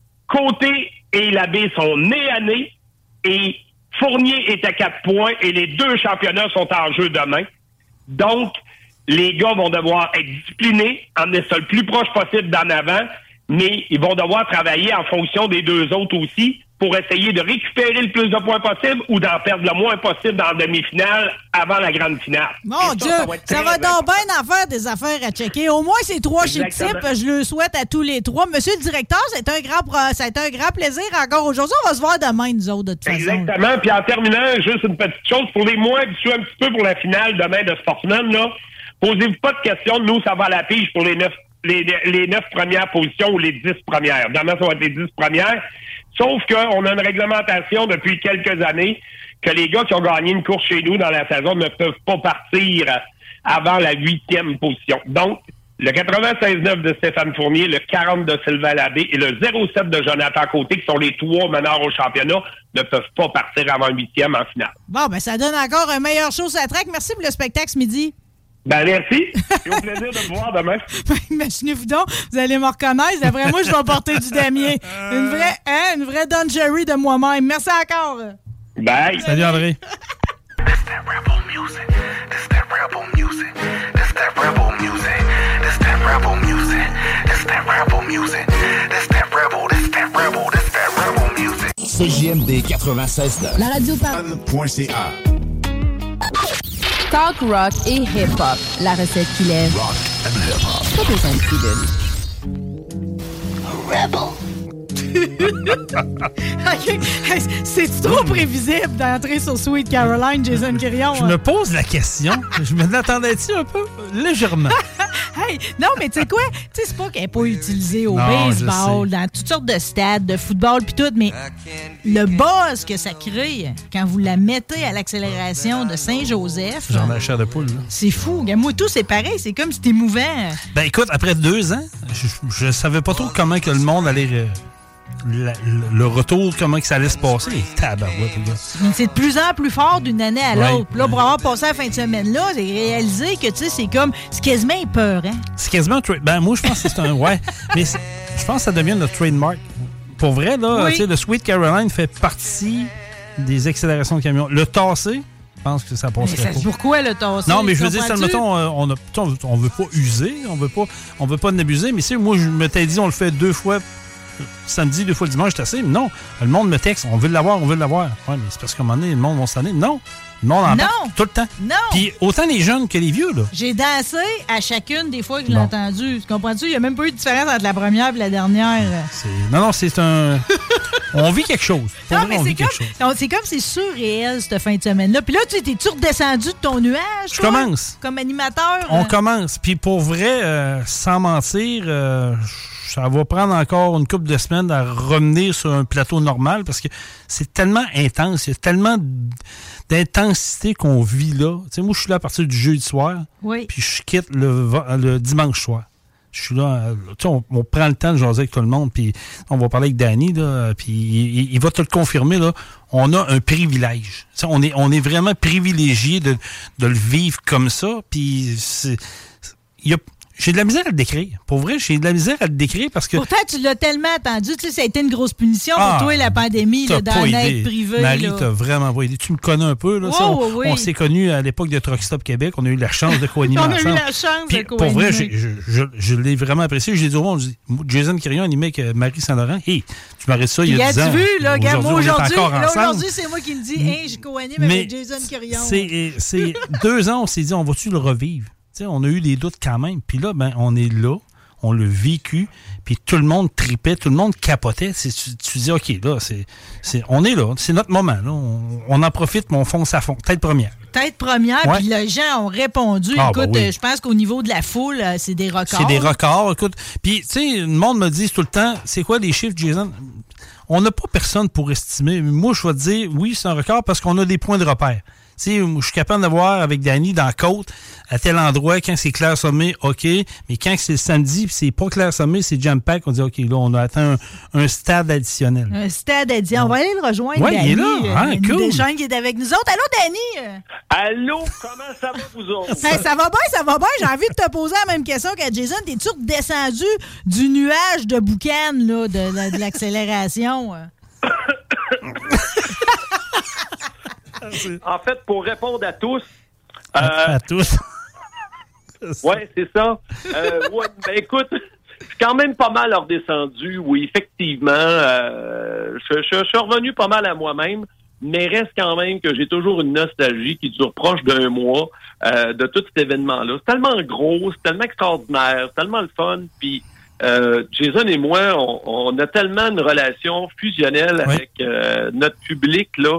Côté et Labbé sont nez à nez et Fournier est à quatre points et les deux championnats sont en jeu demain. Donc, les gars vont devoir être disciplinés, emmener ça le plus proche possible d'en avant, mais ils vont devoir travailler en fonction des deux autres aussi pour essayer de récupérer le plus de points possible ou d'en perdre le moins possible dans la demi-finale avant la grande finale. Mon ça, Dieu, ça va, ça va donc bien en faire des affaires à checker. Au moins, ces trois chez types, je le souhaite à tous les trois. Monsieur le directeur, c'est un grand, ça a été un grand plaisir encore aujourd'hui. On va se voir demain, nous autres, de toute façon. Exactement. Puis en terminant, juste une petite chose. Pour les moins habitués un petit peu pour la finale demain de Sportsman, là, posez-vous pas de questions. Nous, ça va à la pige pour les neuf, les, les neuf premières positions ou les dix premières. Demain, ça va être les dix premières. Sauf qu'on a une réglementation depuis quelques années que les gars qui ont gagné une course chez nous dans la saison ne peuvent pas partir avant la huitième position. Donc, le quatre-vingt-seize neuf de Stéphane Fournier, le quarante de Sylvain Labbé et le zéro sept de Jonathan Côté, qui sont les trois meneurs au championnat, ne peuvent pas partir avant huitième en finale. Bon, ben ça donne encore un meilleur show sur la track. Merci pour le spectacle ce midi. Ben merci. C'est au plaisir de me voir demain. Imaginez-vous donc, vous allez me reconnaître. D'après moi, je vais porter du damier. Une vraie, hein, une vraie Don Jerry de moi-même. Merci encore. Bye. Salut André. This that rebel music. This that rebel music. This that rebel music. This that rebel music. This that rebel music. This that rebel. This that rebel. This that rebel music. C J M D quatre-vingt-seize neuf. La radio par... .ca. Talk rock et hip-hop. La recette qui lève. Rock and hip-hop. Pas besoin de pilule. Rebel. Okay. C'est trop prévisible d'entrer sur Sweet Caroline, Jason Quirion? Je me pose la question. Je me l'attendais-tu un peu? Légèrement. Hey, non, mais tu sais quoi? Tu sais, c'est pas qu'elle n'est pas utilisée au non, baseball, dans toutes sortes de stades, de football, puis tout, mais le buzz que ça crée quand vous la mettez à l'accélération de Saint-Joseph... Genre la chair de poule, là. C'est fou. Moi, tout, c'est pareil. C'est comme si c'est émouvant. Ben écoute, après deux ans, je, je savais pas trop comment que le monde allait... la, le, le retour, comment que ça allait se passer. Tabarouette, les gars. C'est de plus en plus fort d'une année à l'autre. Ouais. Là, pour avoir passé la fin de semaine-là, c'est réalisé que, tu sais, c'est comme, c'est quasiment épeurant. C'est quasiment, tra- ben, moi, je pense que c'est un, ouais, mais je pense que ça devient notre trademark. Pour vrai, là, oui. Tu sais, le Sweet Caroline fait partie des accélérations de camion. Le tassé, je pense que ça passerait pas. Pourquoi le tassé? Non, mais je veux dire, ça, mettons, on a, on, on veut pas user, on veut pas, on veut pas en abuser, mais si moi, je me t'ai dit, on le fait deux fois samedi, deux fois le dimanche, c'est assez. Mais non, le monde me texte, on veut l'avoir, on veut l'avoir. Ouais, mais c'est parce qu'à un moment donné, le monde va s'en aller. Non, le monde en parle tout le temps. Non. Puis autant les jeunes que les vieux, là. J'ai dansé à chacune des fois que je l'ai bon. entendu. Tu comprends-tu? Il n'y a même pas eu de différence entre la première et la dernière. C'est... Non, non, c'est un... on vit quelque chose. Pour non, vrai, mais c'est comme, c'est comme c'est surréel, cette fin de semaine-là. Puis là, tu t'es-tu redescendu de ton nuage? Je toi, commence. Comme animateur? On euh... commence. Puis pour vrai, euh, sans mentir... Euh, ça va prendre encore une couple de semaines à revenir sur un plateau normal parce que c'est tellement intense, il y a tellement d'intensité qu'on vit là. Tu sais, moi, je suis là à partir du jeudi soir, oui. Puis je quitte le, le dimanche soir. Je suis là, tu sais, on, on prend le temps de jaser avec tout le monde, puis on va parler avec Danny, là, puis il, il va te le confirmer, là, on a un privilège. Tu sais, on est, on est vraiment privilégié de, de le vivre comme ça, puis c'est... Il y a... J'ai de la misère à le décrire. Pour vrai, j'ai de la misère à le décrire parce que... Pourtant, tu l'as tellement attendu. Tu sais, ça a été une grosse punition pour ah, toi, la pandémie, là, dans l'aide privée. Marie, là. T'as vraiment pas aidé. Tu me connais un peu. Là, oh, ça, on, oui. on s'est connus à l'époque de Truck Stop Québec. On a eu la chance de co-animer ensemble. On a eu la chance Puis, de co-animer. Pour vrai, je, je, je, je l'ai vraiment apprécié. Je l'ai dit au monde, Jason Quirion animait avec Marie Saint-Laurent. Hey, tu m'arrêtes ça il y a dix ans. Tu as vu, là, aujourd'hui, moi, aujourd'hui, là, aujourd'hui, c'est moi qui me dis, hey, je co-anime avec Jason Quirion. C'est, c'est deux ans, on s'est dit, on va-tu le revivre? T'sais, on a eu des doutes quand même. Puis là, ben, on est là, on l'a vécu, puis tout le monde tripait, tout le monde capotait. C'est, tu, tu dis, OK, là, c'est, c'est, on est là, c'est notre moment. Là. On, on en profite, mais on fonce à fond. Tête première. Tête première, ouais. Puis les gens ont répondu. Ah, écoute, ben oui. Je pense qu'au niveau de la foule, c'est des records. C'est des records, écoute. Puis, tu sais, le monde me dit tout le temps, c'est quoi les chiffres, Jason? On n'a pas personne pour estimer. Moi, je vais te dire, oui, c'est un record parce qu'on a des points de repère. Tu sais, je suis capable de voir avec Danny dans la côte, à tel endroit, quand c'est clair sommé, OK. Mais quand c'est le samedi, puis c'est pas clair sommé, c'est jam pack, on dit, OK, là, on a atteint un, un stade additionnel. Un stade additionnel. On va aller le rejoindre, ouais, Danny. Il est là, hein, Danny cool. Deschaines qui est avec nous autres. Allô, Danny? Allô, comment ça va, vous autres? Ben, ça va bien, ça va bien. J'ai envie de te poser la même question qu'à Jason. T'es-tu redescendu du nuage de boucan, là, de, de, de l'accélération? En fait, pour répondre à tous... Euh, à tous? Oui, c'est ça. Euh, ouais, ben écoute, je suis quand même pas mal redescendu. Oui, effectivement, euh, je, je, je suis revenu pas mal à moi-même, mais reste quand même que j'ai toujours une nostalgie qui dure proche d'un mois euh, de tout cet événement-là. C'est tellement gros, c'est tellement extraordinaire, c'est tellement le fun, puis... Euh, Jason et moi, on, on a tellement une relation fusionnelle oui. avec euh, notre public, là.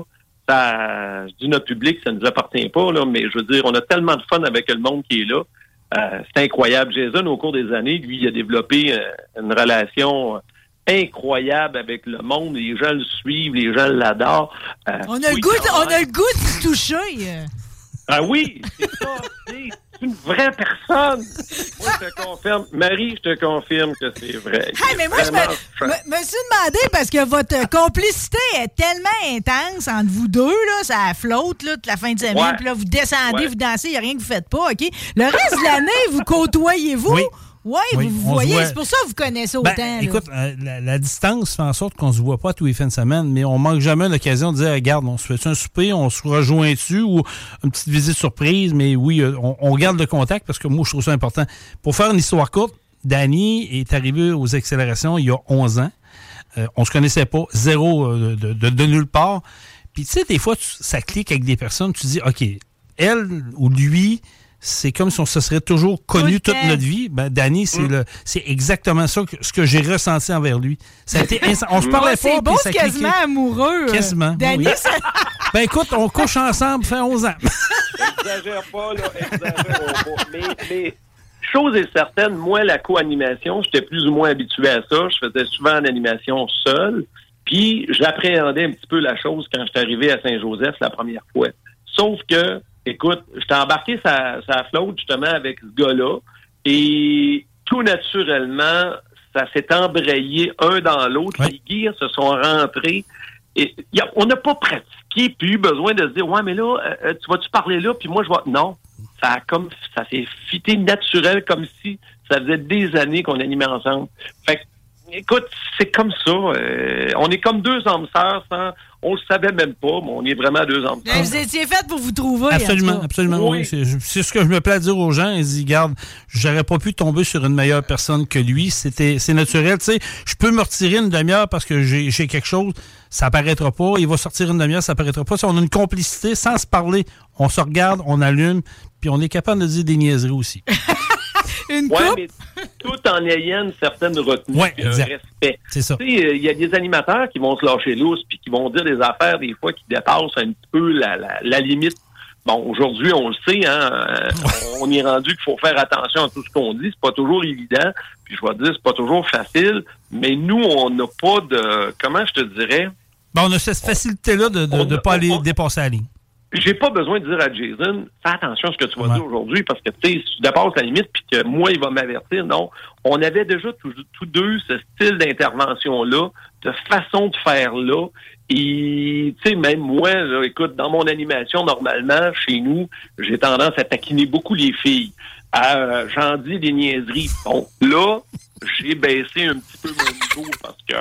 Ça, je dis notre public, ça ne nous appartient pas, là, mais je veux dire, on a tellement de fun avec le monde qui est là. Euh, c'est incroyable. Jason, au cours des années, lui, il a développé euh, une relation incroyable avec le monde. Les gens le suivent, les gens l'adorent. Euh, on, a oui, le goût de, on a le goût de se toucher. Ah oui, c'est ça. C'est une vraie personne. Moi, je te confirme. Marie, je te confirme que c'est vrai. Hey, mais moi, je me, me, me suis demandé, parce que votre complicité est tellement intense entre vous deux, là, ça flotte là, toute la fin de semaine, ouais. Puis là, vous descendez, ouais. Vous dansez, il n'y a rien que vous faites pas, OK? Le reste de l'année, vous côtoyez-vous? Oui. Ouais, oui, vous vous voyez, c'est pour ça que vous connaissez autant. Ben, écoute, euh, la, la distance fait en sorte qu'on se voit pas tous les fins de semaine, mais on manque jamais l'occasion de dire, regarde, on se fait un souper, on se rejoint dessus ou une petite visite surprise, mais oui, on, on garde le contact parce que moi, je trouve ça important. Pour faire une histoire courte, Danny est arrivé aux accélérations il y a onze ans. Euh, on se connaissait pas, zéro euh, de, de, de nulle part. Puis tu sais, des fois, tu, ça clique avec des personnes, tu dis, OK, elle ou lui... C'est comme si on se serait toujours connu toute notre vie. Ben, Danny, c'est, mm. le, c'est exactement ça, que, ce que j'ai ressenti envers lui. Ça a été instant. On se parlait oh, pas. C'est beau, c'est quasiment amoureux. Quasiment. Danny, oui. ça... Ben écoute, on couche ensemble, fait onze ans. Exagère pas, là. Exagère pas. Mais, mais, chose est certaine, moi, la co-animation, j'étais plus ou moins habitué à ça. Je faisais souvent en animation seul. Puis, j'appréhendais un petit peu la chose quand j'étais arrivé à Saint-Joseph la première fois. Sauf que, écoute, j'étais embarqué sa, sa flotte, justement, avec ce gars-là, et tout naturellement, ça s'est embrayé un dans l'autre. Ouais. Les gears se sont rentrés. Et y a, on n'a pas pratiqué, puis eu besoin de se dire, ouais, mais là, euh, tu vas-tu parler là, puis moi, je vais... Non, ça a comme, ça s'est fité naturel, comme si ça faisait des années qu'on animait ensemble. Fait que, écoute, c'est comme ça. Euh, on est comme deux âmes sœurs, sans... On le savait même pas, mais on est vraiment deux âmes sœurs. Vous étiez fait pour vous trouver. Absolument, absolument, oui. oui. C'est, c'est ce que je me plais à dire aux gens. Ils disent, regarde, j'aurais pas pu tomber sur une meilleure personne que lui. C'était, c'est naturel. Tu sais, je peux me retirer une demi-heure parce que j'ai, j'ai quelque chose, ça apparaîtra pas. Il va sortir une demi-heure, ça apparaîtra pas. Si on a une complicité, sans se parler, on se regarde, on allume, puis on est capable de dire des niaiseries aussi. Une ouais, coupe? mais tout en ayant une certaine retenue, ouais, un respect. C'est ça. Tu sais, il y a des animateurs qui vont se lâcher lousse puis qui vont dire des affaires des fois qui dépassent un petit peu la, la, la limite. Bon, aujourd'hui, on le sait, hein, on est rendu qu'il faut faire attention à tout ce qu'on dit. C'est pas toujours évident. Puis je vais te dire, c'est pas toujours facile. Mais nous, on n'a pas de... Comment je te dirais? Ben, on a cette facilité-là de ne de, pas aller on, dépasser la ligne. J'ai pas besoin de dire à Jason, fais attention à ce que tu vas ouais. dire aujourd'hui, parce que tu sais, si tu dépasses la limite puis que moi, il va m'avertir. Non. On avait déjà tous, tous deux ce style d'intervention-là, de façon de faire-là. Et, tu sais, même moi, là, écoute, dans mon animation, normalement, chez nous, j'ai tendance à taquiner beaucoup les filles. Euh, j'en dis des niaiseries. Bon, là, j'ai baissé un petit peu mon niveau parce que...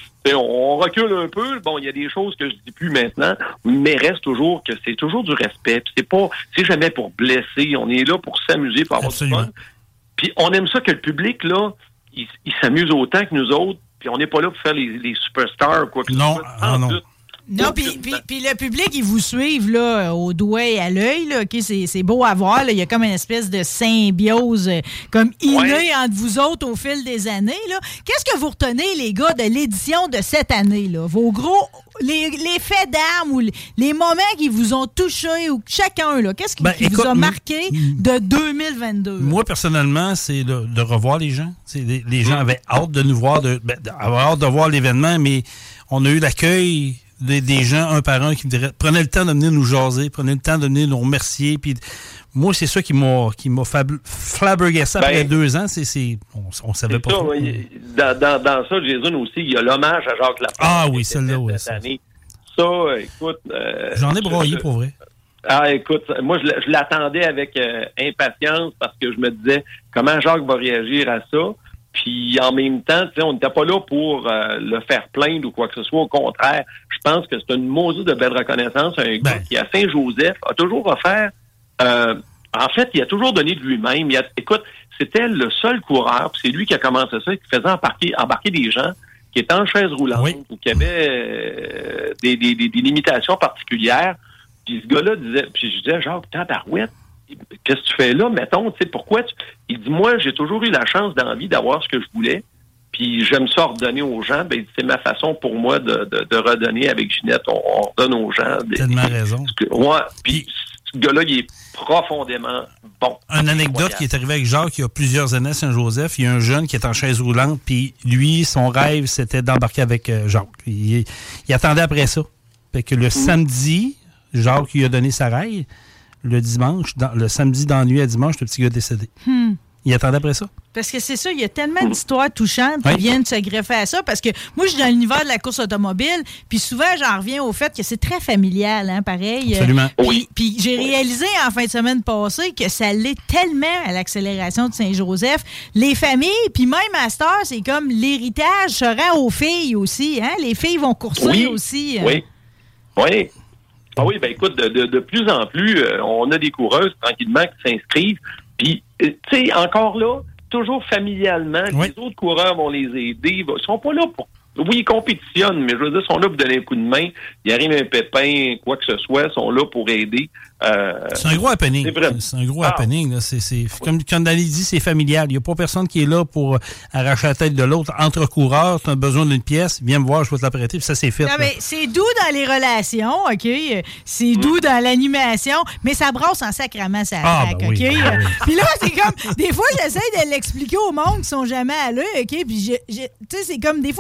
On recule un peu. Bon, il y a des choses que je dis plus maintenant, mais reste toujours que c'est toujours du respect. Puis c'est pas, c'est jamais pour blesser. On est là pour s'amuser, pour avoir Absolument. du fun. Puis on aime ça que le public, là, il, il s'amuse autant que nous autres. Puis on n'est pas là pour faire les, les superstars ou quoi que ce soit. Non, ah, non. Non, puis le public, ils vous suivent là, au doigt et à l'œil. Là, okay, c'est, c'est beau à voir. Là. Il y a comme une espèce de symbiose euh, comme innée ouais. entre vous autres au fil des années. Là. Qu'est-ce que vous retenez, les gars, de l'édition de cette année? Là? Vos gros... Les, les faits d'armes ou les, les moments qui vous ont touché ou chacun, là, qu'est-ce qui, ben, qui écoute, vous a marqué m- de deux mille vingt-deux? Moi, personnellement, c'est de, de revoir les gens. C'est, les, les gens avaient hâte de nous voir, de, ben, avaient hâte de voir l'événement, mais on a eu l'accueil... Des, des gens, un par un, qui me diraient, prenez le temps de venir nous jaser, prenez le temps de venir nous remercier. Puis moi, c'est ça qui m'a, qui m'a fab- flabbergassé ben, après deux ans. C'est, c'est, on ne savait pas ça, trop. Oui. Dans, dans, dans ça, Jason aussi, il y a l'hommage à Jacques Lapointe. Ah oui, celle-là, oui. Cette année. Ça, écoute... Euh, J'en ai broyé, je, pour vrai. Ah, écoute, moi, je, je l'attendais avec euh, impatience parce que je me disais, comment Jacques va réagir à ça? Puis en même temps, tu sais, on n'était pas là pour euh, le faire plaindre ou quoi que ce soit. Au contraire, je pense que c'est une maudite de belle reconnaissance. Un gars ben. qui, à Saint-Joseph, a toujours offert... Euh, en fait, il a toujours donné de lui-même. Il a, écoute, c'était le seul coureur, puis c'est lui qui a commencé ça, qui faisait embarquer, embarquer des gens qui étaient en chaise roulante oui. ou qui avaient euh, des, des, des, des limitations particulières. Puis ce gars-là disait... Puis je disais, genre, tabarouette, qu'est-ce que tu fais là, mettons, tu sais, pourquoi tu... Il dit, moi, j'ai toujours eu la chance d'envie d'avoir ce que je voulais, puis j'aime ça redonner aux gens, ben c'est ma façon pour moi de, de, de redonner avec Ginette, on, on redonne aux gens. Tellement des, raison. Que, ouais, puis ce gars-là, il est profondément bon. Une anecdote qui est arrivée avec Jacques il y a plusieurs années à Saint-Joseph, il y a un jeune qui est en chaise roulante, puis lui, son rêve, c'était d'embarquer avec euh, Jacques. Il, il attendait après ça. Fait que le mmh. samedi, Jacques lui a donné sa raille. Le dimanche, dans, le samedi dans la nuit à dimanche, le petit gars est décédé. Hmm. Il attendait après ça. Parce que c'est ça, il y a tellement d'histoires touchantes qui oui. viennent se greffer à ça. Parce que moi, je suis dans l'univers de la course automobile, puis souvent, j'en reviens au fait que c'est très familial, hein, pareil. Absolument. Puis, oui. puis j'ai réalisé en fin de semaine passée que ça l'est tellement à l'accélération de Saint-Joseph. Les familles, puis même à cette heure, c'est comme l'héritage se rend aux filles aussi. Hein? Les filles vont courser oui. aussi. Hein? Oui, oui. Ah oui, ben écoute, de, de, de plus en plus, euh, on a des coureuses tranquillement qui s'inscrivent. Puis, euh, tu sais, encore là, toujours familialement, oui. les autres coureurs vont les aider. Ils sont pas là pour... Oui, ils compétitionnent, mais je veux dire, ils sont là pour donner un coup de main. Il arrive un pépin, quoi que ce soit, ils sont là pour aider. Euh, c'est un gros happening. C'est, c'est un gros ah. happening. Là. C'est, c'est, comme, comme Dani dit, c'est familial. Il n'y a pas personne qui est là pour arracher la tête de l'autre. Entre coureurs, tu as besoin d'une pièce, viens me voir, je vais te la prêter, puis ça, c'est fait. Non, mais c'est doux dans les relations, OK? C'est doux mmh. dans l'animation, mais ça brasse en sacrament, ça ah, attaque, ben oui. OK? Ah, oui. Puis là, c'est comme, des fois, j'essaie de l'expliquer au monde qui sont jamais allés, OK? Puis, tu sais, c'est comme, des fois, les mots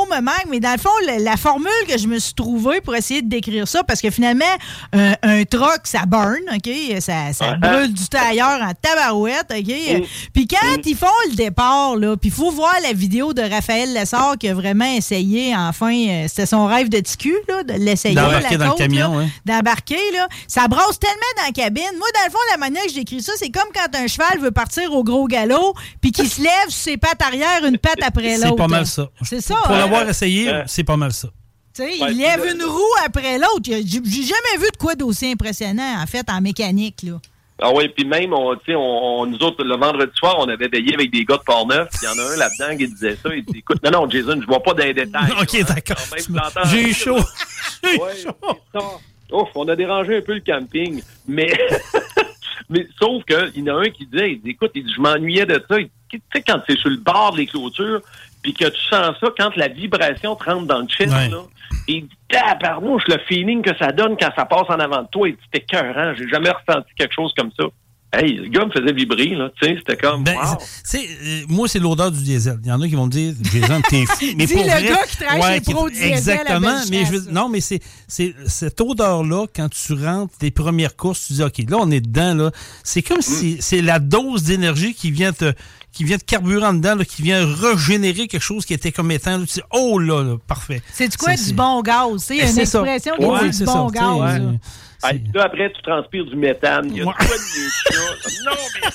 me manque, mais dans le fond, la, la formule que je me suis trouvée pour essayer de décrire ça, parce que finalement, un, un truck, ça burn, OK? Ça, ça brûle du tailleur en tabarouette, OK? Mm. Puis quand mm. ils font le départ, là, puis il faut voir la vidéo de Raphaël Lessard qui a vraiment essayé, enfin, euh, c'était son rêve de ticu, là, de l'essayer. D'embarquer la dans côte, le camion, là, hein. D'embarquer, là. Ça brasse tellement dans la cabine. Moi, dans le fond, la manière que je décris ça, c'est comme quand un cheval veut partir au gros galop, puis qu'il se lève sur ses pattes arrière, une patte après l'autre. C'est pas mal ça. C'est ça. Pour hein? l'avoir essayé, euh, c'est pas mal ça. Tu sais, il lève une roue après l'autre. J'ai jamais vu de quoi d'aussi impressionnant, en fait, en mécanique, là. Ah oui, puis même, on, on, on, nous autres, le vendredi soir, on avait veillé avec des gars de Port-Neuf, puis il y en a un là-dedans qui disait ça, il dit, écoute, non, non, Jason, je vois pas dans les détails. OK, là, d'accord. Hein, j'ai eu chaud. J'ai eu ouais, chaud. Ouf, on a dérangé un peu le camping, mais... mais sauf qu'il y en a un qui disait, il dit, écoute, il dit, je m'ennuyais de ça. Tu sais, quand c'est sur le bord des clôtures, puis que tu sens ça, quand la vibration te rentre dans le chest, ouais. là, et tabarnouche, le feeling que ça donne quand ça passe en avant de toi, et c'était écœurant. J'ai jamais ressenti quelque chose comme ça. Hey, le gars me faisait vibrer, là, tu sais, c'était comme, ben, wow. c'est, euh, moi, c'est l'odeur du diesel. Il y en a qui vont me dire, Jason, t'es fou. Mais dis pour le vrai, gars qui travaille ouais, chez qui, Pro Diesel. exactement, mais je veux, non, mais c'est, c'est cette odeur-là, quand tu rentres tes premières courses, tu dis, OK, là, on est dedans, là. C'est comme mm. si c'est la dose d'énergie qui vient te, qui vient de carburer en dedans, là, qui vient régénérer quelque chose qui était comme étant, là, tu dis, oh là, là parfait. C'est du quoi, c'est, du bon gaz? Il y a une expression qui ouais, dit du bon ça, gaz. Ouais. Ah, puis là, après, tu transpires du méthane. Il y a ouais. quoi de ça? Non, mais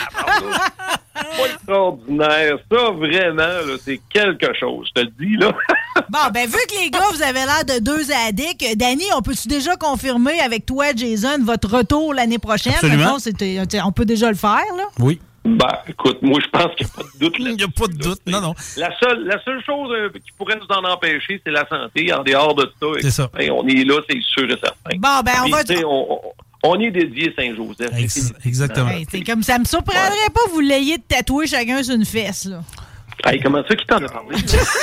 c'est pas extraordinaire. Ça, vraiment, là, c'est quelque chose, je te le dis, là. Bon, ben, vu que les gars, vous avez l'air de deux addicts, Danny, on peut-tu déjà confirmer avec toi, Jason, votre retour l'année prochaine? Absolument. Bon, on peut déjà le faire, là? Oui. Ben, écoute, moi, je pense qu'il n'y a pas de doute là. Il n'y a pas de doute, non, non. La seule, la seule chose euh, qui pourrait nous en empêcher, c'est la santé. En dehors de ça, c'est ça. Ben, on est là, c'est sûr et certain. Bon, ben, on Puis, va... On, on, on est dédié Saint-Joseph. Ex- exactement. Hey, c'est comme ça me surprendrait ouais. pas que vous l'ayez tatoué chacun sur une fesse, là. Hey, comment ça, qui t'en a parlé?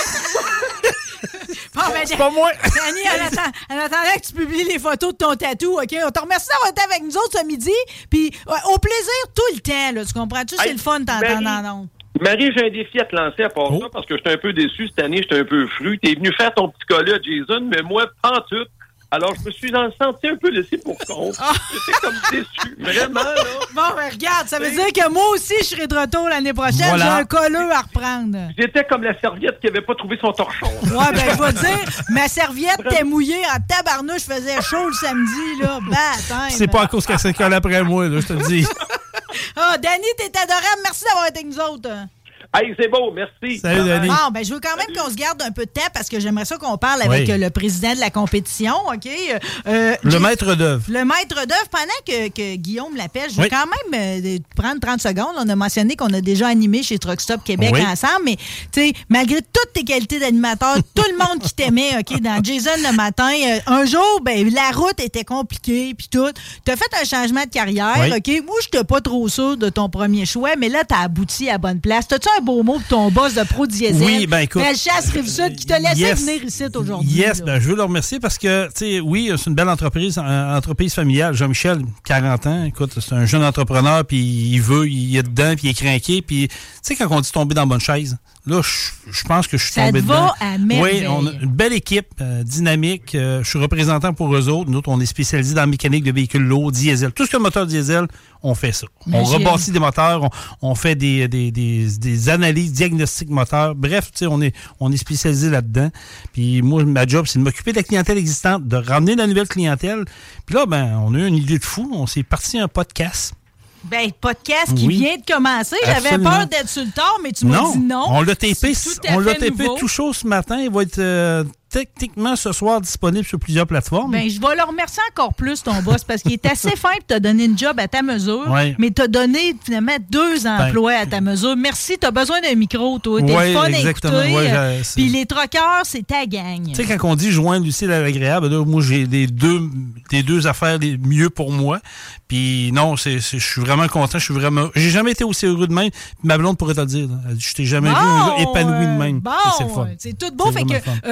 Bon, ben, c'est pas moi. Danny, en, attend, en attendant que tu publies les photos de ton tatou, OK? On te remercie d'avoir été avec nous autres ce midi. Puis, ouais, au plaisir tout le temps, là. Tu comprends-tu? C'est hey, le fun t'entendre en ondes. Marie, j'ai un défi à te lancer à part oh. ça parce que j'étais un peu déçu cette année, j'étais un peu fru. T'es venu faire ton petit collet à Jason, mais moi, pas en tout. Alors, je me suis senti un peu laissé pour compte. Ah. J'étais comme déçu. Vraiment, là. Bon, ben, regarde, ça veut dire que moi aussi, je serai de retour l'année prochaine. Voilà. J'ai un colleux à reprendre. J'étais comme la serviette qui avait pas trouvé son torchon. Ouais, ben, je vais te dire, ma serviette était mouillée en tabarnouche, je faisais chaud le samedi, là. Bâtin. C'est pas à cause qu'elle s'est collée après moi, là, je te le dis. Ah, oh, Danny, t'es adorable. Merci d'avoir été avec nous autres. Hey, c'est beau, merci. Salut, Danny. Bon, ben, je veux quand même Salut. qu'on se garde un peu de temps parce que j'aimerais ça qu'on parle avec oui. le président de la compétition, OK? Euh, le maître d'œuvre. Le maître d'œuvre. Pendant que, que Guillaume l'appelle, je veux oui. quand même euh, prendre trente secondes. On a mentionné qu'on a déjà animé chez Truck Stop Québec oui. ensemble, mais, tu sais, malgré toutes tes qualités d'animateur, tout le monde qui t'aimait, OK, dans Jason le matin, euh, un jour, ben, la route était compliquée, puis tout. T'as fait un changement de carrière, oui. OK? Moi, je n'étais pas trop sûr de ton premier choix, mais là, t'as abouti à bonne place. T'as-tu un beau mot pour ton boss de Pro Diesel? Oui, ben écoute. Bellechasse Rive-Sud qui t'a laissé yes, venir ici aujourd'hui. Yes, ben je veux le remercier parce que, tu sais, oui, c'est une belle entreprise, une entreprise familiale. Jean-Michel, quarante ans, écoute, c'est un jeune entrepreneur, puis il veut, il est dedans, puis il est craqué, puis, tu sais, quand on dit tomber dans la bonne chaise, là, je, je pense que je suis ça tombé te dedans. Va à merveille. Oui, on a une belle équipe, euh, dynamique. Euh, je suis représentant pour eux autres. Nous autres, on est spécialisés dans la mécanique de véhicules lourds, diesel. Tout ce que le moteur diesel, on fait ça. Imagine. On rebâtit des moteurs, on, on fait des, des, des, des analyses, diagnostics moteurs. Bref, tu sais, on est, on est spécialisé là-dedans. Puis moi, ma job, c'est de m'occuper de la clientèle existante, de ramener de la nouvelle clientèle. Puis là, ben, on a eu une idée de fou. On s'est parti un podcast. Ben, podcast qui oui. vient de commencer. J'avais Absolument. peur d'être sur le tard, mais tu m'as dit non. On l'a tapé, on l'a tapé nouveau. tout chaud ce matin. Il va être euh, techniquement ce soir disponible sur plusieurs plateformes. Ben, je vais le remercier encore plus, ton boss, parce qu'il est assez fin de te donner une job à ta mesure, ouais. mais t'as donné finalement deux emplois ben. à ta mesure. Merci, t'as besoin d'un micro, toi. T'es ouais, le fun à exactement. écouter. Ouais, puis les troqueurs, c'est ta gang. Tu sais, quand on dit joindre l'utile à l'agréable, là, moi, j'ai les deux, les deux affaires les mieux pour moi. Puis non, c'est, c'est, je suis vraiment content. Je suis vraiment. J'ai jamais été aussi heureux de même. Ma blonde pourrait te le dire. Là. Je t'ai jamais bon, vu un gars épanoui de même. Bon, c'est le fun. C'est tout beau. C'est fait que, euh, pour les gens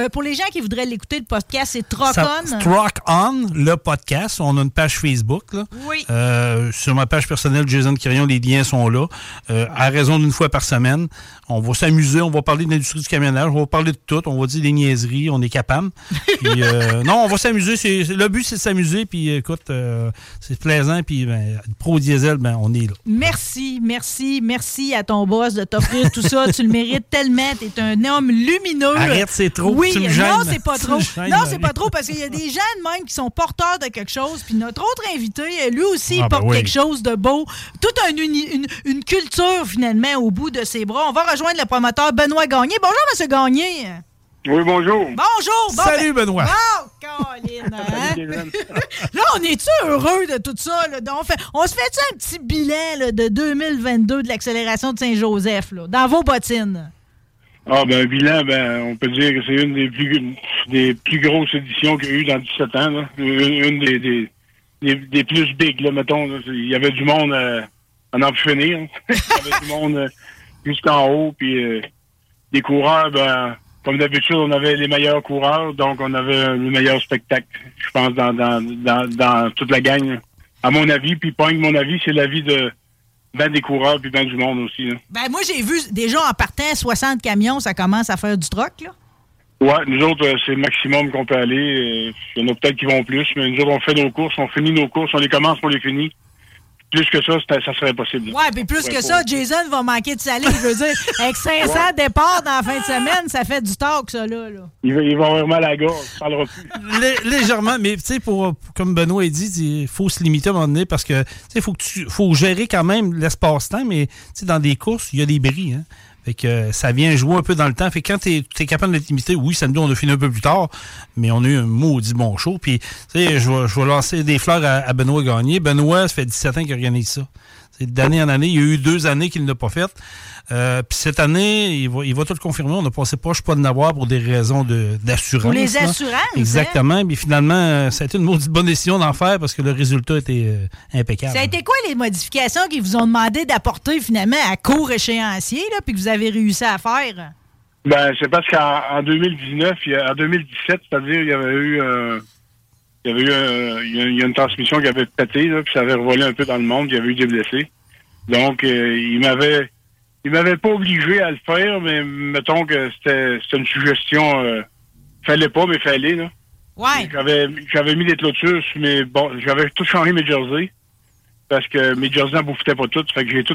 qui voudraient l'écouter, le podcast, c'est Truck On. Truck On, le podcast. On a une page Facebook. Là. Oui. Euh, sur ma page personnelle, Jason Quirion, les liens sont là. Euh, à raison d'une fois par semaine. On va s'amuser, on va parler de l'industrie du camionnage, on va parler de tout, on va dire des niaiseries, on est capable. Puis, euh, non, on va s'amuser. C'est, le but, c'est de s'amuser. Puis écoute, euh, c'est plaisant. Puis ben, Pro Diesel, ben, on est là. Merci, merci, merci à ton boss de t'offrir tout ça. Tu le mérites tellement. Tu es un homme lumineux. Arrête, c'est trop. Oui, tu me gênes. non, c'est pas Tu trop. me gênes, Non, Marie. c'est pas trop parce qu'il y a des gens de même qui sont porteurs de quelque chose. Puis notre autre invité, lui aussi, il Ah, ben porte oui. quelque chose de beau. Toute un uni- une, une culture, finalement, au bout de ses bras. On va rejoindre le promoteur Benoît Gagné. Bonjour, M. Gagné. Oui, bonjour. Bonjour. Bon, Salut, ben- Benoît. Bon, Colin, hein? Là, on est-tu heureux de tout ça? Là? On, fait, on se fait-tu un petit bilan là, de deux mille vingt-deux de l'accélération de Saint-Joseph, là, dans vos bottines? Ah, ben, un bilan, ben, on peut dire que c'est une des plus, des plus grosses éditions qu'il y a eu dans dix-sept ans, là. Une, une des, des, des, des plus big, là, mettons. Là. Il y avait du monde euh, à n'en plus finir. Il y avait du monde euh, jusqu'en haut, puis euh, des coureurs, ben, comme d'habitude, on avait les meilleurs coureurs, donc on avait le meilleur spectacle, je pense, dans, dans, dans, dans toute la gang. À mon avis, puis pas que mon avis, c'est l'avis de ben des coureurs puis ben du monde aussi. Là. Ben, moi, j'ai vu déjà en partant soixante camions, ça commence à faire du troc, là. Ouais, nous autres, euh, c'est le maximum qu'on peut aller. Euh, Il y en a peut-être qui vont plus, mais nous autres, on fait nos courses, on finit nos courses, on les commence, on les finit. Plus que ça, c'était- ça serait impossible. Ouais, puis plus que ça, Jason va manquer de salive. Je veux dire, avec cinq cents départs dans la fin de semaine, ça fait du talk, ça, là. là. Il va, il va avoir mal à la gorge, on parlera plus. Lé- légèrement, mais tu sais, pour, pour- comme Benoît a dit, il faut se limiter à un moment donné parce que tu sais, faut que tu faut gérer quand même l'espace-temps, mais tu sais, dans des courses, il y a des bris, hein. Fait que euh, ça vient jouer un peu dans le temps. Fait que quand t'es es capable d'être limité, oui, samedi, on a fini un peu plus tard, mais on a eu un maudit bon show. Puis, tu sais, je vais je vais lancer des fleurs à, à Benoît Gagné. Benoît, ça fait dix-sept ans qu'il organise ça. C'est d'année en année. Il y a eu deux années qu'il ne l'a pas fait. Euh, puis cette année, il va, il va tout le confirmer. On a passé proche pas de n'avoir pour des raisons de, d'assurance. Pour les là. assurances, Exactement. Mais finalement, euh, ça a été une maudite bonne décision d'en faire parce que le résultat était euh, impeccable. Ça a été quoi les modifications qu'ils vous ont demandé d'apporter, finalement, à court échéancier, là, puis que vous avez réussi à faire? Ben, c'est parce qu'en en deux mille dix-neuf, il y a- en deux mille dix-sept, c'est-à-dire, il y avait eu, euh, il y avait eu, euh, il y a, il y a une transmission qui avait pété, là, puis ça avait revolé un peu dans le monde, il y avait eu des blessés. Donc, euh, il m'avait, il m'avait pas obligé à le faire, mais mettons que c'était, c'était une suggestion, euh, fallait pas, mais fallait, là. Ouais. J'avais, j'avais mis des clôtures sur mes, bon, j'avais tout changé mes jerseys, parce que mes jerseys n'en bouffaient pas toutes, fait que j'ai tout,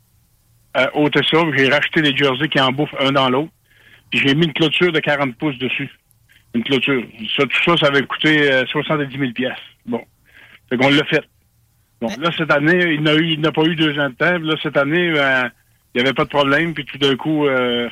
euh, ôté ça, puis j'ai racheté des jerseys qui en bouffent un dans l'autre. Puis j'ai mis une clôture de quarante pouces dessus. Une clôture. Ça, tout ça, ça avait coûté euh, soixante-dix mille piastres. Bon. Fait qu'on l'a fait. Bon, là, cette année, il n'a eu, il n'a pas eu deux ans de temps. Puis là, cette année, ben, il n'y avait pas de problème. Puis tout d'un coup, euh,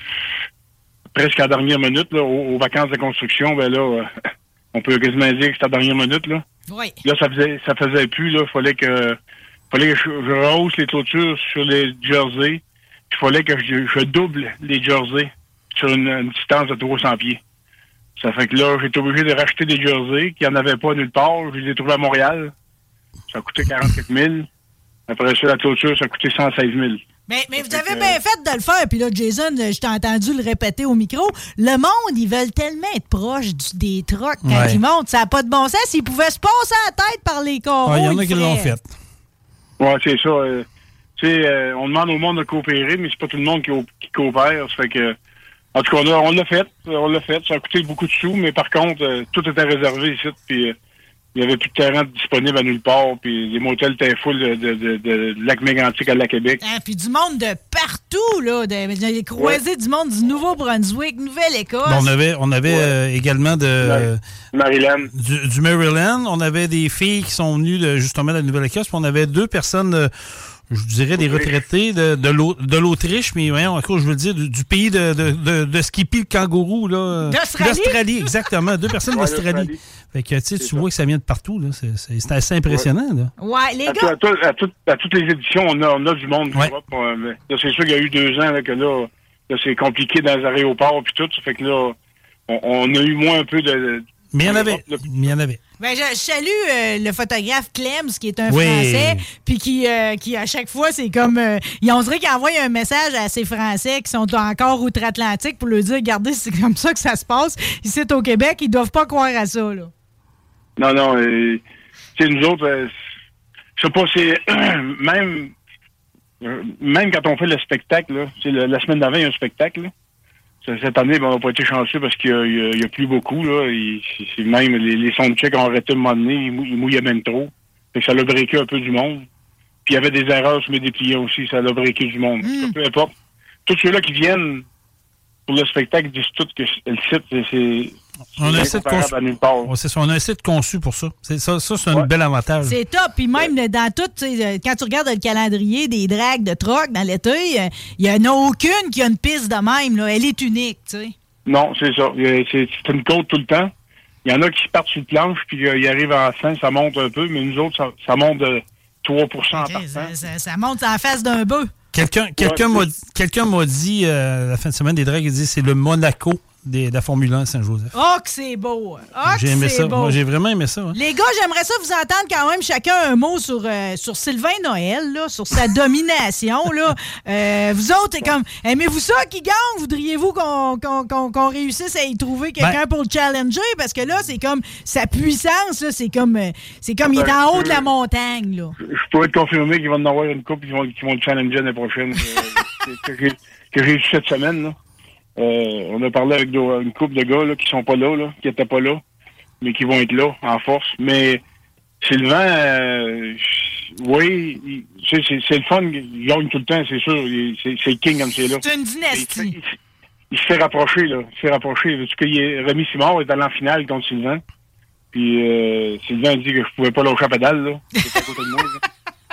presque à la dernière minute, là, aux, aux vacances de construction, ben là, euh, on peut quasiment dire que c'est à la dernière minute, là. Oui. Là, ça faisait, ça faisait plus, là. Fallait que, fallait que je, je rehausse les clôtures sur les jerseys. Il fallait que je, je double les jerseys sur une, une distance de trois cents pieds. Ça fait que là, j'ai été obligé de racheter des jerseys qui n'en avaient pas nulle part. Je les ai trouvés à Montréal. Ça a coûté quarante-quatre mille. Après ça, la clôture, ça a coûté cent seize mille. Mais, mais vous avez bien fait de le faire. Puis là, Jason, je t'ai entendu le répéter au micro. Le monde, ils veulent tellement être proches du- des trucks quand Ouais. ils montent. Ça n'a pas de bon sens. S'ils pouvaient se passer la tête par les coraux, Ah, il y en a ils qui l'ont feraient. fait. Ouais, c'est ça. euh, tu sais, euh, on demande au monde de coopérer, mais c'est pas tout le monde qui, op- qui coopère. Ça fait que, en tout cas, on, a- on l'a fait. On l'a fait. Ça a coûté beaucoup de sous, mais par contre, euh, tout était réservé ici. Puis euh, il n'y avait plus de terrain disponible à nulle part. Puis les motels étaient full de, de, de, de, de lac Mégantic à lac Québec. Hein, puis du monde de partout, là. De- J'ai croisé du monde du Nouveau-Brunswick, Nouvelle-Écosse. Bon, on avait, on avait euh, également de Maryland. Du, du Maryland. On avait des filles qui sont venues de, justement de la Nouvelle-Écosse. Puis on avait deux personnes, euh, je dirais des retraités de, de l'Au- de l'Autriche, mais voyons, à quoi je veux dire, du, du pays de, de, de, de Skippy le kangourou. Là. D'Australie? D'Australie, exactement. Deux personnes Ouais, d'Australie. d'Australie. Fait que tu sais, tu vois que ça vient de partout. Là. C'est, c'est, c'est assez impressionnant. Là. Ouais, les À, gars. tout- à, tout- à tout- à toutes les éditions, on a, on a du monde d'Europe. euh, mais là, c'est sûr qu'il y a eu deux ans là, que là, là, c'est compliqué dans les aéroports puis tout. Ça fait que là, on, on a eu moins un peu de. Mais il y en avait. Mais il y en avait. Ben, je, je salue euh, le photographe Clems, qui est un Oui. Français, puis qui, euh, qui, à chaque fois, c'est comme... Euh, il- on dirait qu'il envoie un message à ces Français qui sont encore outre-Atlantique pour leur dire, regardez, c'est comme ça que ça se passe. Ici, au Québec, ils doivent pas croire à ça, là. Non, non, euh, tu sais, nous autres, euh, je sais pas, c'est... même... euh, Même quand on fait le spectacle, là, tu sais, le- la semaine d'avant, il y a un spectacle, là. C- Cette année, ben, on n'a pas été chanceux parce qu'il y a, il y a- il y a plu beaucoup, là. Il- c'est- c'est même les, les soundchecks ont arrêté à un moment donné, ils, mou- ils mouillaient même trop. Fait que ça l'a breaké un peu du monde. Puis il y avait des erreurs sur mes dépliants aussi, ça l'a breaké du monde. Ça, peu importe. Tous ceux-là qui viennent pour le spectacle disent tous que le site, c'est- c'est... On a, un c'est site incomparable conçu. à nulle part. Ouais, c'est ça, on a un site conçu pour ça. C'est, ça, ça, c'est un bel avantage. C'est top. Puis même dans tout, tu sais, quand tu regardes le calendrier des drags de truck dans l'été, euh, il n'y en a aucune qui a une piste de même. Là. Elle est unique, tu sais. Non, c'est ça. Il y a- C'est c'est une côte tout le temps. Il y en a qui partent sur le planche, puis euh, ils arrivent en fin, ça monte un peu, mais nous autres, ça, ça monte de trois pour cent en partant. Ça, ça- ça monte en face d'un bœuf. Quelqu'un, quelqu'un, Ouais, m'a, dit- quelqu'un m'a dit euh, la fin de semaine des drags, il dit c'est le Monaco des- de la Formule un à Saint-Joseph. Oh, que c'est beau. Oh, J'ai que aimé c'est ça. beau. Moi, j'ai vraiment aimé ça. hein. Les gars, j'aimerais ça vous entendre quand même chacun un mot sur, euh, sur Sylvain Noël, là, sur sa domination. Là. Euh, vous autres, c'est comme, aimez-vous ça qui gagne? Voudriez-vous qu'on, qu'on, qu'on, qu'on réussisse à y trouver quelqu'un Ben- pour le challenger? Parce que là, c'est comme sa puissance, là, c'est comme, euh, c'est comme il est Ben, en haut euh, de la montagne. Là. Je pourrais te confirmer qu'ils vont en avoir une couple qui vont, qui vont le challenger l'année prochaine, euh, que, que j'ai, que j'ai eu cette semaine. Là. Euh, on a parlé avec do- une couple de gars là, qui sont pas là, là, qui étaient pas là, mais qui vont être là en force. Mais Sylvain, euh, oui, il- c'est, c'est, c'est le fun, il gagne tout le temps, c'est sûr. Il- c'est, c'est le king comme c'est là. C'est une dynastie. Il, il se fait rapprocher, là. Il se fait rapprocher. Parce que il est- Rémi Simard est allé en finale contre Sylvain. Puis euh, Sylvain a dit que je pouvais pas lâcher la pédale, là. C'était à côté de moi, là.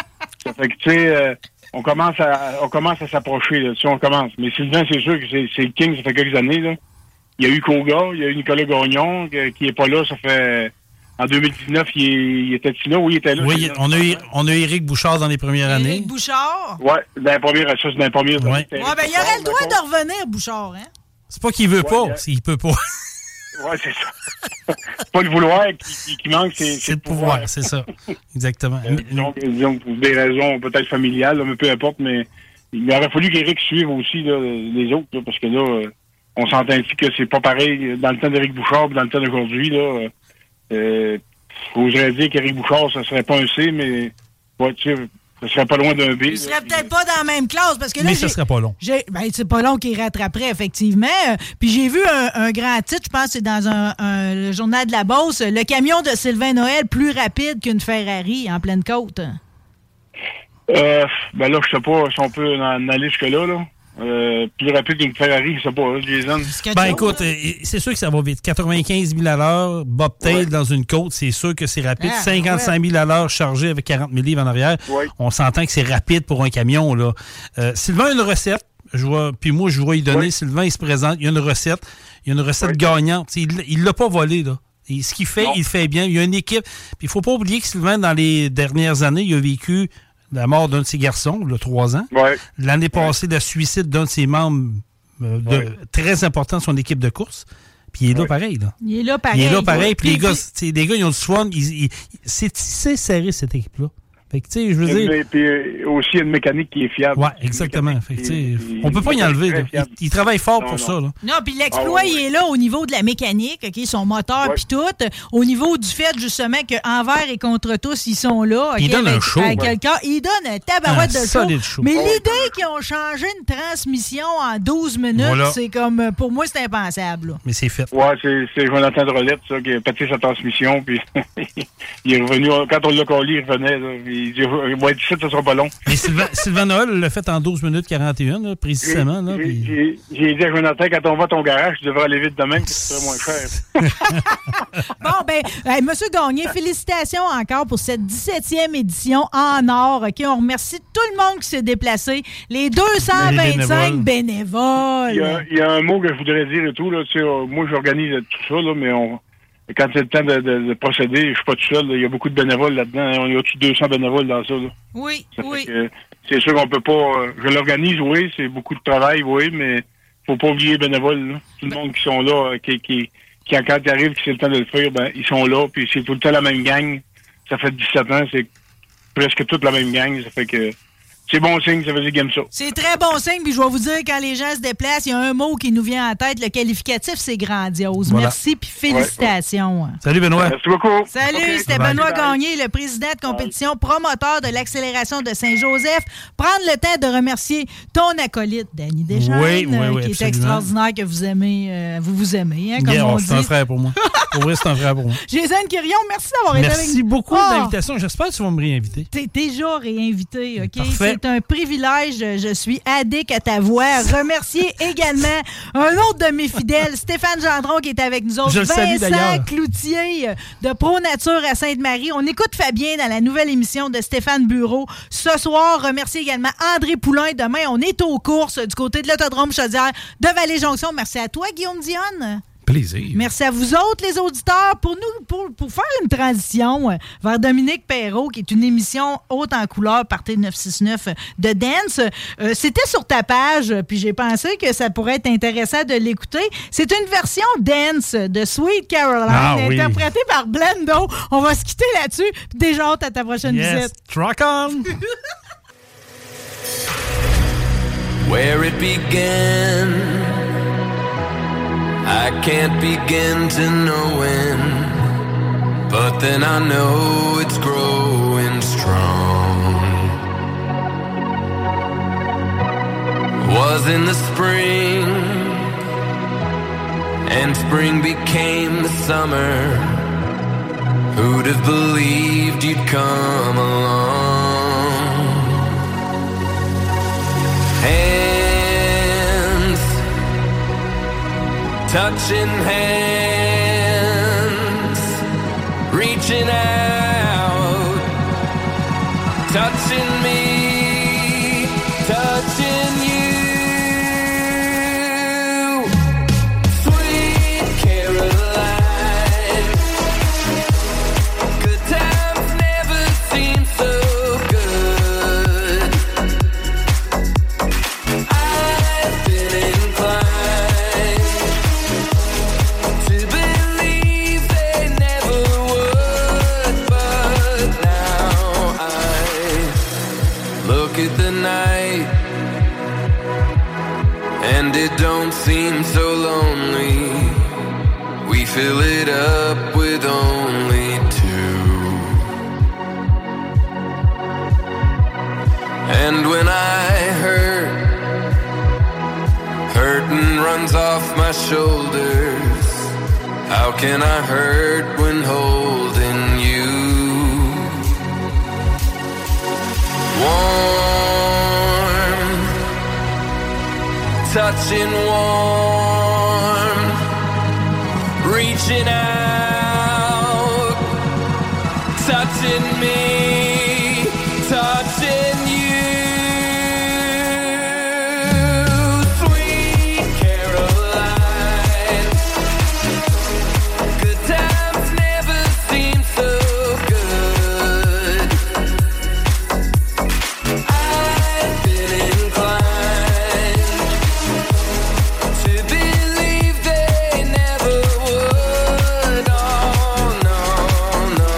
Ça fait que, tu sais, euh, on commence à on commence à s'approcher, là. Tu sais, on commence. Mais Sylvain, c'est sûr que c'est, c'est le king, ça fait quelques années, là. Il y a eu Koga, il y a eu Nicolas Gagnon, que- qui est pas là, ça fait... En deux mille dix-neuf, il, est- il était là? Oui, il était là. Oui, on a, eu, on a eu Éric Bouchard dans les premières années. Éric Bouchard. Ouais, dans la première, ça, c'est dans la première. Ouais. Ouais, ben, il aurait le droit de revenir, Bouchard, hein? C'est pas qu'il veut pas, Ouais, c'est qu'il peut pas. Ouais, c'est ça. c'est pas le vouloir qui, qui, qui manque, c'est, c'est C'est le pouvoir, c'est ça. Exactement. Euh, disons, disons, pour des raisons peut-être familiales, là, mais peu importe, mais il aurait fallu qu'Éric suive aussi là, les autres, là, parce que là, euh, on s'entend ici que c'est pas pareil dans le temps d'Éric Bouchard et dans le temps d'aujourd'hui. Là, euh, j'oserais dire qu'Éric Bouchard, ça serait pas un C, mais ouais, tu sais, ça serait pas loin d'un B. Il serait peut-être pas dans la même classe parce que là, Mais ça j'ai- serait pas long. j'ai- ben, c'est pas long qu'il rattraperait, effectivement. Euh, Puis j'ai vu un, un grand titre, je pense que c'est dans un, un- le journal de la Beauce, le camion de Sylvain Noël plus rapide qu'une Ferrari en pleine côte. Euh, ben là, je sais pas si on peut en aller jusque-là, là. Euh, plus rapide qu'une Ferrari, je sais pas, hein, Jason. Ben écoute, euh, c'est sûr que ça va vite. quatre-vingt-quinze mille à l'heure, bobtail dans une côte, c'est sûr que c'est rapide. Ah, cinquante-cinq mille à l'heure chargé avec quarante mille livres en arrière. Ouais. On s'entend que c'est rapide pour un camion, là. Euh, Sylvain a une recette. Je vois, puis moi, je vois y donner. Ouais. Sylvain, il se présente. Il y a une recette. Il y a une recette gagnante. T'sais, il il l'a pas volé, là. Et ce qu'il fait, il fait bien. Il y a une équipe. Puis il faut pas oublier que Sylvain, dans les dernières années, il a vécu la mort d'un de ses garçons, il a trois ans. Ouais. L'année passée, le suicide d'un de ses membres euh, de- Ouais. très important de son équipe de course. Puis il est là pareil, là. Il est là pareil. Il est là pareil. Puis les Puis- gars, t'sais, les gars, ils ont du fun. Ils- ils- c'est tissé serré, cette équipe-là. Fait que, tu sais, je veux dire. Mais, puis euh, aussi, il y a une mécanique qui est fiable. Ouais, exactement. Fait que, tu sais, Puis- on peut pas y puis- enlever, très là. fiable. Il, il travaille fort Non, pour non. ça, là. Non, puis l'exploit, Ah, ouais, il est là au niveau de la mécanique, OK, son moteur, puis tout. Au niveau du fait, justement, qu'envers et contre tous, ils sont là. Il OK, donne un avec- show, avec ouais. quelqu'un. Il donne un tabarouette Un de solide show. show. Mais Oh, l'idée qu'ils ont changé une transmission en douze minutes, Voilà. c'est comme, euh, pour moi, c'est impensable. là. Mais c'est fait. Ouais, c'est, c'est Jonathan Drolette, ça, qui a pété sa transmission, puis il est revenu, quand on l'a collé, il revenait, là, il dit, ouais, d'ici, ça sera pas long. Mais Sylvain, Sylvain Noël l'a fait en douze minutes quarante et un, là, précisément. Là, J'ai, puis- j'ai, j'ai dit à Jonathan, quand on va à ton garage, tu devrais aller vite de même, que ce serait moins cher. Bon, ben, hey, Monsieur Gagné, félicitations encore pour cette dix-septième édition en or. OK, on remercie tout le monde qui s'est déplacé. Les deux cent vingt-cinq Les bénévoles. Il y, a, il y a un mot que je voudrais dire et tout, là, tu sais, euh, moi, j'organise tout ça, là, mais on, quand c'est le temps de, de- de procéder, je suis pas tout seul, là, il y a beaucoup de bénévoles là-dedans, hein, on y a au-dessus de deux cents bénévoles dans ça, là. Oui, Ça fait oui. que, c'est sûr qu'on peut pas. euh, je l'organise, oui, c'est beaucoup de travail, oui, mais faut pas oublier les bénévoles, là. Tout le monde qui sont là, euh, qui, qui, quand, quand tu arrives, que c'est le temps de le faire, ben, ils sont là, puis c'est tout le temps la même gang. Ça fait dix-sept ans, c'est presque toute la même gang. Ça fait que c'est bon signe, ça veut dire qu'ils aiment ça. C'est très bon signe, puis je vais vous dire, quand les gens se déplacent, il y a un mot qui nous vient en tête. Le qualificatif, c'est grandiose. Voilà. Merci, puis félicitations. Ouais. Salut, Benoît. Merci beaucoup. Salut, Okay. c'était Bye. Benoît Bye. Gagné, le président de compétition, promoteur de l'accélération de Saint-Joseph. Prendre le temps de remercier ton acolyte, Danny Deschamps, Oui, oui, oui, qui absolument. est extraordinaire, que vous aimez, euh, vous vous aimez, hein, comme Yeah, on c'est un dit. frère pour moi. Pour vrai, c'est un frère pour moi. Jason Quirion, merci d'avoir été avec nous. Merci beaucoup Ah! de l'invitation. J'espère que tu vas me réinviter. T'es déjà réinvité, OK? Parfait. C'est un privilège. Je suis addict à ta voix. Remercier également un autre de mes fidèles, Stéphane Gendron, qui est avec nous autres. Je le salue, Vincent d'ailleurs. Cloutier de Pro Nature à Sainte-Marie. On écoute Fabien dans la nouvelle émission de Stéphane Bureau. Ce soir, remercier également André Poulain. Demain, on est aux courses du côté de l'Autodrome Chaudière de Vallée-Jonction. Merci à toi, Guillaume Dionne. Plaisir. Merci à vous autres, les auditeurs, pour nous pour, pour faire une transition euh, vers Dominique Perrault, qui est une émission haute en couleur, Party neuf cent soixante-neuf de Dance. Euh, c'était sur ta page, puis j'ai pensé que ça pourrait être intéressant de l'écouter. C'est une version Dance de Sweet Caroline, Ah, oui. interprétée par Blendo. On va se quitter là-dessus. Puis déjà hâte à ta prochaine Yes, visite. truck on! Where it began, I can't begin to know when, but then I know it's growing strong. Was in the spring, and spring became the summer. Who'd have believed you'd come along? Hands touching hands, reaching out, touching me, touching you. Sweet Caroline, good times never seem so good. I've been inclined to believe they never would, but now I look at the night and it don't seem so lonely. We fill it up with only two. And when I hurt, hurting runs off my shoulders. How can I hurt when holding you? Warm, touching warm, reaching out, touching me, touching you. Sweet Caroline, good times never seem so good. I've been inclined to believe they never would. Oh no, no.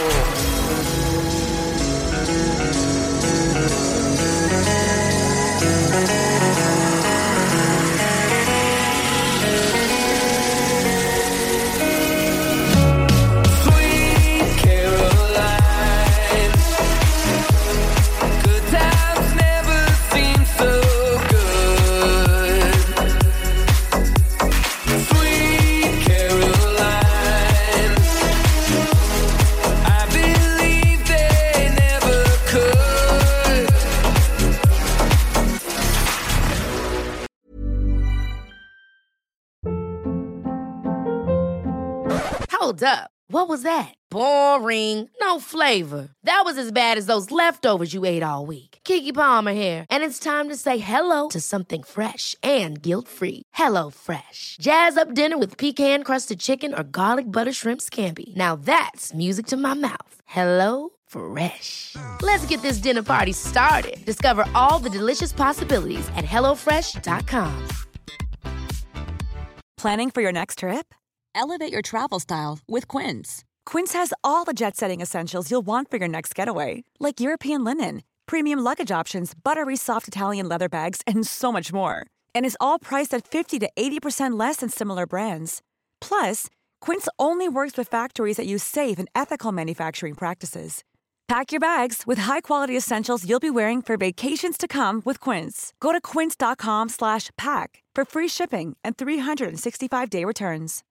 Sweet Caroline, good times never seem so good. Sweet Caroline, I believe they never could. Hold up. What was that? Boring. No flavor. That was as bad as those leftovers you ate all week. Keke Palmer here, and it's time to say hello to something fresh and guilt-free. Hello Fresh. Jazz up dinner with pecan-crusted chicken or garlic butter shrimp scampi. Now that's music to my mouth. Hello Fresh. Let's get this dinner party started. Discover all the delicious possibilities at hello fresh dot com. Planning for your next trip? Elevate your travel style with Quince. Quince has all the jet-setting essentials you'll want for your next getaway, like European linen, premium luggage options, buttery soft Italian leather bags, and so much more. And is all priced at fifty to eighty percent less than similar brands. Plus, Quince only works with factories that use safe and ethical manufacturing practices. Pack your bags with high-quality essentials you'll be wearing for vacations to come with Quince. Go to quince.com slash pack for free shipping and three sixty-five day returns.